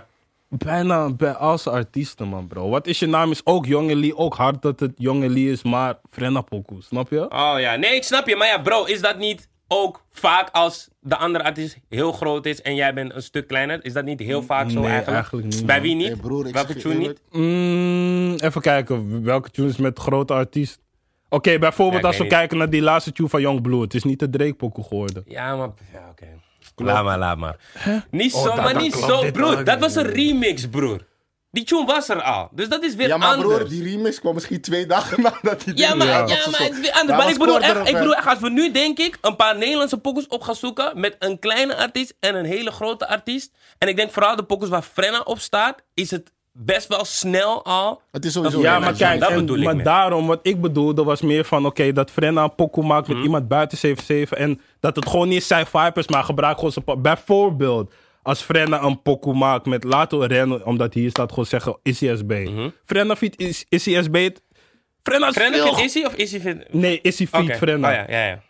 bijna bij als artiesten, man, bro. Wat is je naam? Is ook Jonge Lee, ook hard dat het Jonge Lee is, maar Frenna pokoe, snap je? Oh ja, nee, ik snap je. Maar ja, bro, is dat niet ook vaak als de andere artiest heel groot is en jij bent een stuk kleiner? Is dat niet heel vaak zo Nee, eigenlijk? eigenlijk niet, Bij man. wie niet? Hey, broer, ik Welke zeg je tune niet? eerlijk. Even kijken, welke tunes met grote artiest? Oké, bijvoorbeeld Ja, ik als we weet niet. kijken naar die laatste tune van Young Blue. Het is niet de Drake pokoe geworden. Ja, maar... Ja, oké. Laat maar. Niet zo, dat- maar dat niet klopt zo, dit broer. ook. Dat was een remix, broer. Die tune was er al. Dus dat is weer Ja, maar anders. broer, die remix kwam misschien 2 dagen nadat hij... Ja, maar, Ja. ja, maar het is weer anders. Daar Maar was ik bedoel, kort echt, erop, ik hè. bedoel echt, als we nu denk ik een paar Nederlandse pokus op gaan zoeken met een kleine artiest en een hele grote artiest. En ik denk vooral de pokus waar Frenna op staat, is het best wel snel al. Het is sowieso... Ja, Ja, maar dat kijk, bedoel ik maar meer. daarom, wat ik bedoelde, was meer van, oké, dat Frenna een pokoe maakt Mhm. met iemand buiten 7-7 en dat het gewoon niet zijn vibe is, maar gebruik gewoon zijn bijvoorbeeld, als Frenna een pokoe maakt met, laten we rennen, omdat hier staat gewoon zeggen, Issy SB. Frenna feat Issy SB, Frenna is Mhm. Frenna veel... vindt Issy of Issy vindt... Nee, Issy feat Oké. Frenna. Oh ja.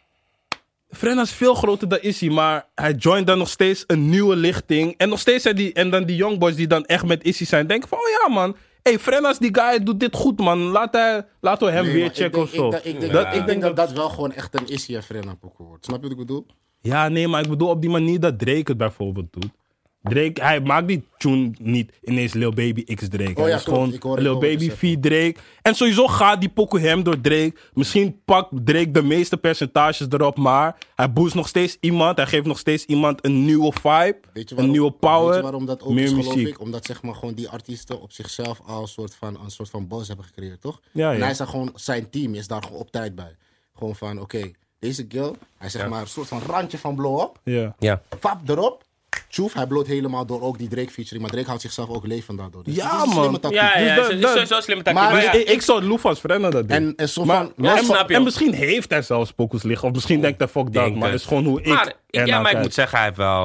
Frenna is veel groter dan Issy, maar hij joint dan nog steeds een nieuwe lichting. En nog steeds zijn en dan die youngboys die dan echt met Issy zijn, denken van, oh ja man, hey, Frenna is die guy, doet dit goed man. Laten we hem Nee, weer maar checken of zo. Ik denk dat dat wel gewoon echt een Issy en Frenna pokoe wordt. Snap je wat ik bedoel? Ja, nee, maar ik bedoel op die manier dat Drake het bijvoorbeeld doet. Drake, hij maakt die tune niet ineens Lil Baby X Drake. Hij ja, is klopt. gewoon Ik hoor Lil het Baby zeggen. V Drake. En sowieso gaat die pokoe hem door Drake. Misschien pakt Drake de meeste percentages erop, maar hij boost nog steeds iemand. Hij geeft nog steeds iemand een nieuwe vibe, een nieuwe power, Weet je waarom dat ook meer is, geloof muziek. ik? Omdat zeg maar gewoon die artiesten op zichzelf al een soort van buzz hebben gecreëerd, toch? Ja, En ja. hij is daar gewoon, zijn team is daar gewoon op tijd bij. Gewoon van, oké, deze girl, hij is zeg maar een soort van randje van blow-up. Ja. Ja. Fap erop. Tjoef, hij bloot helemaal door ook die Drake featuring. Maar Drake houdt zichzelf ook levend daardoor. Dus Ja, het is een man. slimme tactiek. Ja, Dus het is sowieso een slimme tactiek. Maar Maar ja, Ik zou het loef als Frenna dat doen. En zo Maar, van... Ja, los van- snap je. en misschien heeft hij zelfs pokoes liggen. Of misschien denkt hij, fuck dat. Denk Maar het. dat is gewoon hoe ik maar ernaar ik kijk. moet zeggen, hij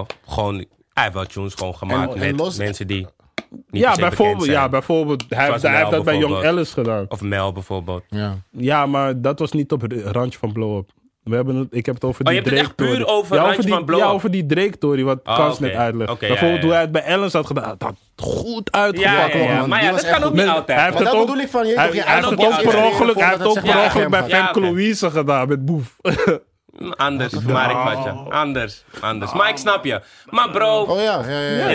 heeft wel tunes gewoon gemaakt En met los- mensen die niet Ja, per se bekend zijn. bijvoorbeeld. Hij Zoals heeft Mel dat bij Young bijvoorbeeld. Alice gedaan. Of Mel bijvoorbeeld. Ja. Ja, maar dat was niet op het randje van blow-up. Ik heb het over die je hebt het echt Drake-tory. puur over randje die, van blow-up? Ja, over die Drake-tory, wat Oh, Kans oké. net uitlegt. Oké, Bijvoorbeeld ja. hoe hij het bij Alice had gedaan. Dat had goed uitgepakt. Ja. man. Maar Die ja, was dat echt kan ook goed. niet Hij altijd. heeft Maar het dat ook, bedoel ik van je. hij toch, je heeft het uitlegt ook niet per alles ongeluk, hij voordat heeft ook het per zeg maar ongeluk bij hem Ja, Femke oké. Louise gedaan met Boef. Anders, maar ik vat je. Anders. Maar ik snap je. Maar bro... Oh ja.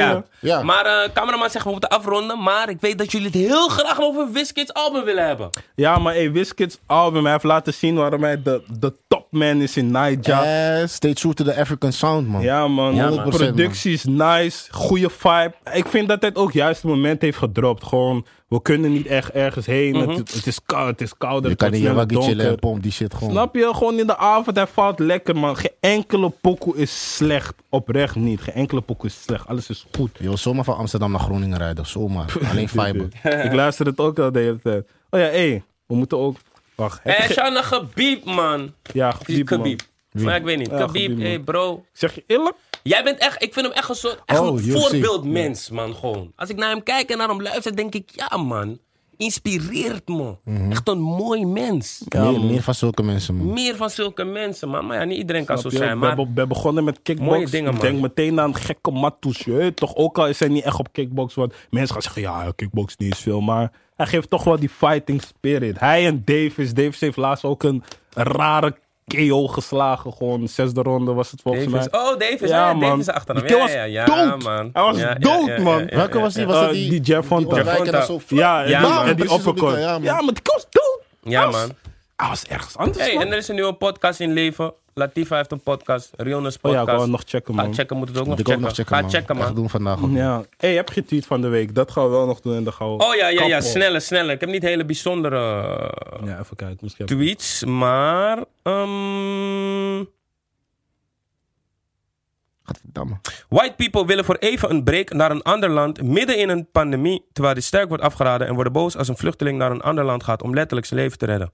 Ja. Maar cameraman zegt we moeten afronden. Maar ik weet dat jullie het heel graag over Wizkid's album willen hebben. Ja, maar hey, Wizkid's album, hij heeft laten zien waarom hij de topman is in Naija. Stay true to the African sound, man. Ja, man. Ja, De man. productie is nice. Goede vibe. Ik vind dat hij het ook juist het moment heeft gedropt. Gewoon, we kunnen niet echt ergens heen. Het is koud. Het is kouder. Je kan het in je wordt waggie sneller chillen en donker. pomp die shit gewoon. Snap je? Gewoon in de avond, hij valt lekker, man. Geen enkele pokoe is slecht. Oprecht niet. Geen enkele pokoe is slecht. Alles is goed. Je wil zomaar van Amsterdam naar Groningen rijden. Zomaar. Alleen fiber. Ik luister het ook al de hele tijd. Oh ja, hé. We moeten ook... Wacht. heb je Shout naar Khabib, man. Ja, Of is het Khabib, man. Khabib? Maar ik weet niet. Ja, Khabib, Khabib, man. hey bro. Zeg je eerlijk? Jij bent echt, ik vind hem echt een soort UFC. voorbeeldmens, man. Gewoon. Als ik naar hem kijk en naar hem luister, denk ik, ja, man. Inspireert me. Echt een mooi mens. Meer van zulke mensen, man. Meer van zulke mensen, man. Maar ja, niet iedereen kan zo Snap je? zijn. We Maar begonnen met kickbox. Mooie dingen, Ik man. denk meteen aan gekke mattoes. Je weet toch, ook al is hij niet echt op kickbox. Want mensen gaan zeggen, ja, kickbox niet eens veel. Maar hij geeft toch wel die fighting spirit. Hij en Davis. Davis heeft laatst ook een rare KO geslagen. Gewoon 6e ronde was het volgens Davis. mij. Oh, Davis. Ja, Ja, man. Davis achter hem. Die kill Ja, was ja, dood. man. Hij was Ja, dood, ja, man. ja, ja, Welke was die? Was dat die Jeff Hunter. Die ontwijken Jeff dat zo Ja, Ja, en, man. en die Precies op die uppercut. guy, ja, man. Ja, maar die was dood. Ja, Hij was- man. Hij was ergens anders, Hey, man. en er is een nieuwe podcast in leven. Latifa heeft een podcast. Rionas Oh ja, podcast. ik wou het nog checken, Ga man. checken, moet het ook Moet nog ik ook checken. nog checken, Ga man. checken, Echt man. doen vandaag. ook. Ja. Hey, heb je tweet van de week? Dat gaan we wel nog doen en dan gaan we... Oh ja, kappen. sneller. Ik heb niet hele bijzondere Ja, even kijken. Misschien tweets, maar... Gadverdamme. White people willen voor even een break naar een ander land midden in een pandemie, terwijl die sterk wordt afgeraden en worden boos als een vluchteling naar een ander land gaat om letterlijk zijn leven te redden.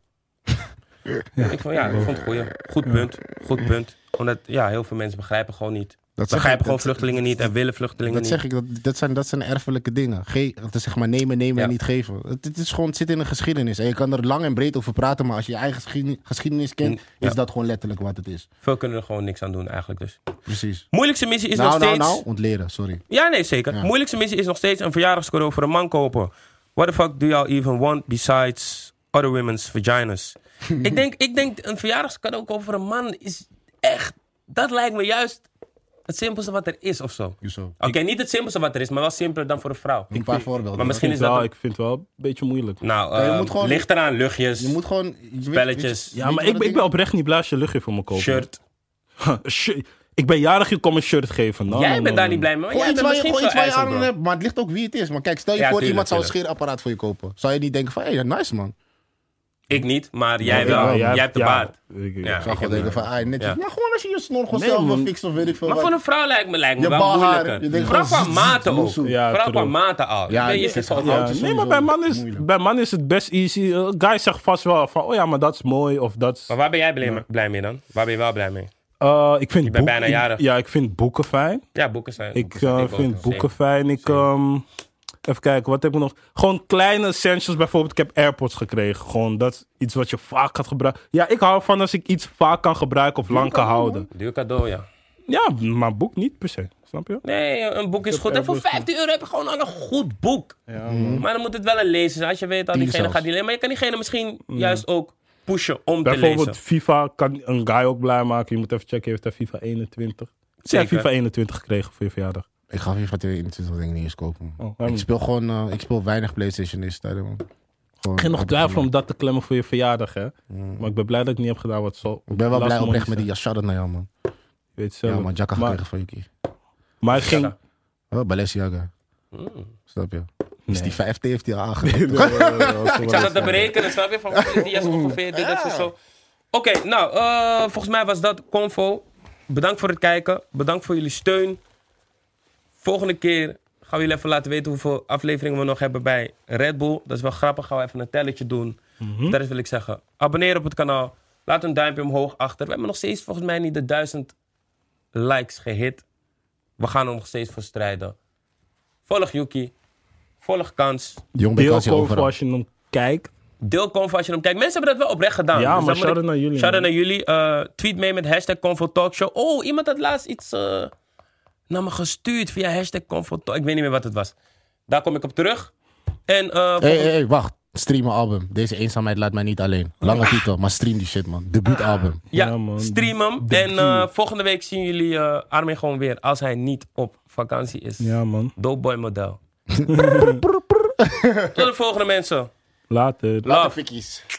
Ik vond het goed punt. Goed punt. Omdat heel veel mensen begrijpen gewoon niet. Begrijpen gewoon vluchtelingen niet en willen vluchtelingen niet. Dat zeg ik, dat zijn erfelijke dingen. Het is zeg maar nemen en niet geven. Het zit in een geschiedenis. En je kan er lang en breed over praten, maar als je je eigen geschiedenis kent, is dat gewoon letterlijk wat het is. Veel kunnen er gewoon niks aan doen eigenlijk dus. Precies. Moeilijkste missie is nog steeds... ontleren, sorry. Ja, nee, zeker. Ja. Moeilijkste missie is nog steeds een verjaardagscadeau voor een man kopen. What the fuck do y'all even want besides other women's vaginas? ik denk een verjaardagscadeau kopen voor een man is echt... Dat lijkt me juist het simpelste wat er is of zo. Oké, niet het simpelste wat er is, maar wel simpeler dan voor een vrouw. Een paar voorbeelden. Maar misschien is dat... Ik vind het wel een beetje moeilijk. Nou, je moet gewoon, ligt eraan, luchtjes, je moet gewoon, spelletjes, Ja, maar ik ben oprecht niet blij als je een luchtje voor me koopt. shirt. Ik ben jarig, je komt een shirt geven. Jij bent daar niet blij mee, maar jij bent misschien iets veel waar je ijzer, aan bro. hebt, maar het ligt ook wie het is. Maar kijk, stel je Ja, voor tuurlijk, iemand zou een tuurlijk. scheerapparaat voor je kopen. Zou je niet denken van, hé, nice man. Ik niet, maar jij ik wel. wel. Jij hebt de baard. Ik zou ik gewoon heb denken van, netjes. Ja. Maar gewoon als je je snor gewoon Nee, zelf wil man. fixen of weet ik veel Maar wat. voor een vrouw lijkt me Je wel balhaar, moeilijker. je denkt Vooral gewoon qua maten ook. loesoe. Ja, Vooral qua true. maten al. Ja, Je dit zit is gewoon gewoon- oud. is Nee, maar sowieso bij mannen is het best easy. Guys zegt vast wel van, oh ja, maar dat is mooi of dat is... Maar waar ben jij blij mee dan? Waar ben je wel blij mee? Ik vind Je bent bijna jarig. ik vind boeken fijn. Ja, boeken zijn... Ik ook, vind boeken zeker. fijn. Even kijken, wat heb ik nog? Gewoon kleine essentials. Bijvoorbeeld, ik heb AirPods gekregen. Gewoon, dat is iets wat je vaak gaat gebruiken. Ja, ik hou ervan als ik iets vaak kan gebruiken of lang kan houden. Duur cadeau, ja. Ja, maar een boek niet per se. Snap je? Nee, een boek is goed. En voor 15 euro heb je gewoon al een goed boek. Ja, Maar dan moet het wel een lezer zijn. Als je weet dat 10 diegene zelfs. gaat die lezen. Maar je kan diegene misschien juist ook pushen om te Bijvoorbeeld lezen. FIFA kan een guy ook blij maken. Je moet even checken, heeft hij FIFA 21? Zeker. Ja, FIFA 21 gekregen voor je verjaardag. Ik ga FIFA 22 denk ik niet eens kopen. Oh, Ik speel gewoon, ik speel weinig PlayStation deze tijden, man. Gewoon, Ik ging nog heb twijfelen gewoon- om dat te klemmen voor je verjaardag, hè. Maar ik ben blij dat ik niet heb gedaan wat zo... Ik ben wel blij last oprecht met money die shout-out naar jou, man. zijn. Je weet zelf. Ja, man, Jacka Maar- gekregen van Yuki. Maar ik ging... Jacka. Oh, Balenciaga. Snap je? Dus Nee. die 5T heeft hij al aangedaan. Ik zat dat te berekenen, snap je? Van hoeveel die is ongeveer dit, dat, zo. Oké, nou, volgens mij was dat Convo. Bedankt voor het kijken. Bedankt voor jullie steun. Volgende keer gaan we jullie even laten weten hoeveel afleveringen we nog hebben bij Red Bull. Dat is wel grappig. Gaan we even een telletje doen. Dat is wil ik zeggen. Abonneer op het kanaal. Laat een duimpje omhoog achter. We hebben nog steeds volgens mij niet de 1000 likes gehit. We gaan er nog steeds voor strijden. Volg Yuki. Volg Kans. Jong bij Kansie Deel overal. als je hem kijkt. Deel Convo als je hem kijkt. Mensen hebben dat wel oprecht gedaan. Ja, Dus maar dat moet shout-out naar jullie, Shout-out man. naar jullie. Tweet mee met hashtag Convo Talkshow. Oh, iemand had laatst iets naar me gestuurd via hashtag Convo Talk. Ik weet niet meer wat het was. Daar kom ik op terug. En Hey, wacht. Stream een album. Deze eenzaamheid laat mij niet alleen. Lange titel, maar stream die shit, man. Debuutalbum. ja, Ja, man. stream hem. En volgende week zien jullie Armin gewoon weer. Als hij niet op vakantie is. Ja, man. Dope boy model. Tot de volgende mensen. Later. Love. Fikkies.